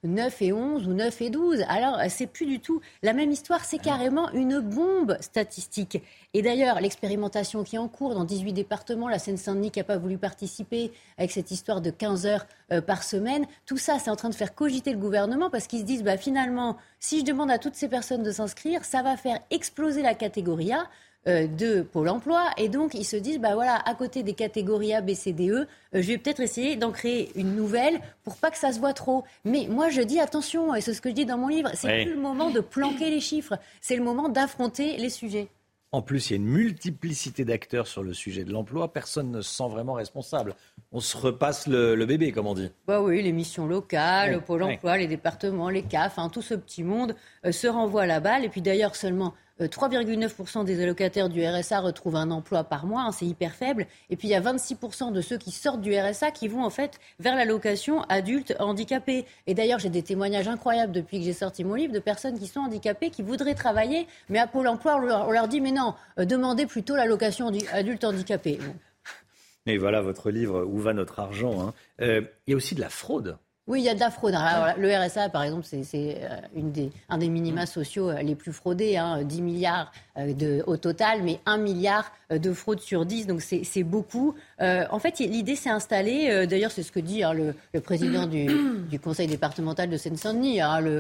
9 et 11 ou 9 et 12. Alors, c'est plus du tout la même histoire, c'est carrément une bombe statistique. Et d'ailleurs, l'expérimentation qui est en cours dans 18 départements, la Seine-Saint-Denis qui n'a pas voulu participer avec cette histoire de 15 heures par semaine, tout ça, c'est en train de faire cogiter le gouvernement parce qu'ils se disent, finalement, si je demande à toutes ces personnes de s'inscrire, ça va faire exploser la catégorie A de Pôle emploi. Et donc, ils se disent, à côté des catégories A, B, C, D, E, je vais peut-être essayer d'en créer une nouvelle pour pas que ça se voit trop. Mais moi, je dis attention, et c'est ce que je dis dans mon livre, c'est plus le moment de planquer les chiffres, c'est le moment d'affronter les sujets. En plus, il y a une multiplicité d'acteurs sur le sujet de l'emploi. Personne ne se sent vraiment responsable. On se repasse le bébé, comme on dit. Oui, les missions locales, le Pôle emploi, les départements, les CAF, tout ce petit monde se renvoie la balle. Et puis d'ailleurs, seulement 3,9% des allocataires du RSA retrouvent un emploi par mois, c'est hyper faible. Et puis il y a 26% de ceux qui sortent du RSA qui vont en fait vers l'allocation adulte handicapé. Et d'ailleurs, j'ai des témoignages incroyables depuis que j'ai sorti mon livre de personnes qui sont handicapées, qui voudraient travailler, mais à Pôle emploi, on leur dit mais non, demandez plutôt l'allocation adulte handicapé. Bon. Et voilà votre livre, Où va notre argent, Il y a aussi de la fraude. Oui, il y a de la fraude. Alors, le RSA, par exemple, c'est un des minima sociaux les plus fraudés, 10 milliards au total, mais 1 milliard de fraude sur 10, donc c'est beaucoup. En fait, l'idée s'est installée, d'ailleurs c'est ce que dit le président du conseil départemental de Seine-Saint-Denis,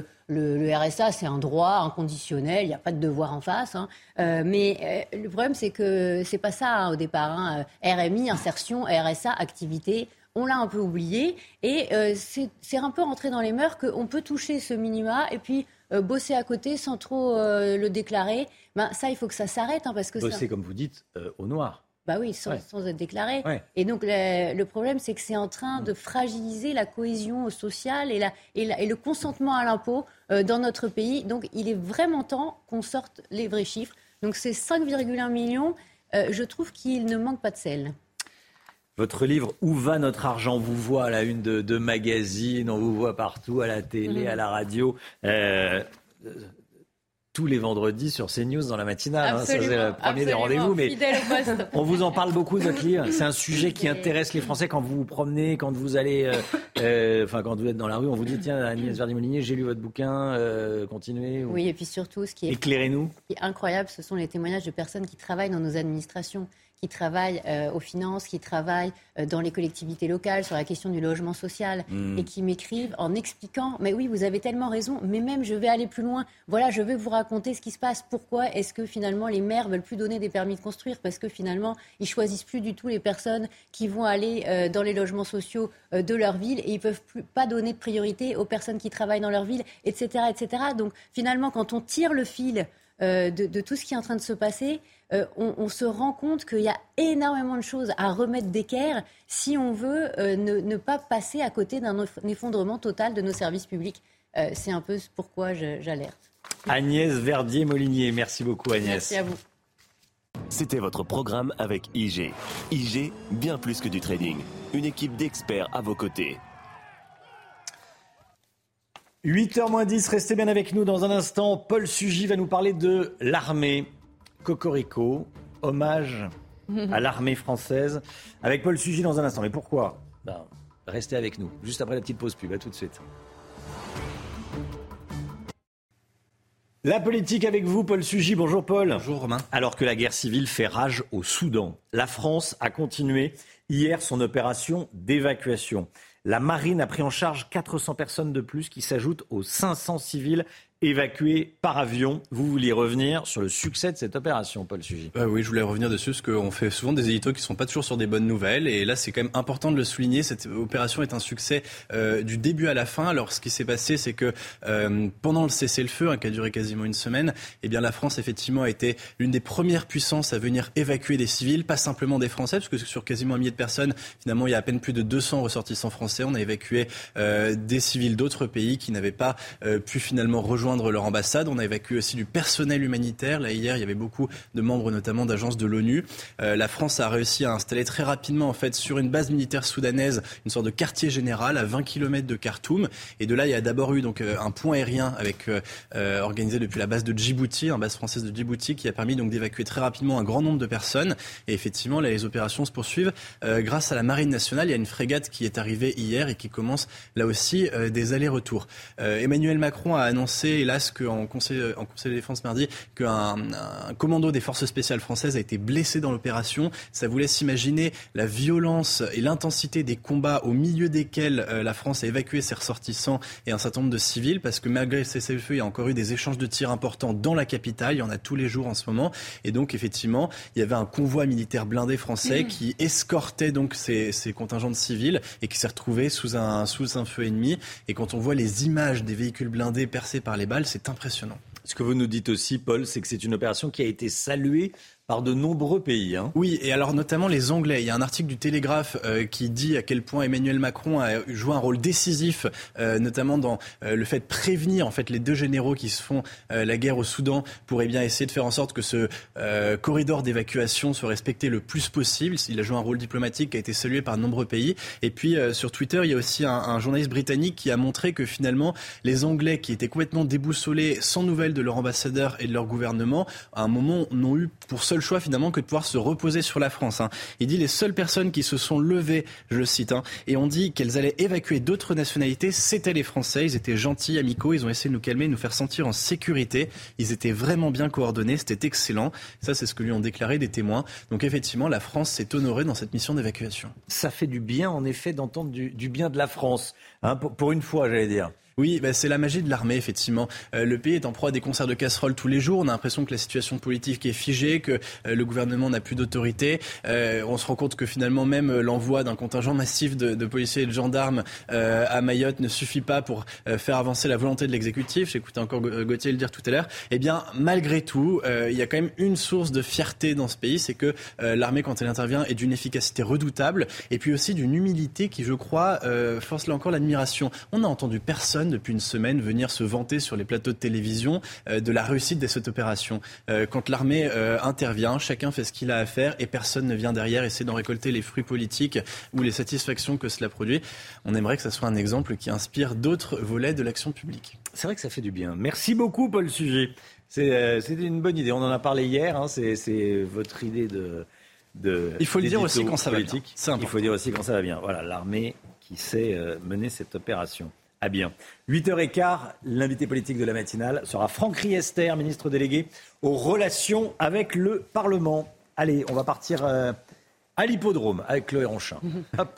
le RSA c'est un droit inconditionnel, il n'y a pas de devoir en face, mais le problème c'est que c'est pas ça au départ, RMI, insertion, RSA, activité. On l'a un peu oublié et c'est un peu rentré dans les mœurs qu'on peut toucher ce minima et puis bosser à côté sans trop le déclarer. Ça, il faut que ça s'arrête. Parce que bosser, comme vous dites, au noir. Oui, sans être déclaré. Ouais. Et donc, le problème, c'est que c'est en train de fragiliser la cohésion sociale et le consentement à l'impôt dans notre pays. Donc, il est vraiment temps qu'on sorte les vrais chiffres. Donc, c'est 5,1 millions. Je trouve qu'il ne manque pas de sel. Votre livre, Où va notre argent ? On vous voit à la une de magazines, on vous voit partout, à la télé, à la radio, tous les vendredis sur CNews dans la matinale. Ça, c'est le premier des rendez-vous. Mais on vous en parle beaucoup de votre livre. C'est un sujet qui intéresse les Français quand vous vous promenez, quand vous allez, quand vous êtes dans la rue, on vous dit tiens, Agnès Verdier-Molinier, j'ai lu votre bouquin, continuez. Oui, et puis surtout, éclairez-nous. Ce qui est incroyable, ce sont les témoignages de personnes qui travaillent dans nos administrations, qui travaillent aux finances, qui travaillent dans les collectivités locales sur la question du logement social et qui m'écrivent en expliquant « Mais oui, vous avez tellement raison, mais même je vais aller plus loin. Voilà, je vais vous raconter ce qui se passe. Pourquoi est-ce que finalement les maires veulent plus donner des permis de construire ? Parce que finalement, ils choisissent plus du tout les personnes qui vont aller dans les logements sociaux de leur ville et ils peuvent pas donner de priorité aux personnes qui travaillent dans leur ville, etc., etc. » Donc finalement, quand on tire le fil de tout ce qui est en train de se passer, on se rend compte qu'il y a énormément de choses à remettre d'équerre si on veut ne pas passer à côté d'un effondrement total de nos services publics. C'est un peu pourquoi j'alerte. Agnès Verdier-Molinier, merci beaucoup Agnès. Merci à vous. C'était votre programme avec IG. IG, bien plus que du trading. Une équipe d'experts à vos côtés. 8h-10, restez bien avec nous dans un instant. Paul Sugy va nous parler de l'armée. Cocorico, hommage à l'armée française. Avec Paul Sugy dans un instant. Mais pourquoi ? Restez avec nous. Juste après la petite pause pub. À tout de suite. La politique avec vous, Paul Sugy. Bonjour Paul. Bonjour Romain. Alors que la guerre civile fait rage au Soudan, la France a continué hier son opération d'évacuation. La marine a pris en charge 400 personnes de plus qui s'ajoutent aux 500 civils évacués par avion. Vous vouliez revenir sur le succès de cette opération, Paul Sugy. Oui, je voulais revenir dessus parce qu'on fait souvent des éditos qui ne sont pas toujours sur des bonnes nouvelles. Et là, c'est quand même important de le souligner. Cette opération est un succès du début à la fin. Alors, ce qui s'est passé, c'est que pendant le cessez-le-feu, qui a duré quasiment une semaine, la France, effectivement, a été l'une des premières puissances à venir évacuer des civils, pas simplement des Français, parce que sur quasiment 1 millier de personnes, finalement, il y a à peine plus de 200 ressortissants français. On a évacué des civils d'autres pays qui n'avaient pas pu finalement rejoindre rejoindre leur ambassade. On a évacué aussi du personnel humanitaire. Là, hier, il y avait beaucoup de membres, notamment d'agences de l'ONU. La France a réussi à installer très rapidement, en fait, sur une base militaire soudanaise, une sorte de quartier général à 20 km de Khartoum. Et de là, il y a d'abord eu donc un pont aérien avec organisé depuis la base de Djibouti, une base française de Djibouti, qui a permis donc d'évacuer très rapidement un grand nombre de personnes. Et effectivement, là, les opérations se poursuivent grâce à la Marine nationale. Il y a une frégate qui est arrivée hier et qui commence là aussi des allers-retours. Emmanuel Macron a annoncé, hélas, en conseil de défense mardi, qu'un commando des forces spéciales françaises a été blessé dans l'opération. Ça vous laisse imaginer la violence et l'intensité des combats au milieu desquels la France a évacué ses ressortissants et un certain nombre de civils, parce que malgré le cessez-le-feu, il y a encore eu des échanges de tirs importants dans la capitale. Il y en a tous les jours en ce moment. Et donc, effectivement, il y avait un convoi militaire blindé français qui escortait donc ces contingents de civils et qui s'est retrouvé sous un feu ennemi. Et quand on voit les images des véhicules blindés percés par les balles, c'est impressionnant. Ce que vous nous dites aussi, Paul, c'est que c'est une opération qui a été saluée par de nombreux pays. Oui, et alors notamment les Anglais. Il y a un article du Télégraphe qui dit à quel point Emmanuel Macron a joué un rôle décisif, notamment dans le fait de prévenir en fait les deux généraux qui se font la guerre au Soudan pour essayer de faire en sorte que ce corridor d'évacuation soit respecté le plus possible. Il a joué un rôle diplomatique qui a été salué par de nombreux pays. Et puis sur Twitter, il y a aussi un journaliste britannique qui a montré que finalement les Anglais qui étaient complètement déboussolés, sans nouvelles de leur ambassadeur et de leur gouvernement, à un moment n'ont eu pour seul choix finalement que de pouvoir se reposer sur la France. Il dit les seules personnes qui se sont levées, je le cite, et ont dit qu'elles allaient évacuer d'autres nationalités, c'était les Français. Ils étaient gentils, amicaux, ils ont essayé de nous calmer, de nous faire sentir en sécurité. Ils étaient vraiment bien coordonnés, c'était excellent. Ça, c'est ce que lui ont déclaré des témoins. Donc effectivement, la France s'est honorée dans cette mission d'évacuation. Ça fait du bien, en effet, d'entendre du bien de la France. Pour une fois, j'allais dire. Oui, c'est la magie de l'armée, effectivement. Le pays est en proie à des concerts de casseroles tous les jours. On a l'impression que la situation politique est figée, que le gouvernement n'a plus d'autorité. On se rend compte que finalement, même l'envoi d'un contingent massif de policiers et de gendarmes à Mayotte ne suffit pas pour faire avancer la volonté de l'exécutif. J'écoutais encore Gauthier le dire tout à l'heure. Eh bien, malgré tout, il y a quand même une source de fierté dans ce pays, c'est que l'armée, quand elle intervient, est d'une efficacité redoutable et puis aussi d'une humilité qui, je crois, force là encore l'admiration. On n'a entendu personne depuis une semaine venir se vanter sur les plateaux de télévision de la réussite de cette opération. Quand l'armée intervient, chacun fait ce qu'il a à faire et personne ne vient derrière essayer d'en récolter les fruits politiques ou les satisfactions que cela produit. On aimerait que ça soit un exemple qui inspire d'autres volets de l'action publique. C'est vrai que ça fait du bien. Merci beaucoup, Paul Sujet. C'était une bonne idée. On en a parlé hier. C'est votre idée de il faut le dire aussi quand ça va bien. Il faut dire aussi quand ça va bien. Voilà, l'armée qui sait mener cette opération. Ah bien. 8h15, l'invité politique de la matinale sera Franck Riester, ministre délégué aux relations avec le Parlement. Allez, on va partir à l'hippodrome avec Chloé Ronchin. Hop.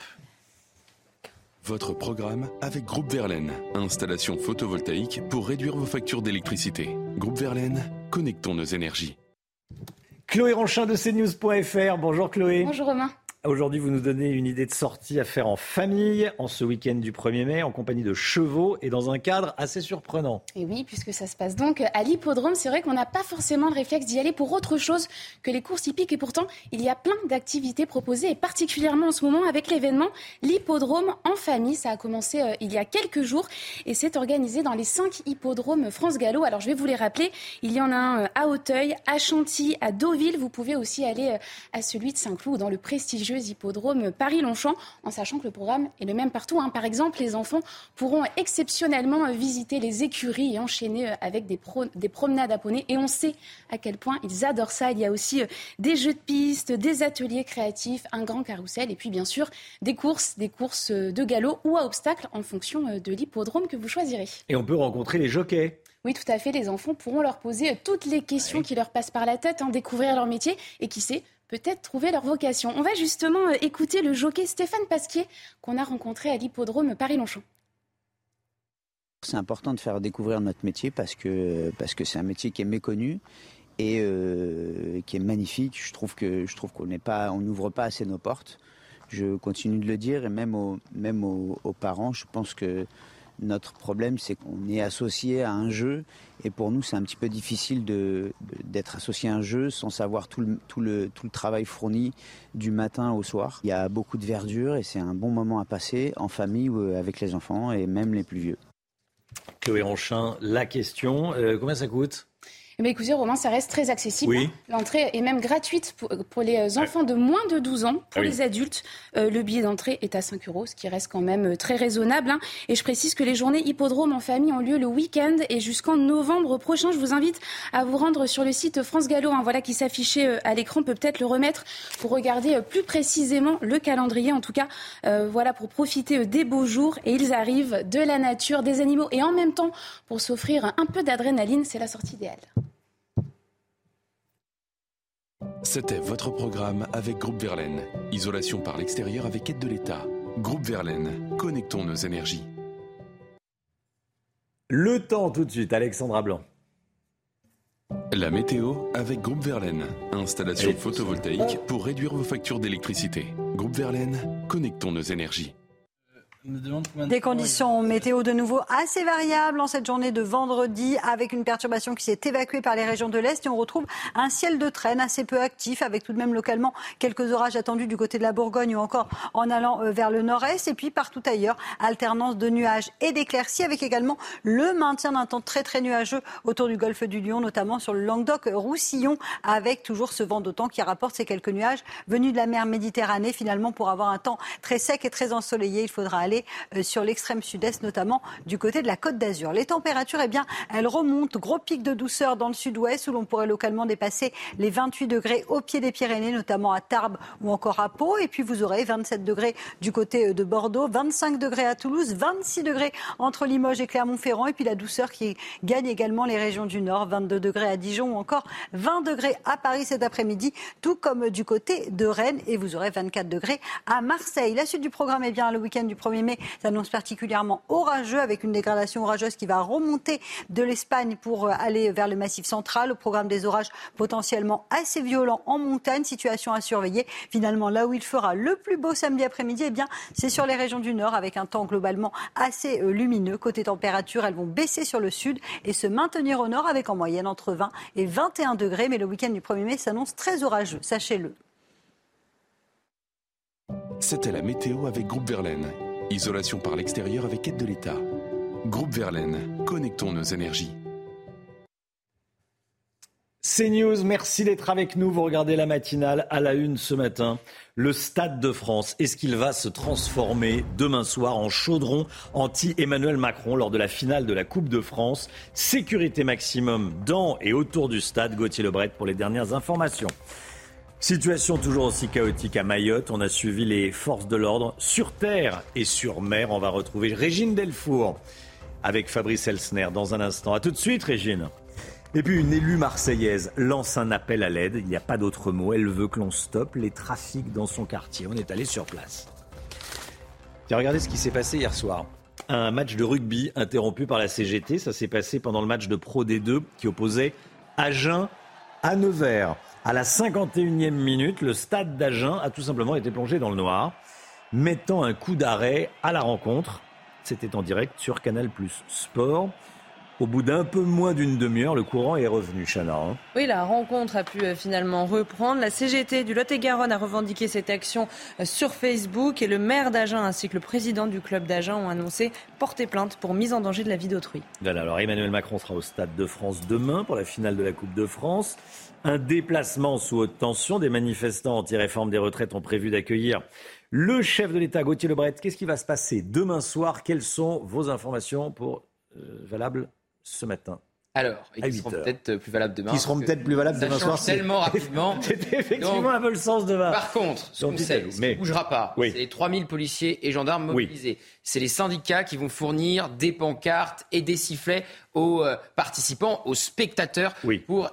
Votre programme avec Groupe Verlaine. Installation photovoltaïque pour réduire vos factures d'électricité. Groupe Verlaine, connectons nos énergies. Chloé Ronchin de cnews.fr. Bonjour Chloé. Bonjour Romain. Aujourd'hui, vous nous donnez une idée de sortie à faire en famille, en ce week-end du 1er mai, en compagnie de chevaux et dans un cadre assez surprenant. Et oui, puisque ça se passe donc à l'hippodrome, c'est vrai qu'on n'a pas forcément le réflexe d'y aller pour autre chose que les courses hippiques. Et pourtant, il y a plein d'activités proposées, et particulièrement en ce moment avec l'événement l'hippodrome en famille. Ça a commencé il y a quelques jours et c'est organisé dans les 5 hippodromes France Gallo. Alors, je vais vous les rappeler. Il y en a un à Auteuil, à Chantilly, à Deauville. Vous pouvez aussi aller à celui de Saint-Cloud ou dans le prestigieux hippodrome Paris-Longchamp, en sachant que le programme est le même partout. Par exemple, les enfants pourront exceptionnellement visiter les écuries et enchaîner avec des promenades à poney. Et on sait à quel point ils adorent ça. Il y a aussi des jeux de piste, des ateliers créatifs, un grand carrousel et puis bien sûr des courses de galop ou à obstacles en fonction de l'hippodrome que vous choisirez. Et on peut rencontrer les jockeys. Oui, tout à fait. Les enfants pourront leur poser toutes les questions qui leur passent par la tête, découvrir leur métier et qui sait, peut-être trouver leur vocation. On va justement écouter le jockey Stéphane Pasquier qu'on a rencontré à l'hippodrome Paris-Longchamp. C'est important de faire découvrir notre métier parce que c'est un métier qui est méconnu et qui est magnifique. Je trouve qu'on n'ouvre pas assez nos portes. Je continue de le dire et même aux parents, je pense que notre problème, c'est qu'on est associé à un jeu et pour nous, c'est un petit peu difficile d'être associé à un jeu sans savoir tout le travail fourni du matin au soir. Il y a beaucoup de verdure et c'est un bon moment à passer en famille ou avec les enfants et même les plus vieux. Chloé Ronchin, la question. Combien ça coûte ? Mais écoutez, Romain, ça reste très accessible. Oui. L'entrée est même gratuite pour les enfants de moins de 12 ans. Pour les adultes, le billet d'entrée est à 5 €, ce qui reste quand même très raisonnable. Et je précise que les journées hippodrome en famille ont lieu le week-end et jusqu'en novembre prochain. Je vous invite à vous rendre sur le site France Gallo, voilà, qui s'affichait à l'écran. On peut peut-être le remettre pour regarder plus précisément le calendrier. En tout cas, voilà, pour profiter des beaux jours. Et ils arrivent de la nature, des animaux et en même temps pour s'offrir un peu d'adrénaline. C'est la sortie idéale. C'était votre programme avec Groupe Verlaine. Isolation par l'extérieur avec aide de l'État. Groupe Verlaine, connectons nos énergies. Le temps tout de suite, Alexandra Blanc. La météo avec Groupe Verlaine. Installation photovoltaïque pour réduire vos factures d'électricité. Groupe Verlaine, connectons nos énergies. Des conditions météo de nouveau assez variables en cette journée de vendredi avec une perturbation qui s'est évacuée par les régions de l'Est et on retrouve un ciel de traîne assez peu actif avec tout de même localement quelques orages attendus du côté de la Bourgogne ou encore en allant vers le nord-est et puis partout ailleurs, alternance de nuages et d'éclaircies avec également le maintien d'un temps très très nuageux autour du golfe du Lion, notamment sur le Languedoc-Roussillon avec toujours ce vent d'automne qui rapporte ces quelques nuages venus de la mer Méditerranée. Finalement, pour avoir un temps très sec et très ensoleillé, il faudra aller sur l'extrême sud-est, notamment du côté de la Côte d'Azur. Les températures, elles remontent. Gros pic de douceur dans le sud-ouest où l'on pourrait localement dépasser les 28 degrés au pied des Pyrénées, notamment à Tarbes ou encore à Pau. Et puis vous aurez 27 degrés du côté de Bordeaux, 25 degrés à Toulouse, 26 degrés entre Limoges et Clermont-Ferrand. Et puis la douceur qui gagne également les régions du Nord, 22 degrés à Dijon ou encore 20 degrés à Paris cet après-midi, tout comme du côté de Rennes. Et vous aurez 24 degrés à Marseille. La suite du programme, le week-end du 1er mai s'annonce particulièrement orageux avec une dégradation orageuse qui va remonter de l'Espagne pour aller vers le Massif central. Au programme des orages potentiellement assez violents en montagne, situation à surveiller. Finalement, là où il fera le plus beau samedi après-midi, c'est sur les régions du Nord avec un temps globalement assez lumineux. Côté température, elles vont baisser sur le sud et se maintenir au nord avec en moyenne entre 20 et 21 degrés. Mais le week-end du 1er mai s'annonce très orageux, sachez-le. C'était la météo avec Groupe Verlaine. Isolation par l'extérieur avec aide de l'État. Groupe Verlaine, connectons nos énergies. CNews, merci d'être avec nous. Vous regardez la matinale à la une ce matin. Le Stade de France, est-ce qu'il va se transformer demain soir en chaudron anti-Emmanuel Macron lors de la finale de la Coupe de France ? Sécurité maximum dans et autour du stade. Gauthier Lebret pour les dernières informations. Situation toujours aussi chaotique à Mayotte. On a suivi les forces de l'ordre sur terre et sur mer. On va retrouver Régine Delfour avec Fabrice Elsner dans un instant. A tout de suite, Régine. Et puis une élue marseillaise lance un appel à l'aide. Il n'y a pas d'autre mot. Elle veut que l'on stoppe les trafics dans son quartier. On est allé sur place. Tiens, regardez ce qui s'est passé hier soir. Un match de rugby interrompu par la CGT. Ça s'est passé pendant le match de Pro D2 qui opposait Agen à Nevers. À la 51e minute, le stade d'Agen a tout simplement été plongé dans le noir, mettant un coup d'arrêt à la rencontre. C'était en direct sur Canal+ Sport. Au bout d'un peu moins d'une demi-heure, le courant est revenu, Chana. Oui, la rencontre a pu finalement reprendre. La CGT du Lot-et-Garonne a revendiqué cette action sur Facebook et le maire d'Agen ainsi que le président du club d'Agen ont annoncé porter plainte pour mise en danger de la vie d'autrui. Voilà, alors Emmanuel Macron sera au Stade de France demain pour la finale de la Coupe de France. Un déplacement sous haute tension. Des manifestants anti-réforme des retraites ont prévu d'accueillir le chef de l'État, Gauthier Lebret. Qu'est-ce qui va se passer demain soir ? Quelles sont vos informations valables ce matin ? Alors, et qui seront peut-être plus valables demain. Qui seront peut-être plus valables demain soir. Ça change tellement rapidement. C'est effectivement un peu le sens de ma... Par contre, ce qu'on sait, ce qui ne bougera pas, c'est les 3000 policiers et gendarmes mobilisés. Oui. C'est les syndicats qui vont fournir des pancartes et des sifflets aux participants, aux spectateurs, pour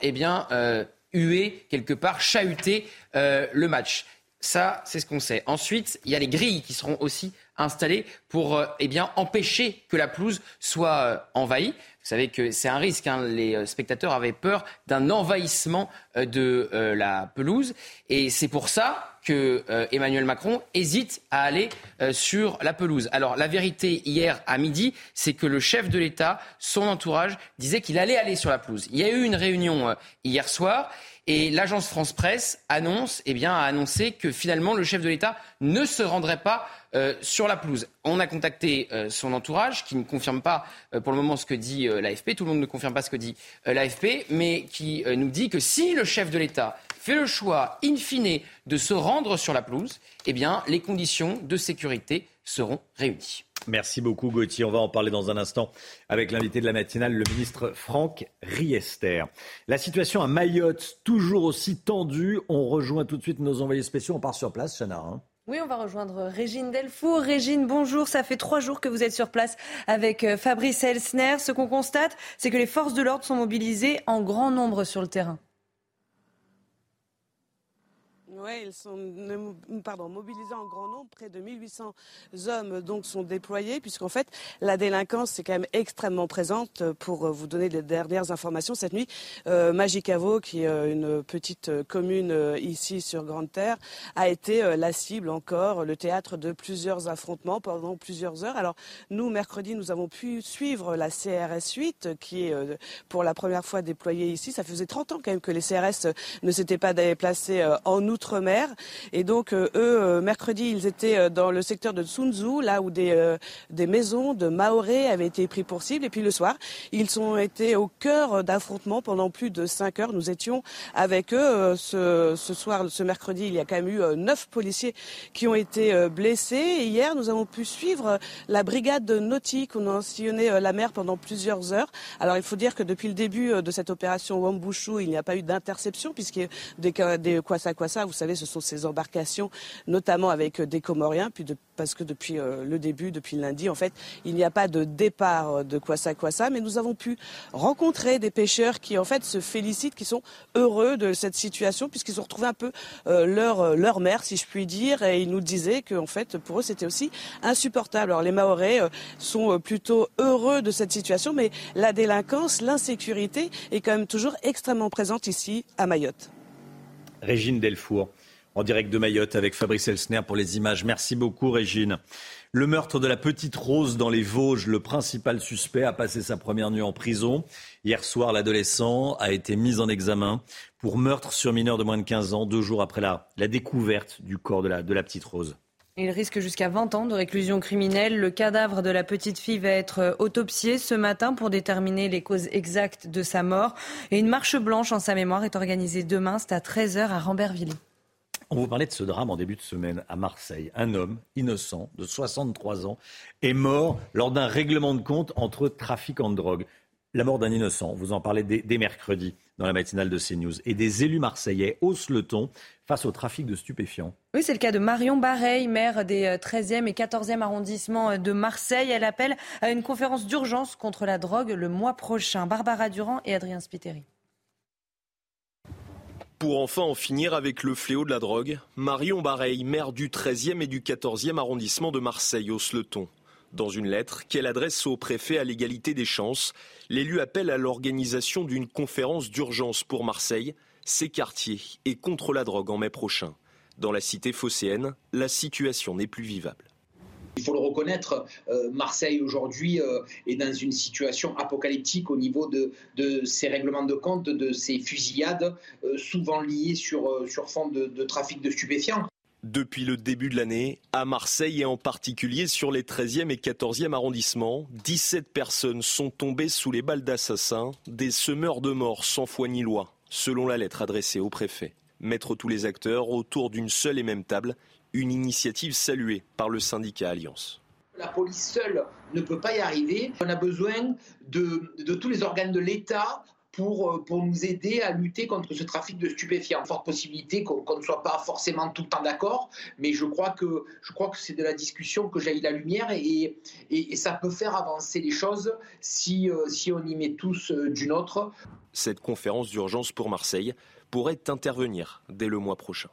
huer, quelque part, chahuter le match. Ça, c'est ce qu'on sait. Ensuite, il y a les grilles qui seront aussi installées pour empêcher que la pelouse soit envahie. Vous savez que c'est un risque. Les spectateurs avaient peur d'un envahissement de la pelouse. Et c'est pour ça que Emmanuel Macron hésite à aller sur la pelouse. Alors, la vérité, hier à midi, c'est que le chef de l'État, son entourage, disait qu'il allait aller sur la pelouse. Il y a eu une réunion hier soir. Et l'agence France Presse a annoncé que finalement le chef de l'État ne se rendrait pas sur la pelouse. On a contacté son entourage qui ne confirme pas pour le moment ce que dit l'AFP. Tout le monde ne confirme pas ce que dit l'AFP, mais qui nous dit que si le chef de l'État fait le choix, in fine, de se rendre sur la pelouse, eh bien, les conditions de sécurité seront réunies. Merci beaucoup Gauthier. On va en parler dans un instant avec l'invité de la matinale, le ministre Franck Riester. La situation à Mayotte, toujours aussi tendue. On rejoint tout de suite nos envoyés spéciaux. On part sur place, Chana. Oui, on va rejoindre Régine Delfour. Régine, bonjour. Ça fait 3 jours que vous êtes sur place avec Fabrice Elsner. Ce qu'on constate, c'est que les forces de l'ordre sont mobilisées en grand nombre sur le terrain. Oui, ils sont mobilisés en grand nombre. Près de 1800 hommes donc, sont déployés, puisqu'en fait, la délinquance est quand même extrêmement présente. Pour vous donner les dernières informations, cette nuit, Magicavo, qui est une petite commune ici sur Grande-Terre, a été la cible encore, le théâtre de plusieurs affrontements pendant plusieurs heures. Alors, nous, mercredi, nous avons pu suivre la CRS 8, qui est pour la première fois déployée ici. Ça faisait 30 ans quand même que les CRS ne s'étaient pas déplacés en outre-mer. Et donc, eux, mercredi, ils étaient dans le secteur de Tsunzu, là où des maisons de Maoré avaient été pris pour cible. Et puis le soir, ils ont été au cœur d'affrontements pendant plus de 5 heures. Nous étions avec eux ce soir, ce mercredi. Il y a quand même eu 9 policiers qui ont été blessés. Et hier, nous avons pu suivre la brigade nautique. On a sillonné la mer pendant plusieurs heures. Alors, il faut dire que depuis le début de cette opération Wambushu, il n'y a pas eu d'interception, puisque des Kwassa, vous savez, ce sont ces embarcations, notamment avec des Comoriens, parce que depuis le début, depuis lundi, en fait, il n'y a pas de départ de Kwassa, mais nous avons pu rencontrer des pêcheurs qui, en fait, se félicitent, qui sont heureux de cette situation, puisqu'ils ont retrouvé un peu leur mer, si je puis dire, et ils nous disaient que, en fait, pour eux, c'était aussi insupportable. Alors, les Mahorais sont plutôt heureux de cette situation, mais la délinquance, l'insécurité est quand même toujours extrêmement présente ici, à Mayotte. Régine Delfour, en direct de Mayotte avec Fabrice Elsner pour les images. Merci beaucoup Régine. Le meurtre de la petite Rose dans les Vosges, le principal suspect a passé sa première nuit en prison. Hier soir, l'adolescent a été mis en examen pour meurtre sur mineur de moins de 15 ans, 2 jours après la découverte du corps de la petite Rose. Il risque jusqu'à 20 ans de réclusion criminelle. Le cadavre de la petite fille va être autopsié ce matin pour déterminer les causes exactes de sa mort. Et une marche blanche en sa mémoire est organisée demain. C'est à 13h à Rambervillers. On vous parlait de ce drame en début de semaine à Marseille. Un homme innocent de 63 ans est mort lors d'un règlement de compte entre trafiquants de drogue. La mort d'un innocent, vous en parlez dès mercredi dans la matinale de CNews. Et des élus marseillais haussent le ton face au trafic de stupéfiants. Oui, c'est le cas de Marion Bareil, maire des 13e et 14e arrondissements de Marseille. Elle appelle à une conférence d'urgence contre la drogue le mois prochain. Barbara Durand et Adrien Spiteri. Pour enfin en finir avec le fléau de la drogue, Marion Bareil, maire du 13e et du 14e arrondissement de Marseille, hausse le ton. Dans une lettre qu'elle adresse au préfet à l'égalité des chances, l'élu appelle à l'organisation d'une conférence d'urgence pour Marseille, ses quartiers et contre la drogue en mai prochain. Dans la cité phocéenne, la situation n'est plus vivable. Il faut le reconnaître, Marseille aujourd'hui est dans une situation apocalyptique au niveau de ces règlements de compte, de ces fusillades, souvent liées sur fond de trafic de stupéfiants. Depuis le début de l'année, à Marseille et en particulier sur les 13e et 14e arrondissements, 17 personnes sont tombées sous les balles d'assassins, des semeurs de mort sans foi ni loi, selon la lettre adressée au préfet. Mettre tous les acteurs autour d'une seule et même table, une initiative saluée par le syndicat Alliance. La police seule ne peut pas y arriver. On a besoin de tous les organes de l'État pour nous aider à lutter contre ce trafic de stupéfiants. Forte possibilité qu'on ne soit pas forcément tout le temps d'accord, mais je crois que c'est de la discussion que jaillit la lumière et ça peut faire avancer les choses si on y met tous du nôtre. Cette conférence d'urgence pour Marseille pourrait intervenir dès le mois prochain.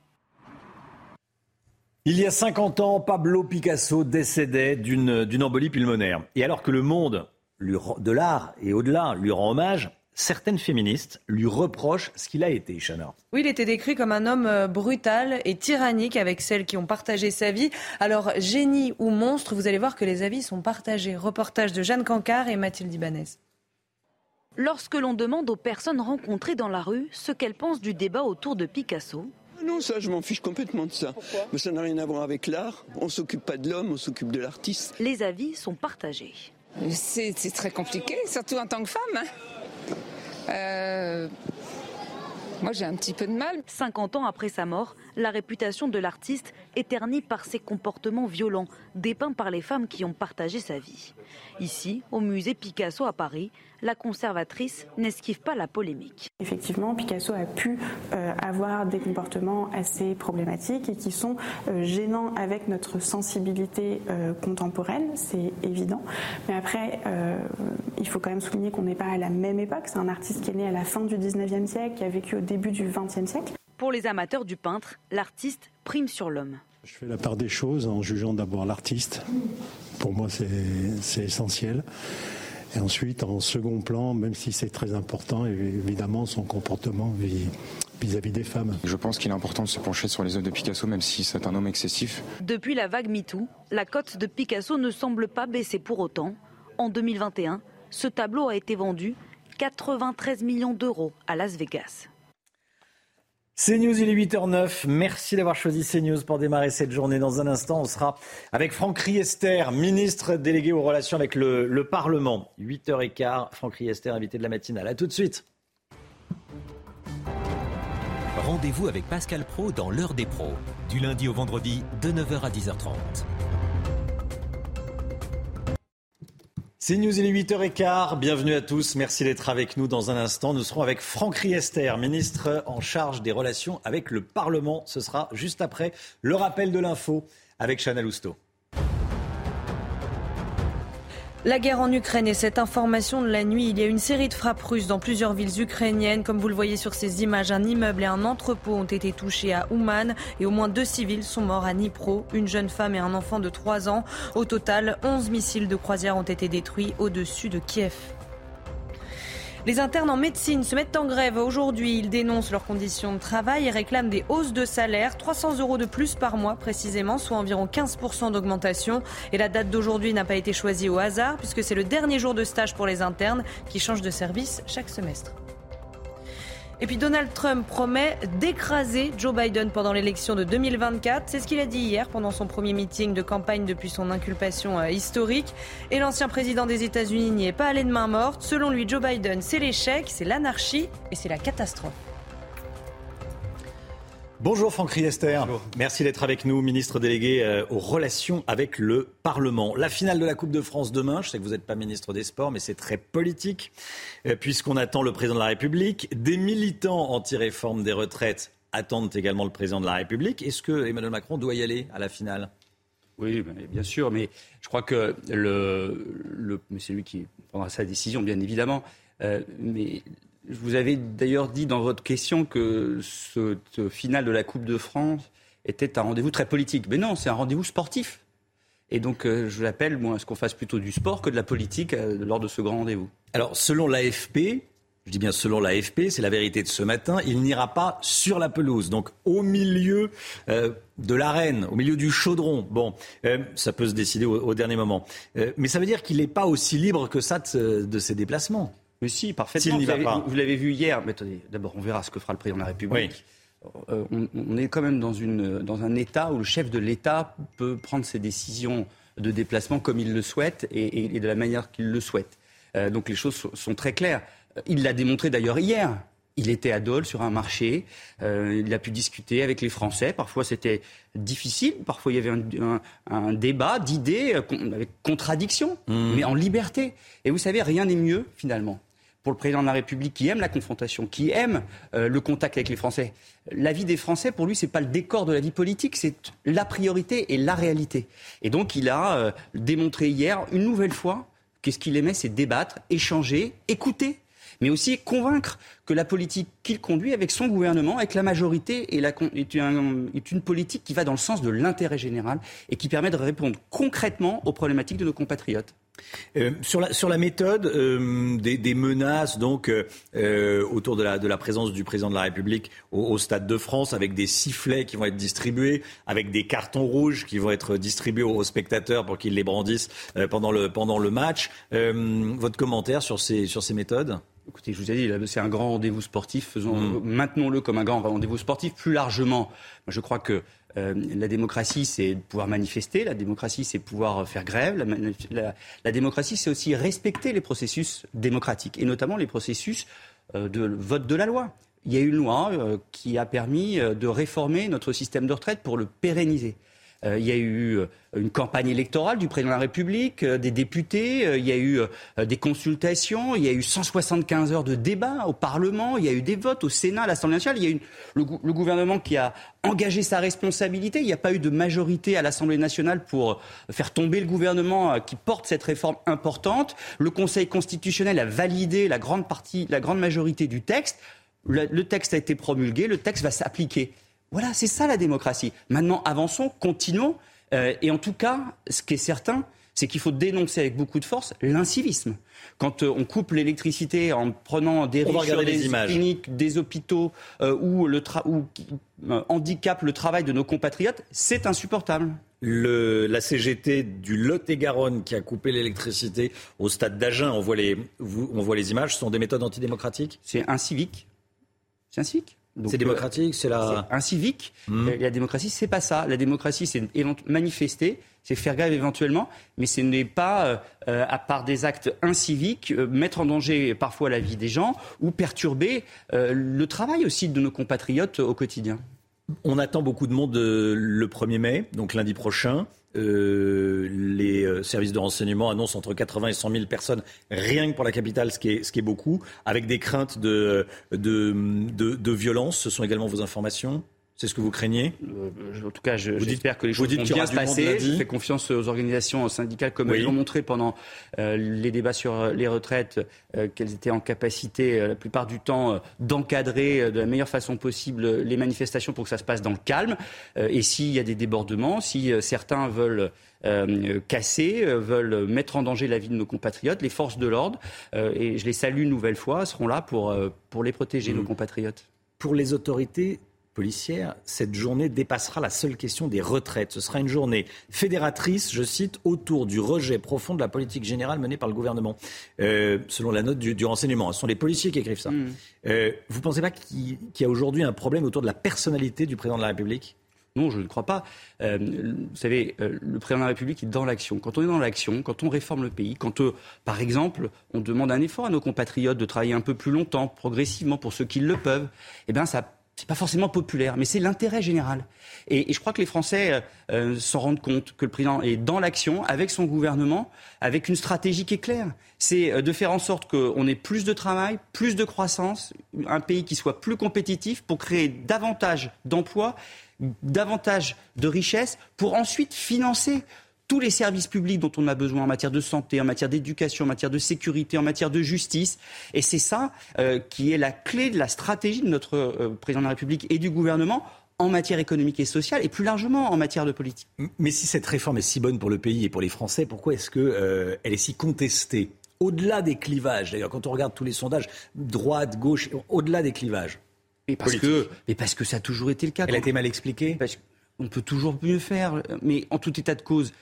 Il y a 50 ans, Pablo Picasso décédait d'une embolie pulmonaire. Et alors que le monde de l'art et au-delà lui rend hommage, certaines féministes lui reprochent ce qu'il a été, Chana. Oui, il était décrit comme un homme brutal et tyrannique avec celles qui ont partagé sa vie. Alors, génie ou monstre, vous allez voir que les avis sont partagés. Reportage de Jeanne Cancard et Mathilde Ibanez. Lorsque l'on demande aux personnes rencontrées dans la rue ce qu'elles pensent du débat autour de Picasso. Non, ça, je m'en fiche complètement de ça. Pourquoi ? Mais ça n'a rien à voir avec l'art. On ne s'occupe pas de l'homme, on s'occupe de l'artiste. Les avis sont partagés. C'est très compliqué, surtout en tant que femme. Moi, j'ai un petit peu de mal. 50 ans après sa mort, la réputation de l'artiste est ternie par ses comportements violents, dépeints par les femmes qui ont partagé sa vie. Ici, au musée Picasso à Paris, la conservatrice n'esquive pas la polémique. Effectivement, Picasso a pu avoir des comportements assez problématiques et qui sont gênants avec notre sensibilité contemporaine, c'est évident. Mais après, il faut quand même souligner qu'on n'est pas à la même époque. C'est un artiste qui est né à la fin du 19e siècle, qui a vécu au début du 20e siècle. Pour les amateurs du peintre, l'artiste prime sur l'homme. Je fais la part des choses en jugeant d'abord l'artiste. Pour moi, c'est essentiel. Et ensuite, en second plan, même si c'est très important, évidemment, son comportement vis-à-vis des femmes. Je pense qu'il est important de se pencher sur les œuvres de Picasso, même si c'est un homme excessif. Depuis la vague MeToo, la cote de Picasso ne semble pas baisser pour autant. En 2021, ce tableau a été vendu 93 millions d'euros à Las Vegas. CNews, il est 8h09. Merci d'avoir choisi CNews pour démarrer cette journée. Dans un instant, on sera avec Franck Riester, ministre délégué aux relations avec le Parlement. 8h15, Franck Riester, invité de la matinale. À tout de suite. Rendez-vous avec Pascal Praud dans l'heure des pros, du lundi au vendredi de 9h à 10h30. CNews, il est 8h15. Bienvenue à tous. Merci d'être avec nous. Dans un instant, nous serons avec Franck Riester, ministre en charge des relations avec le Parlement. Ce sera juste après le rappel de l'info avec Chana Lousteau. La guerre en Ukraine et cette information de la nuit, il y a une série de frappes russes dans plusieurs villes ukrainiennes. Comme vous le voyez sur ces images, un immeuble et un entrepôt ont été touchés à Ouman et au moins 2 civils sont morts à Dnipro, une jeune femme et un enfant de 3 ans. Au total, 11 missiles de croisière ont été détruits au-dessus de Kiev. Les internes en médecine se mettent en grève aujourd'hui. Ils dénoncent leurs conditions de travail et réclament des hausses de salaire. 300 € de plus par mois précisément, soit environ 15% d'augmentation. Et la date d'aujourd'hui n'a pas été choisie au hasard puisque c'est le dernier jour de stage pour les internes qui changent de service chaque semestre. Et puis Donald Trump promet d'écraser Joe Biden pendant l'élection de 2024. C'est ce qu'il a dit hier pendant son premier meeting de campagne depuis son inculpation historique. Et l'ancien président des États-Unis n'y est pas allé de main morte. Selon lui, Joe Biden, c'est l'échec, c'est l'anarchie et c'est la catastrophe. Bonjour Franck Riester. Bonjour. Merci d'être avec nous, ministre délégué aux relations avec le Parlement. La finale de la Coupe de France demain, je sais que vous n'êtes pas ministre des Sports, mais c'est très politique, puisqu'on attend le président de la République. Des militants anti-réforme des retraites attendent également le président de la République. Est-ce que Emmanuel Macron doit y aller à la finale ? Oui, bien sûr, mais je crois que c'est lui qui prendra sa décision, bien évidemment. Mais vous avez d'ailleurs dit dans votre question que cette finale de la Coupe de France était un rendez-vous très politique. Mais non, c'est un rendez-vous sportif. Et donc, je l'appelle à ce qu'on fasse plutôt du sport que de la politique lors de ce grand rendez-vous. Alors, selon l'AFP, je dis bien selon l'AFP, c'est la vérité de ce matin, il n'ira pas sur la pelouse, donc au milieu de l'arène, au milieu du chaudron. Bon, ça peut se décider au dernier moment. Mais ça veut dire qu'il n'est pas aussi libre que ça de ses déplacements. Mais si, parfaitement. Vous l'avez vu hier. Mais attendez, d'abord, on verra ce que fera le président de la République. Oui. On est quand même dans un État où le chef de l'État peut prendre ses décisions de déplacement comme il le souhaite et de la manière qu'il le souhaite. Donc les choses sont très claires. Il l'a démontré d'ailleurs hier. Il était à Dole sur un marché. Il a pu discuter avec les Français. Parfois c'était difficile. Parfois il y avait un débat d'idées avec contradiction, mais en liberté. Et vous savez, rien n'est mieux finalement pour le président de la République qui aime la confrontation, qui aime le contact avec les Français. La vie des Français, pour lui, c'est pas le décor de la vie politique, c'est la priorité et la réalité. Et donc, il a démontré hier, une nouvelle fois, que ce qu'il aimait, c'est débattre, échanger, écouter, mais aussi convaincre que la politique qu'il conduit avec son gouvernement, avec la majorité, est une politique qui va dans le sens de l'intérêt général et qui permet de répondre concrètement aux problématiques de nos compatriotes. Sur la méthode des menaces donc autour de la présence du président de la République au Stade de France, avec des sifflets qui vont être distribués, avec des cartons rouges qui vont être distribués aux spectateurs pour qu'ils les brandissent pendant le match. Votre commentaire sur ces méthodes ? Écoutez, je vous ai dit, là, c'est un grand rendez-vous sportif. Maintenons-le comme un grand rendez-vous sportif. Plus largement, je crois que la démocratie, c'est pouvoir manifester. La démocratie, c'est pouvoir faire grève. La démocratie, c'est aussi respecter les processus démocratiques, et notamment les processus de vote de la loi. Il y a une loi qui a permis de réformer notre système de retraite pour le pérenniser. Il y a eu une campagne électorale du président de la République, des députés, il y a eu des consultations, il y a eu 175 heures de débat au Parlement, il y a eu des votes au Sénat, à l'Assemblée nationale, il y a eu le gouvernement qui a engagé sa responsabilité. Il n'y a pas eu de majorité à l'Assemblée nationale pour faire tomber le gouvernement qui porte cette réforme importante. Le Conseil constitutionnel a validé la grande majorité du texte. Le texte a été promulgué, le texte va s'appliquer. Voilà, c'est ça la démocratie. Maintenant, avançons, continuons. Et en tout cas, ce qui est certain, c'est qu'il faut dénoncer avec beaucoup de force l'incivisme. Quand on coupe l'électricité en prenant des riches sur des cliniques, des hôpitaux, ou handicape le travail de nos compatriotes, c'est insupportable. La CGT du Lot-et-Garonne qui a coupé l'électricité au stade d'Agen, on voit les images, ce sont des méthodes antidémocratiques ? C'est incivique. Donc, c'est démocratique, c'est incivique. La démocratie, c'est pas ça. La démocratie, c'est manifester, c'est faire grève éventuellement, mais ce n'est pas, à part des actes inciviques, mettre en danger parfois la vie des gens ou perturber le travail aussi de nos compatriotes au quotidien. On attend beaucoup de monde le 1er mai, donc lundi prochain. Les services de renseignement annoncent entre 80 et 100 000 personnes rien que pour la capitale, ce qui est beaucoup, avec des craintes de violence. Ce sont également vos informations ? C'est ce que vous craignez ? En tout cas, j'espère que les choses vont bien se passer. Je fais confiance aux organisations syndicales, comme elles l'ont montré pendant les débats sur les retraites, qu'elles étaient en capacité, la plupart du temps, d'encadrer de la meilleure façon possible les manifestations pour que ça se passe dans le calme. Et s'il y a des débordements, si certains veulent casser, veulent mettre en danger la vie de nos compatriotes, les forces de l'ordre, et je les salue une nouvelle fois, seront là pour les protéger, nos compatriotes. Pour les autorités policière, cette journée dépassera la seule question des retraites. Ce sera une journée fédératrice, je cite, autour du rejet profond de la politique générale menée par le gouvernement. Selon la note du renseignement, ce sont les policiers qui écrivent ça. Vous ne pensez pas qu'il y a aujourd'hui un problème autour de la personnalité du président de la République ? Non, je ne crois pas. Vous savez, le président de la République est dans l'action. Quand on est dans l'action, quand on réforme le pays, quand, par exemple, on demande un effort à nos compatriotes de travailler un peu plus longtemps, progressivement, pour ceux qui le peuvent, eh bien, c'est pas forcément populaire, mais c'est l'intérêt général. Et je crois que les Français s'en rendent compte que le président est dans l'action, avec son gouvernement, avec une stratégie qui est claire. C'est de faire en sorte qu'on ait plus de travail, plus de croissance, un pays qui soit plus compétitif pour créer davantage d'emplois, davantage de richesses, pour ensuite financer tous les services publics dont on a besoin en matière de santé, en matière d'éducation, en matière de sécurité, en matière de justice. Et c'est ça qui est la clé de la stratégie de notre président de la République et du gouvernement en matière économique et sociale et plus largement en matière de politique. Mais si cette réforme est si bonne pour le pays et pour les Français, pourquoi est-ce qu'elle est si contestée ? Au-delà des clivages, d'ailleurs, quand on regarde tous les sondages, droite, gauche, au-delà des clivages. Parce que ça a toujours été le cas. Elle a été mal expliquée ? On peut toujours mieux faire, mais en tout état de cause,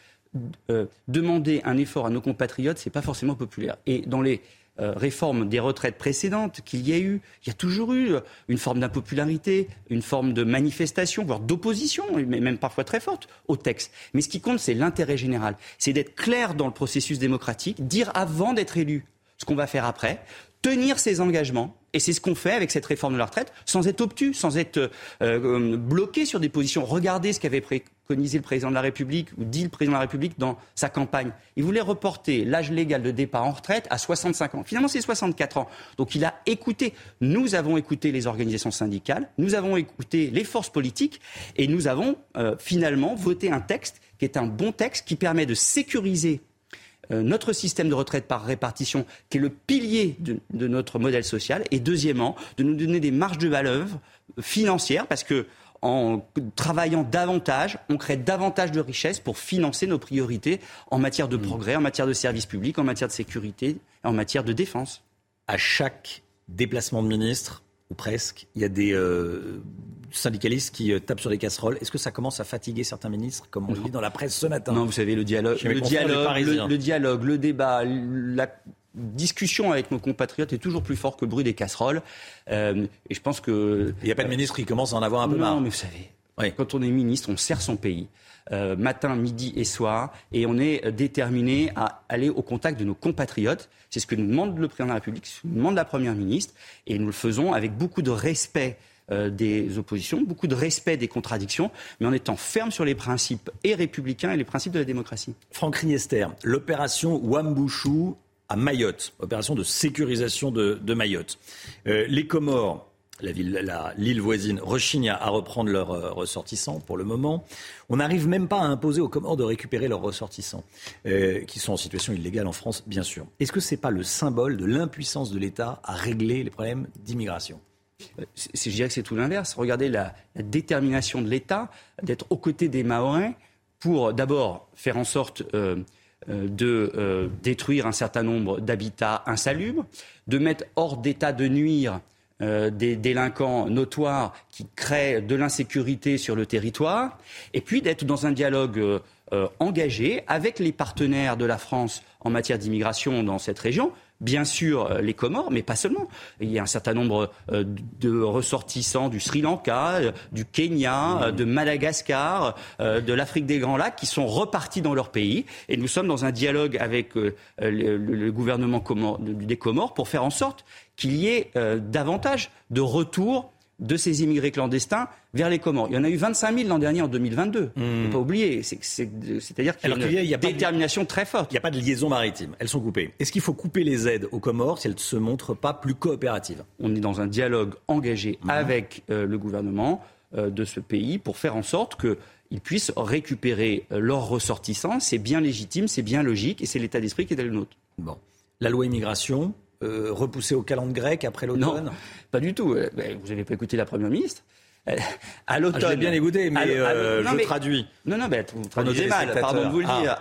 demander un effort à nos compatriotes, c'est pas forcément populaire. Et dans les réformes des retraites précédentes qu'il y a eu, il y a toujours eu une forme d'impopularité, une forme de manifestation, voire d'opposition, mais même parfois très forte, au texte. Mais ce qui compte, c'est l'intérêt général. C'est d'être clair dans le processus démocratique, dire avant d'être élu ce qu'on va faire après, tenir ses engagements. Et c'est ce qu'on fait avec cette réforme de la retraite, sans être obtus, sans être bloqué sur des positions. Regardez ce qu'avait préconisé le président de la République, ou dit le président de la République dans sa campagne. Il voulait reporter l'âge légal de départ en retraite à 65 ans. Finalement, c'est 64 ans. Donc il a écouté. Nous avons écouté les organisations syndicales, nous avons écouté les forces politiques, et nous avons finalement voté un texte qui est un bon texte, qui permet de sécuriser notre système de retraite par répartition, qui est le pilier de notre modèle social, et deuxièmement, de nous donner des marges de manœuvre financières, parce que en travaillant davantage, on crée davantage de richesses pour financer nos priorités en matière de progrès, en matière de services publics, en matière de sécurité, en matière de défense. À chaque déplacement de ministre, ou presque, il y a des syndicalistes qui tapent sur des casseroles. Est-ce que ça commence à fatiguer certains ministres, comme on le dit dans la presse ce matin ? Non, vous savez, le dialogue, le débat, discussion avec nos compatriotes est toujours plus fort que le bruit des casseroles. Et je pense que... Il n'y a pas de ministre qui commence à en avoir un peu marre. Non, mais vous savez, quand on est ministre, on sert son pays. Matin, midi et soir, et on est déterminé à aller au contact de nos compatriotes. C'est ce que nous demande le président de la République, ce que nous demande la Première ministre, et nous le faisons avec beaucoup de respect des oppositions, beaucoup de respect des contradictions, mais en étant ferme sur les principes et républicains et les principes de la démocratie. Franck Riester, l'opération Wambushu à Mayotte, opération de sécurisation de Mayotte. Les Comores, l'île voisine, rechignent à reprendre leurs ressortissants pour le moment. On n'arrive même pas à imposer aux Comores de récupérer leurs ressortissants, qui sont en situation illégale en France, bien sûr. Est-ce que ce n'est pas le symbole de l'impuissance de l'État à régler les problèmes d'immigration ? Je dirais que c'est tout l'inverse. Regardez la détermination de l'État d'être aux côtés des Mahorais pour d'abord faire en sorte de détruire un certain nombre d'habitats insalubres, de mettre hors d'état de nuire des délinquants notoires qui créent de l'insécurité sur le territoire, et puis d'être dans un dialogue engagé avec les partenaires de la France en matière d'immigration dans cette région. Bien sûr, les Comores, mais pas seulement. Il y a un certain nombre de ressortissants du Sri Lanka, du Kenya, de Madagascar, de l'Afrique des Grands Lacs qui sont repartis dans leur pays. Et nous sommes dans un dialogue avec le gouvernement des Comores pour faire en sorte qu'il y ait davantage de retours de ces immigrés clandestins vers les Comores. Il y en a eu 25 000 l'an dernier en 2022. Il ne faut pas oublier. C'est-à-dire qu'il y a une détermination très forte. Il n'y a pas de liaison maritime. Elles sont coupées. Est-ce qu'il faut couper les aides aux Comores si elles ne se montrent pas plus coopératives ? On est dans un dialogue engagé avec le gouvernement de ce pays pour faire en sorte qu'ils puissent récupérer leurs ressortissants. C'est bien légitime, c'est bien logique et c'est l'état d'esprit qui est le nôtre. Bon. La loi immigration repoussée au calendrier grec après l'automne ? Non, pas du tout. Vous n'avez pas écouté la Première ministre ? À l'automne. Je l'ai bien écouté, mais je traduis. Non, vous traduisez mal, pardon de vous le dire.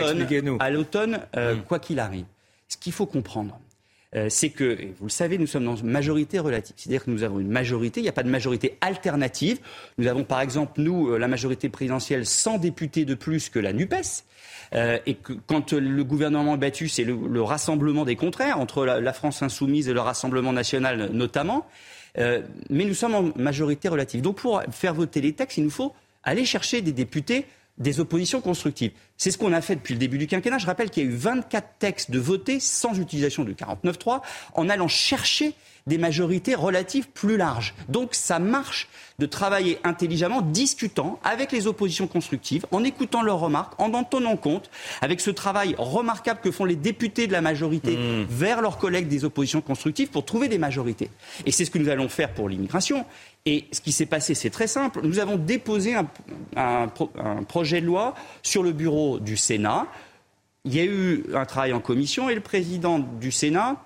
À l'automne, quoi qu'il arrive, ce qu'il faut comprendre, c'est que, et vous le savez, nous sommes dans une majorité relative. C'est-à-dire que nous avons une majorité, il n'y a pas de majorité alternative. Nous avons par exemple, la majorité présidentielle, 100 députés de plus que la NUPES. Et que quand le gouvernement est battu, c'est le rassemblement des contraires, entre la France insoumise et le Rassemblement national notamment. Mais nous sommes en majorité relative. Donc pour faire voter les textes, il nous faut aller chercher des députés des oppositions constructives. C'est ce qu'on a fait depuis le début du quinquennat. Je rappelle qu'il y a eu 24 textes de votés sans utilisation du 49.3 en allant chercher des majorités relatives plus larges. Donc ça marche de travailler intelligemment, discutant avec les oppositions constructives, en écoutant leurs remarques, en tenant compte, avec ce travail remarquable que font les députés de la majorité vers leurs collègues des oppositions constructives pour trouver des majorités. Et c'est ce que nous allons faire pour l'immigration. Et ce qui s'est passé, c'est très simple. Nous avons déposé un projet de loi sur le bureau du Sénat. Il y a eu un travail en commission et le président du Sénat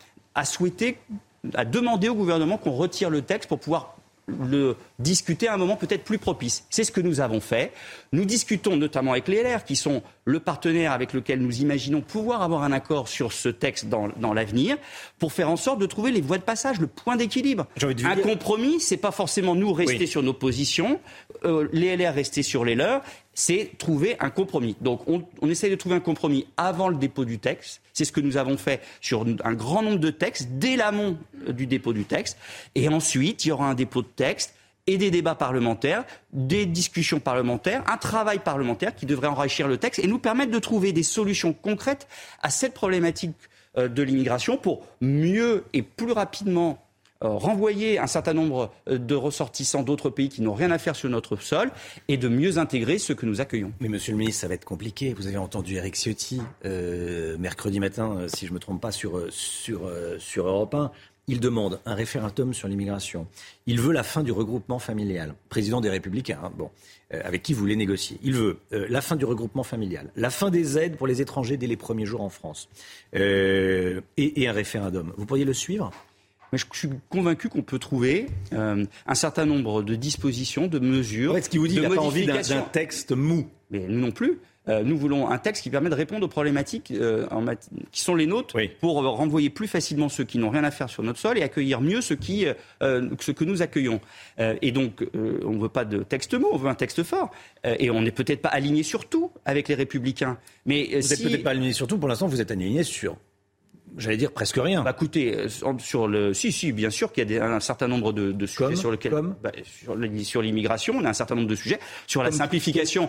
a demandé au gouvernement qu'on retire le texte pour pouvoir le discuter à un moment peut-être plus propice. C'est ce que nous avons fait. Nous discutons notamment avec les LR, qui sont le partenaire avec lequel nous imaginons pouvoir avoir un accord sur ce texte dans l'avenir, pour faire en sorte de trouver les voies de passage, le point d'équilibre. Un compromis, c'est pas forcément nous rester sur nos positions, les LR rester sur les leurs, c'est trouver un compromis. Donc on essaye de trouver un compromis avant le dépôt du texte. C'est ce que nous avons fait sur un grand nombre de textes, dès l'amont du dépôt du texte. Et ensuite, il y aura un dépôt de texte et des débats parlementaires, des discussions parlementaires, un travail parlementaire qui devrait enrichir le texte et nous permettre de trouver des solutions concrètes à cette problématique de l'immigration pour mieux et plus rapidement renvoyer un certain nombre de ressortissants d'autres pays qui n'ont rien à faire sur notre sol et de mieux intégrer ceux que nous accueillons. Mais monsieur le ministre, ça va être compliqué. Vous avez entendu Éric Ciotti mercredi matin, si je ne me trompe pas, sur Europe 1. Il demande un référendum sur l'immigration. Il veut la fin du regroupement familial. Président des Républicains, avec qui vous voulez négocier. Il veut la fin du regroupement familial, la fin des aides pour les étrangers dès les premiers jours en France et un référendum. Vous pourriez le suivre ? Mais je suis convaincu qu'on peut trouver un certain nombre de dispositions, de mesures, ce qu'il vous dit, il n'a pas envie d'un texte mou. Mais nous non plus. Nous voulons un texte qui permet de répondre aux problématiques qui sont les nôtres pour renvoyer plus facilement ceux qui n'ont rien à faire sur notre sol et accueillir mieux ceux que nous accueillons. Et donc, on ne veut pas de texte mou, on veut un texte fort. Et on n'est peut-être pas aligné sur tout avec les Républicains. Mais vous n'êtes peut-être pas aligné sur tout. Pour l'instant, vous êtes aligné sur j'allais dire presque rien. Écoutez, bien sûr qu'il y a un certain nombre de sujets sur lesquels, sur l'immigration, on a un certain nombre de sujets, sur la simplification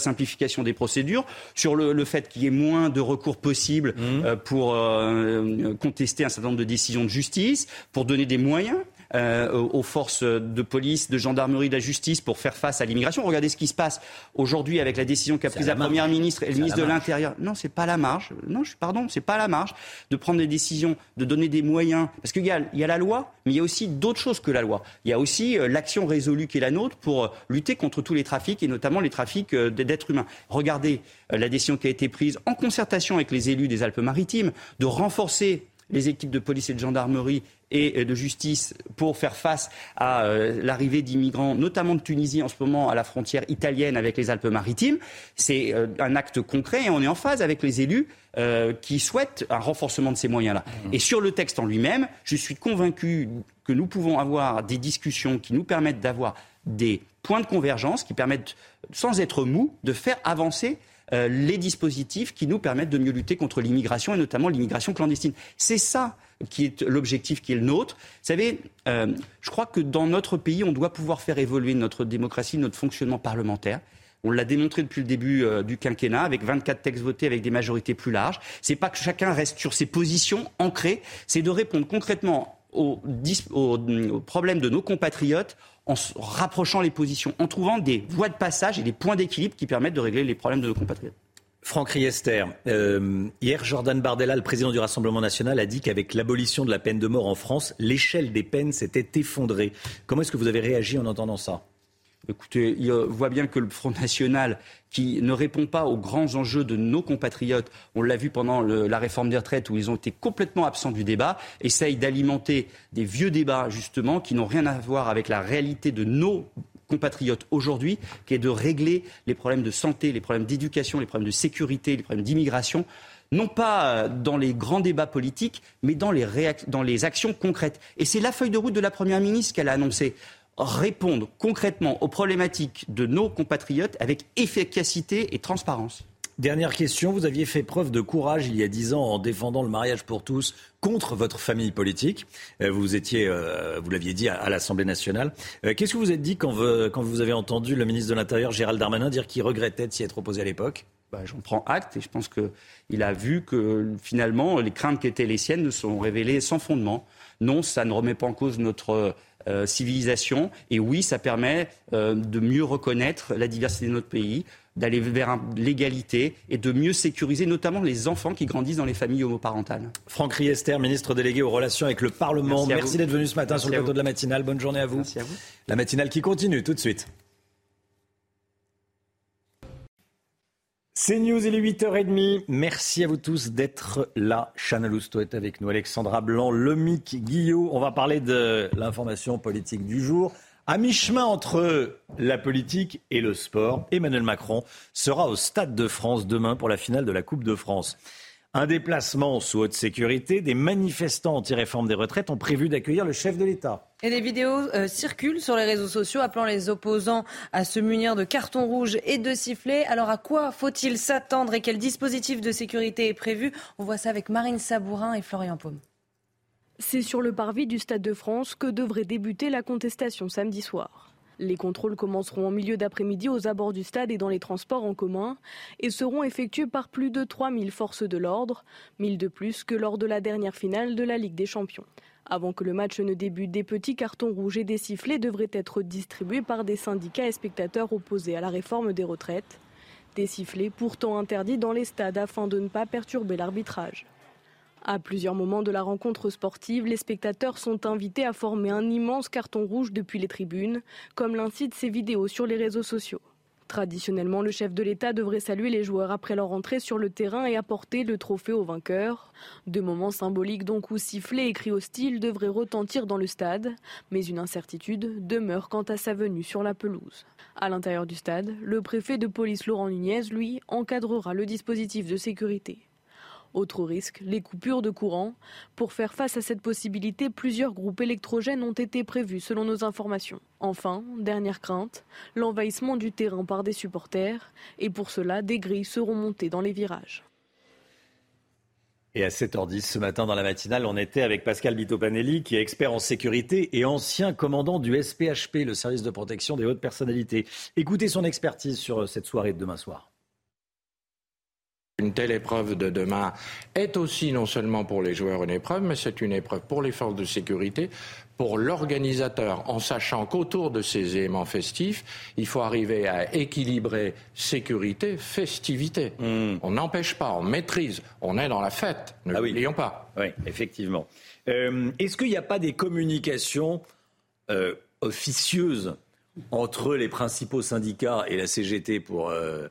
des procédures, sur le fait qu'il y ait moins de recours possibles pour contester un certain nombre de décisions de justice, pour donner des moyens aux forces de police, de gendarmerie, de la justice pour faire face à l'immigration. Regardez ce qui se passe aujourd'hui avec la décision qu'a prise la Première ministre et le ministre de l'Intérieur. Non, c'est pas la marge. C'est pas la marge de prendre des décisions, de donner des moyens. Parce qu'il y a la loi, mais il y a aussi d'autres choses que la loi. Il y a aussi l'action résolue qui est la nôtre pour lutter contre tous les trafics et notamment les trafics d'êtres humains. Regardez la décision qui a été prise en concertation avec les élus des Alpes-Maritimes de renforcer les équipes de police et de gendarmerie et de justice pour faire face à l'arrivée d'immigrants, notamment de Tunisie en ce moment à la frontière italienne avec les Alpes-Maritimes. C'est un acte concret et on est en phase avec les élus qui souhaitent un renforcement de ces moyens-là. Et sur le texte en lui-même, je suis convaincu que nous pouvons avoir des discussions qui nous permettent d'avoir des points de convergence, qui permettent, sans être mous, de faire avancer les dispositifs qui nous permettent de mieux lutter contre l'immigration et notamment l'immigration clandestine. C'est ça qui est l'objectif qui est le nôtre. Vous savez, je crois que dans notre pays, on doit pouvoir faire évoluer notre démocratie, notre fonctionnement parlementaire. On l'a démontré depuis le début du quinquennat, avec 24 textes votés, avec des majorités plus larges. C'est pas que chacun reste sur ses positions ancrées, c'est de répondre concrètement aux problèmes de nos compatriotes en rapprochant les positions, en trouvant des voies de passage et des points d'équilibre qui permettent de régler les problèmes de nos compatriotes. Franck Riester, hier, Jordan Bardella, le président du Rassemblement national, a dit qu'avec l'abolition de la peine de mort en France, l'échelle des peines s'était effondrée. Comment est-ce que vous avez réagi en entendant ça ? Écoutez, il voit bien que le Front National, qui ne répond pas aux grands enjeux de nos compatriotes, on l'a vu pendant la réforme des retraites où ils ont été complètement absents du débat, essaye d'alimenter des vieux débats justement qui n'ont rien à voir avec la réalité de nos compatriotes aujourd'hui, qui est de régler les problèmes de santé, les problèmes d'éducation, les problèmes de sécurité, les problèmes d'immigration, non pas dans les grands débats politiques, mais dans les actions concrètes. Et c'est la feuille de route de la Première ministre qu'elle a annoncée. Répondre concrètement aux problématiques de nos compatriotes avec efficacité et transparence. Dernière question, vous aviez fait preuve de courage il y a 10 ans en défendant le mariage pour tous contre votre famille politique. Vous l'aviez dit à l'Assemblée nationale. Qu'est-ce que vous êtes dit quand vous avez entendu le ministre de l'Intérieur, Gérald Darmanin, dire qu'il regrettait de s'y être opposé à l'époque ? J'en prends acte et je pense qu'il a vu que finalement les craintes qui étaient les siennes ne sont révélées sans fondement. Non, ça ne remet pas en cause notre civilisation. Et oui, ça permet de mieux reconnaître la diversité de notre pays, d'aller vers l'égalité et de mieux sécuriser notamment les enfants qui grandissent dans les familles homoparentales. Franck Riester, ministre délégué aux relations avec le Parlement. Merci d'être venu ce matin sur le plateau de la matinale. Bonne journée à vous. Merci à vous. La matinale qui continue tout de suite. C'est News, il est 8h30. Merci à vous tous d'être là. Chana Lousteau est avec nous, Alexandra Blanc, Lomique Guillot. On va parler de l'information politique du jour. À mi-chemin entre la politique et le sport, Emmanuel Macron sera au Stade de France demain pour la finale de la Coupe de France. Un déplacement sous haute sécurité. Des manifestants anti-réforme des retraites ont prévu d'accueillir le chef de l'État. Et des vidéos circulent sur les réseaux sociaux appelant les opposants à se munir de cartons rouges et de sifflets. Alors à quoi faut-il s'attendre et quel dispositif de sécurité est prévu ? On voit ça avec Marine Sabourin et Florian Paume. C'est sur le parvis du Stade de France que devrait débuter la contestation samedi soir. Les contrôles commenceront en milieu d'après-midi aux abords du stade et dans les transports en commun et seront effectués par plus de 3000 forces de l'ordre, 1000 de plus que lors de la dernière finale de la Ligue des Champions. Avant que le match ne débute, des petits cartons rouges et des sifflets devraient être distribués par des syndicats et spectateurs opposés à la réforme des retraites. Des sifflets pourtant interdits dans les stades afin de ne pas perturber l'arbitrage. À plusieurs moments de la rencontre sportive, les spectateurs sont invités à former un immense carton rouge depuis les tribunes, comme l'incitent ces vidéos sur les réseaux sociaux. Traditionnellement, le chef de l'État devrait saluer les joueurs après leur entrée sur le terrain et apporter le trophée aux vainqueurs. Deux moments symboliques donc où sifflets et cris hostiles devraient retentir dans le stade, mais une incertitude demeure quant à sa venue sur la pelouse. À l'intérieur du stade, le préfet de police Laurent Nunez, lui, encadrera le dispositif de sécurité. Autre risque, les coupures de courant. Pour faire face à cette possibilité, plusieurs groupes électrogènes ont été prévus selon nos informations. Enfin, dernière crainte, l'envahissement du terrain par des supporters. Et pour cela, des grilles seront montées dans les virages. Et à 7h10 ce matin dans la matinale, on était avec Pascal Bito-Panelli, qui est expert en sécurité et ancien commandant du SPHP, le service de protection des hautes personnalités. Écoutez son expertise sur cette soirée de demain soir. Une telle épreuve de demain est aussi non seulement pour les joueurs une épreuve, mais c'est une épreuve pour les forces de sécurité, pour l'organisateur, en sachant qu'autour de ces éléments festifs, il faut arriver à équilibrer sécurité, festivité. On n'empêche pas, on maîtrise, on est dans la fête, ne l'oublions pas. Oui, effectivement. Est-ce qu'il n'y a pas des communications officieuses entre les principaux syndicats et la CGT pour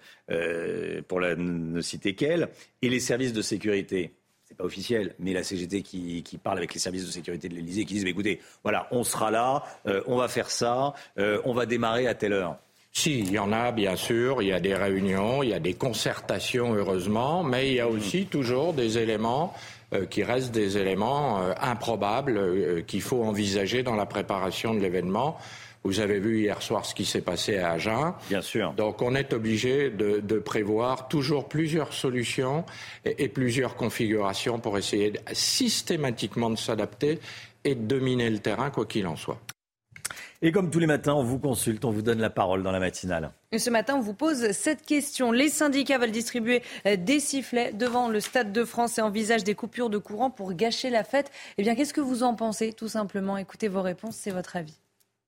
ne citer qu'elle, et les services de sécurité? C'est pas officiel, mais la CGT qui parle avec les services de sécurité de l'Élysée, qui disent écoutez, voilà, on sera là, on va faire ça, on va démarrer à telle heure. Si, il y en a, bien sûr, il y a des réunions, il y a des concertations, heureusement, mais il y a aussi toujours des éléments qui restent des éléments improbables qu'il faut envisager dans la préparation de l'événement. Vous avez vu hier soir ce qui s'est passé à Agen. Bien sûr. Donc on est obligé de prévoir toujours plusieurs solutions et plusieurs configurations pour essayer systématiquement de s'adapter et de dominer le terrain, quoi qu'il en soit. Et comme tous les matins, on vous consulte, on vous donne la parole dans la matinale. Et ce matin, on vous pose cette question. Les syndicats veulent distribuer des sifflets devant le Stade de France et envisagent des coupures de courant pour gâcher la fête. Eh bien, qu'est-ce que vous en pensez, tout simplement? Écoutez vos réponses, c'est votre avis.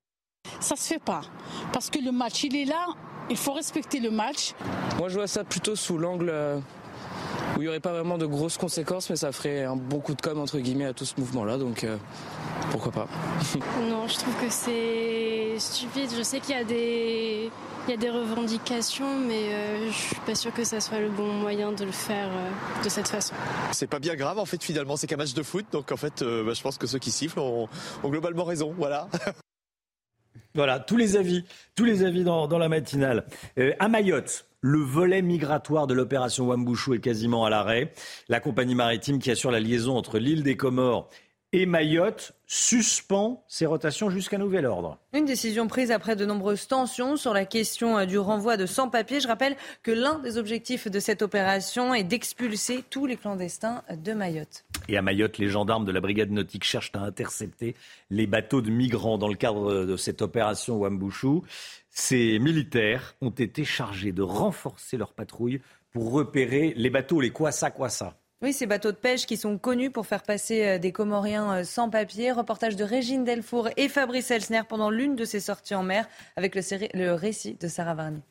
Ça se fait pas, parce que le match, il est là, il faut respecter le match. Moi, je vois ça plutôt sous l'angle où il n'y aurait pas vraiment de grosses conséquences, mais ça ferait un bon coup de com', entre guillemets, à tout ce mouvement-là, donc pourquoi pas. Non, je trouve que c'est stupide. Je sais qu'il y a des revendications, mais je suis pas sûre que ça soit le bon moyen de le faire de cette façon. C'est pas bien grave, en fait, finalement, c'est qu'un match de foot, donc en fait, je pense que ceux qui sifflent ont globalement raison, voilà. Voilà, tous les avis dans la matinale. À Mayotte, le volet migratoire de l'opération Wambushu est quasiment à l'arrêt. La compagnie maritime qui assure la liaison entre l'île des Comores et Mayotte suspend ses rotations jusqu'à nouvel ordre. Une décision prise après de nombreuses tensions sur la question du renvoi de sans-papiers. Je rappelle que l'un des objectifs de cette opération est d'expulser tous les clandestins de Mayotte. Et à Mayotte, les gendarmes de la brigade nautique cherchent à intercepter les bateaux de migrants dans le cadre de cette opération Wambushu. Ces militaires ont été chargés de renforcer leur patrouille pour repérer les bateaux, les kwassa-kwassa. Oui, ces bateaux de pêche qui sont connus pour faire passer des Comoriens sans papier. Reportage de Régine Delfour et Fabrice Elsner pendant l'une de ces sorties en mer avec le récit de Sarah Varny.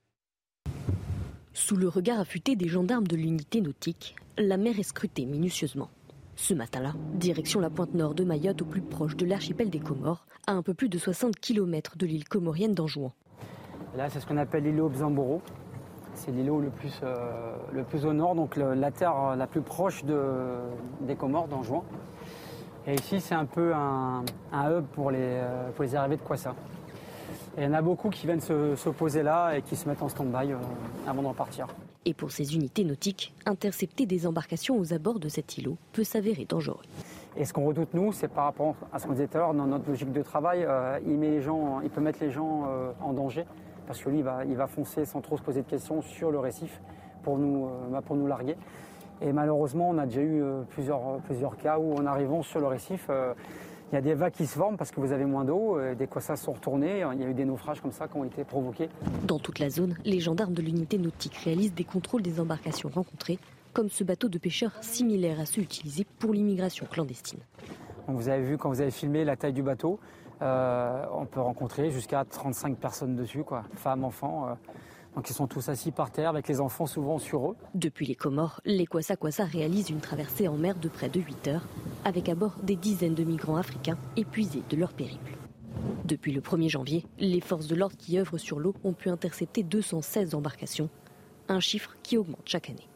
Sous le regard affûté des gendarmes de l'unité nautique, la mer est scrutée minutieusement. Ce matin-là, direction la pointe nord de Mayotte, au plus proche de l'archipel des Comores, à un peu plus de 60 km de l'île comorienne d'Anjouan. Là, c'est ce qu'on appelle l'îlot Bzamboro. C'est l'îlot le plus au nord, donc la terre la plus proche des Comores, d'Anjouan. Et ici, c'est un peu un hub pour les arrivées de Kwassa. Et il y en a beaucoup qui viennent se poser là et qui se mettent en stand-by avant de repartir. Et pour ces unités nautiques, intercepter des embarcations aux abords de cet îlot peut s'avérer dangereux. Et ce qu'on redoute, nous, c'est par rapport à ce qu'on disait tout à l'heure, dans notre logique de travail, il peut mettre les gens en danger. Parce que lui, il va foncer sans trop se poser de questions sur le récif pour nous larguer. Et malheureusement, on a déjà eu plusieurs cas où, en arrivant sur le récif, il y a des vagues qui se forment parce que vous avez moins d'eau, des kwassa sont retournés, il y a eu des naufrages comme ça qui ont été provoqués. Dans toute la zone, les gendarmes de l'unité nautique réalisent des contrôles des embarcations rencontrées, comme ce bateau de pêcheurs similaire à ceux utilisés pour l'immigration clandestine. Donc vous avez vu, quand vous avez filmé la taille du bateau, on peut rencontrer jusqu'à 35 personnes dessus, femmes, enfants. Donc ils sont tous assis par terre avec les enfants souvent sur eux. Depuis les Comores, les kwassa-kwassa réalisent une traversée en mer de près de 8 heures, avec à bord des dizaines de migrants africains épuisés de leur périple. Depuis le 1er janvier, les forces de l'ordre qui œuvrent sur l'eau ont pu intercepter 216 embarcations, un chiffre qui augmente chaque année.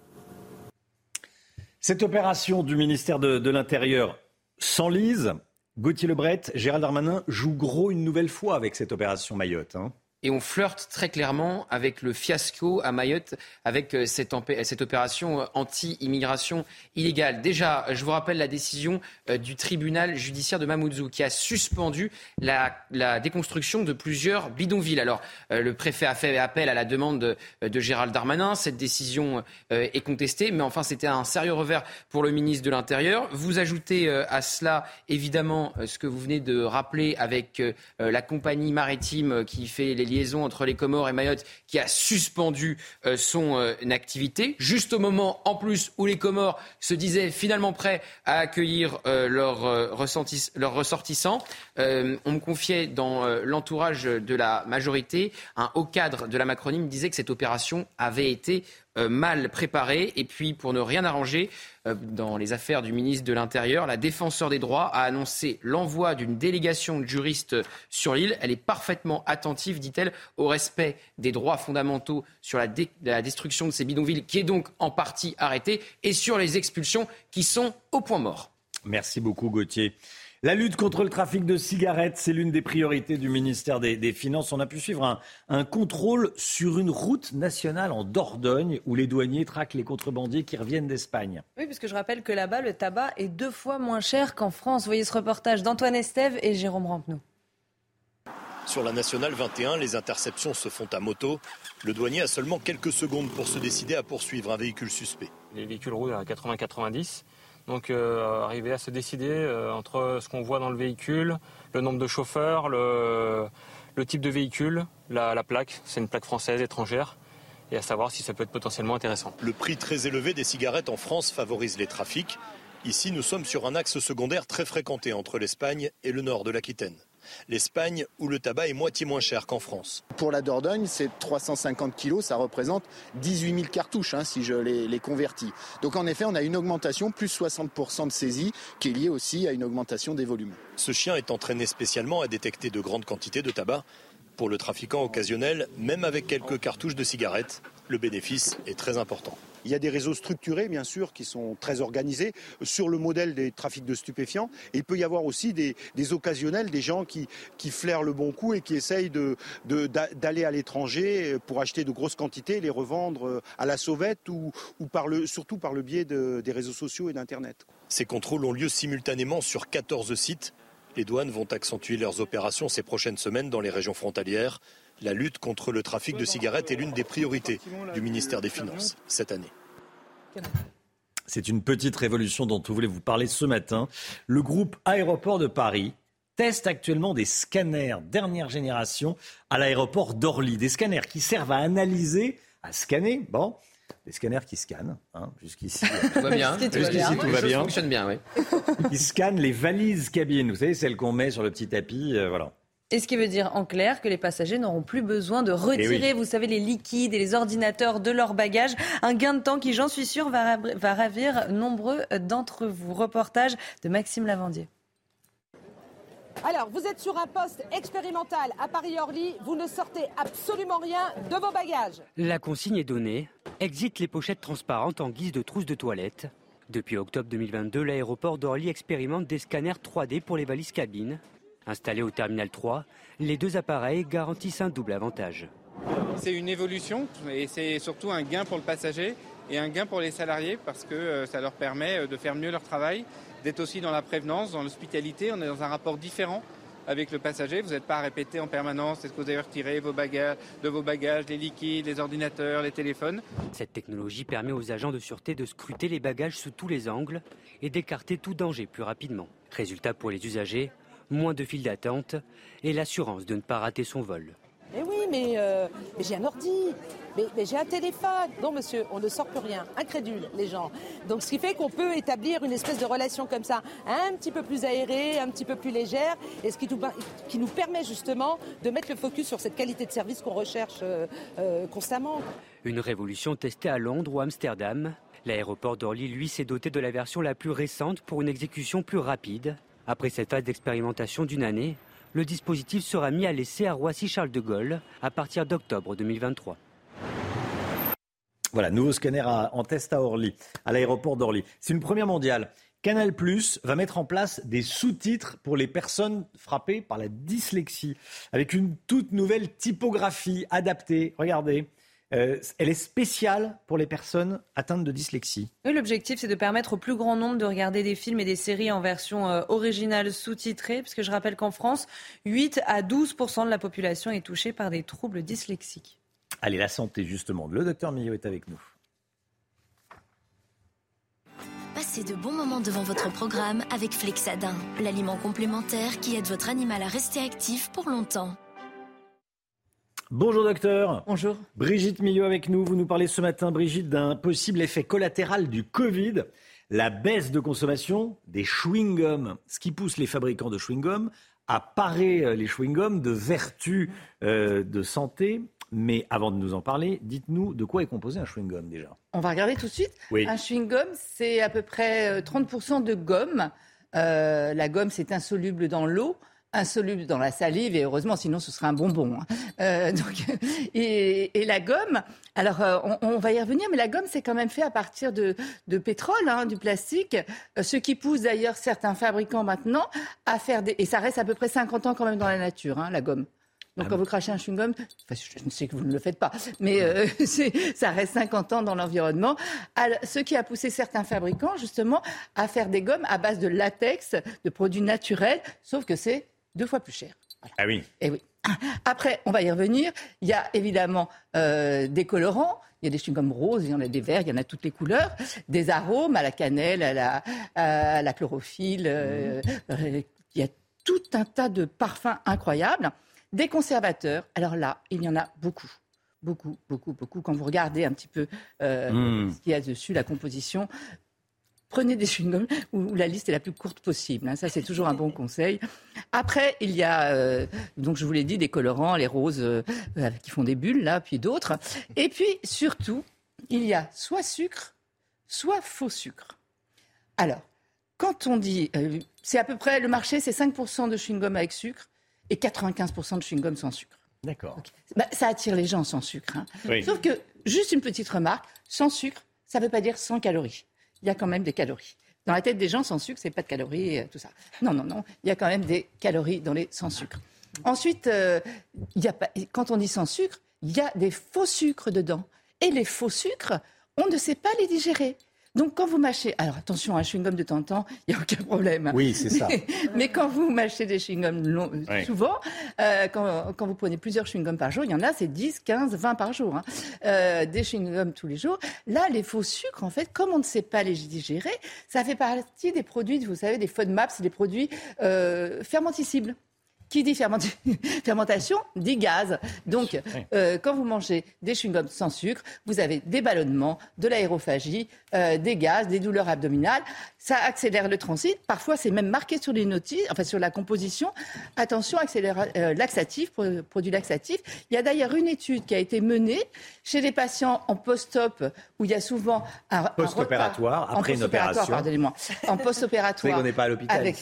Cette opération du ministère de l'Intérieur s'enlise. Gauthier Lebret, Gérald Darmanin joue gros une nouvelle fois avec cette opération Mayotte. Et on flirte très clairement avec le fiasco à Mayotte, avec cette opération anti-immigration illégale. Déjà, je vous rappelle la décision du tribunal judiciaire de Mamoudzou qui a suspendu la déconstruction de plusieurs bidonvilles. Alors, le préfet a fait appel à la demande de Gérald Darmanin. Cette décision est contestée, mais enfin, c'était un sérieux revers pour le ministre de l'Intérieur. Vous ajoutez à cela, évidemment, ce que vous venez de rappeler avec la compagnie maritime qui fait les liaison entre les Comores et Mayotte qui a suspendu son activité, juste au moment en plus où les Comores se disaient finalement prêts à accueillir leurs ressortissants. On me confiait dans l'entourage de la majorité, un haut cadre de la Macronie me disait que cette opération avait été mal préparée. Et puis, pour ne rien arranger, dans les affaires du ministre de l'Intérieur, la défenseure des droits a annoncé l'envoi d'une délégation de juristes sur l'île. Elle est parfaitement attentive, dit-elle, au respect des droits fondamentaux sur la destruction de ces bidonvilles, qui est donc en partie arrêtée, et sur les expulsions qui sont au point mort. Merci beaucoup, Gauthier. La lutte contre le trafic de cigarettes, c'est l'une des priorités du ministère des Finances. On a pu suivre un contrôle sur une route nationale en Dordogne où les douaniers traquent les contrebandiers qui reviennent d'Espagne. Oui, puisque je rappelle que là-bas, le tabac est 2 fois moins cher qu'en France. Vous voyez ce reportage d'Antoine Estève et Jérôme Rampenou. Sur la nationale 21, les interceptions se font à moto. Le douanier a seulement quelques secondes pour se décider à poursuivre un véhicule suspect. Les véhicules roulent à 80-90. Donc arriver à se décider entre ce qu'on voit dans le véhicule, le nombre de chauffeurs, le type de véhicule, la plaque, c'est une plaque française, étrangère, et à savoir si ça peut être potentiellement intéressant. Le prix très élevé des cigarettes en France favorise les trafics. Ici, nous sommes sur un axe secondaire très fréquenté entre l'Espagne et le nord de l'Aquitaine. L'Espagne, où le tabac est moitié moins cher qu'en France. Pour la Dordogne, c'est 350 kilos, ça représente 18 000 cartouches si je les convertis. Donc en effet, on a une augmentation, plus 60% de saisie, qui est liée aussi à une augmentation des volumes. Ce chien est entraîné spécialement à détecter de grandes quantités de tabac. Pour le trafiquant occasionnel, même avec quelques cartouches de cigarettes, le bénéfice est très important. Il y a des réseaux structurés, bien sûr, qui sont très organisés sur le modèle des trafics de stupéfiants. Et il peut y avoir aussi des occasionnels, des gens qui flairent le bon coup et qui essayent d'aller à l'étranger pour acheter de grosses quantités et les revendre à la sauvette ou surtout par le biais des réseaux sociaux et d'Internet. Ces contrôles ont lieu simultanément sur 14 sites. Les douanes vont accentuer leurs opérations ces prochaines semaines dans les régions frontalières. La lutte contre le trafic de cigarettes est l'une des priorités du ministère des Finances cette année. C'est une petite révolution dont on voulait vous parler ce matin. Le groupe Aéroports de Paris teste actuellement des scanners dernière génération à l'aéroport d'Orly. Des scanners qui servent à analyser, à scanner, des scanners qui scannent, jusqu'ici. Tout va bien. Jusqu'ici, tout va bien. Ça fonctionne bien, oui. Qui scannent les valises cabines. Vous savez, celles qu'on met sur le petit tapis, voilà. Et ce qui veut dire en clair que les passagers n'auront plus besoin de retirer, vous savez, les liquides et les ordinateurs de leur bagage. Un gain de temps qui, j'en suis sûre, va ravir nombreux d'entre vous. Reportage de Maxime Lavandier. Alors, vous êtes sur un poste expérimental à Paris-Orly. Vous ne sortez absolument rien de vos bagages. La consigne est donnée. Exit les pochettes transparentes en guise de trousse de toilette. Depuis octobre 2022, l'aéroport d'Orly expérimente des scanners 3D pour les valises cabines. Installés au terminal 3, les 2 appareils garantissent un double avantage. C'est une évolution et c'est surtout un gain pour le passager et un gain pour les salariés parce que ça leur permet de faire mieux leur travail, d'être aussi dans la prévenance, dans l'hospitalité. On est dans un rapport différent avec le passager. Vous n'êtes pas à répéter en permanence est-ce que vous avez retiré de vos bagages, les liquides, les ordinateurs, les téléphones. Cette technologie permet aux agents de sûreté de scruter les bagages sous tous les angles et d'écarter tout danger plus rapidement. Résultat pour les usagers, moins de files d'attente et l'assurance de ne pas rater son vol. Mais oui, mais j'ai un ordi, mais j'ai un téléphone. Non, monsieur, on ne sort plus rien. Incrédule, les gens. Donc, ce qui fait qu'on peut établir une espèce de relation comme ça, un petit peu plus aérée, un petit peu plus légère, et ce qui nous permet justement de mettre le focus sur cette qualité de service qu'on recherche constamment. Une révolution testée à Londres ou Amsterdam. L'aéroport d'Orly, lui, s'est doté de la version la plus récente pour une exécution plus rapide. Après cette phase d'expérimentation d'une année, le dispositif sera mis à l'essai à Roissy-Charles de Gaulle à partir d'octobre 2023. Voilà, nouveau scanner en test à Orly, à l'aéroport d'Orly. C'est une première mondiale. Canal+ va mettre en place des sous-titres pour les personnes frappées par la dyslexie, avec une toute nouvelle typographie adaptée. Regardez. Elle est spéciale pour les personnes atteintes de dyslexie. Oui, l'objectif, c'est de permettre au plus grand nombre de regarder des films et des séries en version originale sous-titrée, puisque je rappelle qu'en France, 8 à 12% de la population est touchée par des troubles dyslexiques. Allez, la santé, justement. Le docteur Millot est avec nous. Passez de bons moments devant votre programme avec Flexadin, l'aliment complémentaire qui aide votre animal à rester actif pour longtemps. Bonjour docteur. Bonjour. Brigitte Millot avec nous. Vous nous parlez ce matin, Brigitte, d'un possible effet collatéral du Covid, la baisse de consommation des chewing-gums, ce qui pousse les fabricants de chewing-gums à parer les chewing-gums de vertus de santé. Mais avant de nous en parler, dites-nous de quoi est composé un chewing-gum déjà. On va regarder tout de suite. Oui. Un chewing-gum, c'est à peu près 30% de gomme. La gomme, c'est insoluble dans l'eau, insoluble dans la salive, et heureusement, sinon ce serait un bonbon. Et la gomme, alors on va y revenir, mais la gomme, c'est quand même fait à partir de pétrole, du plastique, ce qui pousse d'ailleurs certains fabricants maintenant à faire et ça reste à peu près 50 ans quand même dans la nature, la gomme. Donc quand vous crachez un chewing-gum, je sais que vous ne le faites pas, mais ça reste 50 ans dans l'environnement. Ce qui a poussé certains fabricants justement à faire des gommes à base de latex, de produits naturels, sauf que c'est 2 fois plus cher. Voilà. Ah oui. Et oui. Après, on va y revenir. Il y a évidemment des colorants. Il y a des chewing-gums roses, il y en a des verts, il y en a toutes les couleurs. Des arômes à la cannelle, à la chlorophylle. Il y a tout un tas de parfums incroyables. Des conservateurs, alors là, il y en a beaucoup. Beaucoup. Quand vous regardez un petit peu ce qu'il y a dessus, la composition, prenez des chewing-gums où la liste est la plus courte possible. Ça, c'est toujours un bon conseil. Après, il y a, donc je vous l'ai dit, des colorants, les roses qui font des bulles, là, puis d'autres. Et puis, surtout, il y a soit sucre, soit faux sucre. Alors, quand on dit, c'est à peu près, le marché, c'est 5% de chewing-gum avec sucre, et 95% de chewing-gum sans sucre. D'accord. Okay. Ça attire les gens sans sucre. Oui. Sauf que, juste une petite remarque, sans sucre, ça ne veut pas dire sans calories. Il y a quand même des calories. Dans la tête des gens, sans sucre, c'est pas de calories, tout ça. Non. Il y a quand même des calories dans les sans sucre. Ensuite, quand on dit sans sucre, il y a des faux sucres dedans. Et les faux sucres, on ne sait pas les digérer. Donc, quand vous mâchez... Alors, attention, un chewing-gum de temps en temps, il n'y a aucun problème. Oui, c'est ça. Mais quand vous mâchez des chewing-gums souvent, quand vous prenez plusieurs chewing-gums par jour, il y en a, c'est 10, 15, 20 par jour. Des chewing-gums tous les jours. Là, les faux sucres, en fait, comme on ne sait pas les digérer, ça fait partie des produits, vous savez, des FODMAP, c'est des produits fermenticibles. Qui dit fermentation dit gaz. Donc, quand vous mangez des chewing-gums sans sucre, vous avez des ballonnements, de l'aérophagie, des gaz, des douleurs abdominales. Ça accélère le transit. Parfois, c'est même marqué sur les notices, enfin sur la composition. Attention, laxatif, produit laxatif. Il y a d'ailleurs une étude qui a été menée chez les patients en post-op où il y a souvent un post-opératoire, après une opération. Pardonnez-moi. En post-opératoire. Vous qu'on n'est pas à l'hôpital.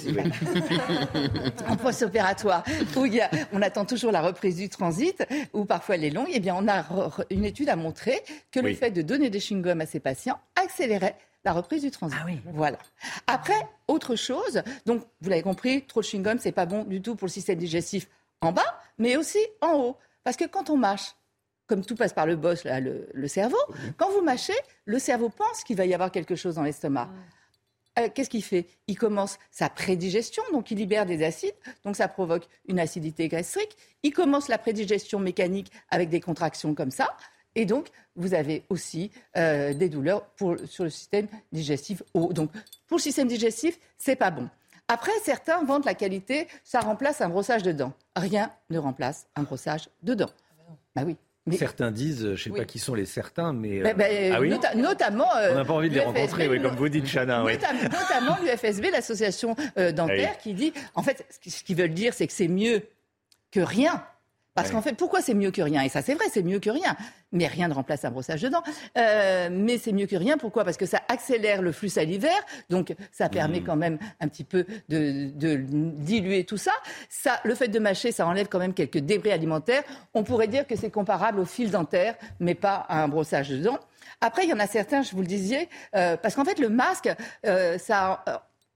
En post-opératoire. Où on attend toujours la reprise du transit, ou parfois elle est longue, eh bien on a une étude a montré que le fait de donner des chewing-gums à ces patients accélérait la reprise du transit. Ah oui. Voilà. Après, autre chose, donc vous l'avez compris, trop de chewing-gum, c'est pas bon du tout pour le système digestif en bas, mais aussi en haut. Parce que quand on mâche, comme tout passe par le boss, là, le cerveau, quand vous mâchez, le cerveau pense qu'il va y avoir quelque chose dans l'estomac. Qu'est-ce qu'il fait ? Il commence sa prédigestion, donc il libère des acides, donc ça provoque une acidité gastrique. Il commence la prédigestion mécanique avec des contractions comme ça, et donc vous avez aussi des douleurs sur le système digestif haut. Donc pour le système digestif, c'est pas bon. Après, certains vantent la qualité, ça remplace un brossage de dents. Rien ne remplace un brossage de dents. Bah oui. Mais... Certains disent, je ne sais pas qui sont les certains, mais... notamment... on n'a pas envie de les rencontrer, comme vous dites, Chana. Notamment l'UFSB, l'association dentaire, qui dit... En fait, ce qu'ils veulent dire, c'est que c'est mieux que rien. Parce qu'en fait, pourquoi c'est mieux que rien ? Et ça, c'est vrai, c'est mieux que rien. Mais rien ne remplace un brossage de dents. Mais c'est mieux que rien. Pourquoi ? Parce que ça accélère le flux salivaire. Donc, ça permet quand même un petit peu de diluer tout ça. Le fait de mâcher, ça enlève quand même quelques débris alimentaires. On pourrait dire que c'est comparable au fil dentaire, mais pas à un brossage de dents. Après, il y en a certains, je vous le disais, parce qu'en fait, le masque, ça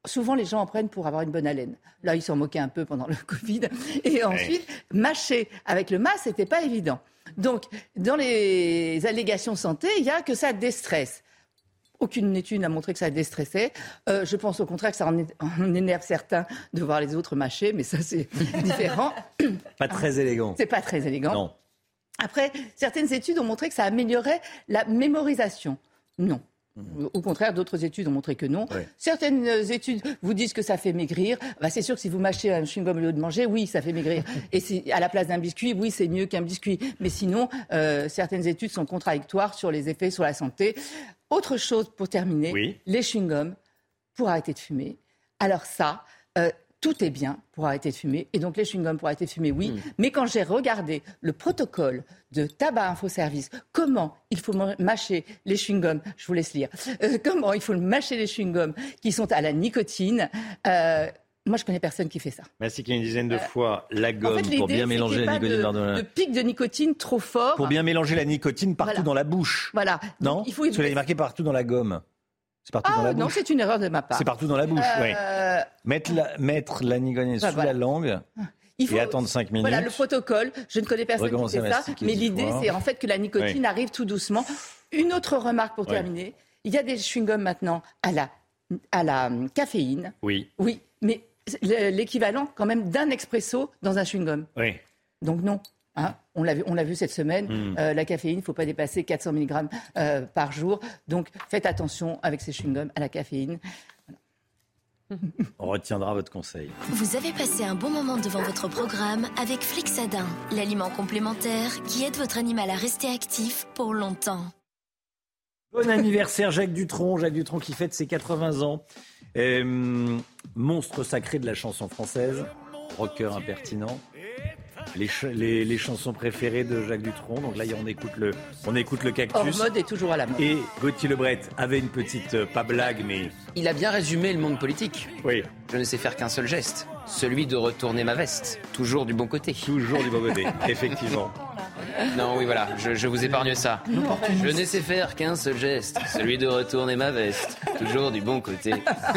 souvent les gens en prennent pour avoir une bonne haleine. Là, ils s'en moquaient un peu pendant le Covid. Et ensuite, mâcher avec le masque, c'était pas évident. Donc, dans les allégations santé, il y a que ça déstresse. Aucune étude n'a montré que ça déstressait. Je pense au contraire que ça en énerve certains de voir les autres mâcher, mais ça, c'est différent. Pas très élégant. C'est pas très élégant. Non. Après, certaines études ont montré que ça améliorait la mémorisation. Non. Au contraire, d'autres études ont montré que non. Ouais. Certaines études vous disent que ça fait maigrir. C'est sûr que si vous mâchez un chewing-gum au lieu de manger, oui, ça fait maigrir. Et si à la place d'un biscuit, oui, c'est mieux qu'un biscuit. Mais sinon, certaines études sont contradictoires sur les effets sur la santé. Autre chose pour terminer, les chewing-gums pour arrêter de fumer. Alors ça, tout est bien pour arrêter de fumer. Et donc les chewing-gums pour arrêter de fumer, oui. Mais quand j'ai regardé le protocole de Tabac Info Service, comment il faut mâcher les chewing-gums, je vous laisse lire, comment il faut mâcher les chewing-gums qui sont à la nicotine, moi, je connais personne qui fait ça. C'est qu'il y a une dizaine de fois la gomme pour bien mélanger la nicotine. De pic de nicotine trop fort. Pour bien mélanger la nicotine partout dans la bouche. Voilà. Non, parce que là, il est marqué partout dans la gomme. C'est partout dans la bouche. Non, c'est une erreur de ma part. C'est partout dans la bouche, oui. Mettre la nicotine sous la langue. Et attendre 5 minutes. Voilà le protocole. Je ne connais personne qui fait ça. Mais l'idée, c'est en fait que la nicotine arrive tout doucement. Une autre remarque pour terminer. Il y a des chewing-gums maintenant à la caféine. Oui. Oui, mais l'équivalent quand même d'un expresso dans un chewing-gum. Oui. Donc non. On l'a vu cette semaine, la caféine, il ne faut pas dépasser 400 mg par jour. Donc faites attention avec ces chewing-gums à la caféine. Voilà. On retiendra votre conseil. Vous avez passé un bon moment devant votre programme avec Flixadin, l'aliment complémentaire qui aide votre animal à rester actif pour longtemps. Bon anniversaire Jacques Dutronc qui fête ses 80 ans. Monstre sacré de la chanson française, rocker impertinent. Les chansons préférées de Jacques Dutronc. Donc là, on écoute le Cactus. Hors mode est toujours à la mode. Et Gauthier Lebret avait une petite, pas blague, mais... Il a bien résumé le monde politique. Oui. Je ne sais faire qu'un seul geste, celui de retourner ma veste. Toujours du bon côté. Toujours du bon côté, effectivement. Non, oui, voilà, je vous épargne ça. Je ne sais faire qu'un seul geste, celui de retourner ma veste. Toujours du bon côté.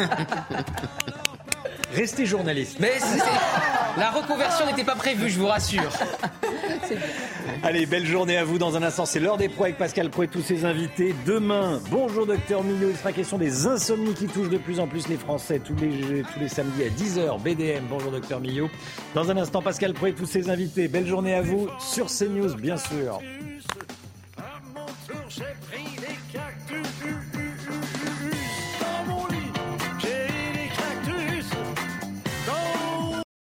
Restez journaliste. Mais la reconversion n'était pas prévue, je vous rassure. Allez, belle journée à vous. Dans un instant, c'est l'heure des pros avec Pascal Pro et tous ses invités. Demain, bonjour Docteur Millot. Il sera question des insomnies qui touchent de plus en plus les Français tous les samedis à 10h. BDM, bonjour Docteur Millot. Dans un instant, Pascal Pro et tous ses invités. Belle journée à vous sur CNews, bien sûr.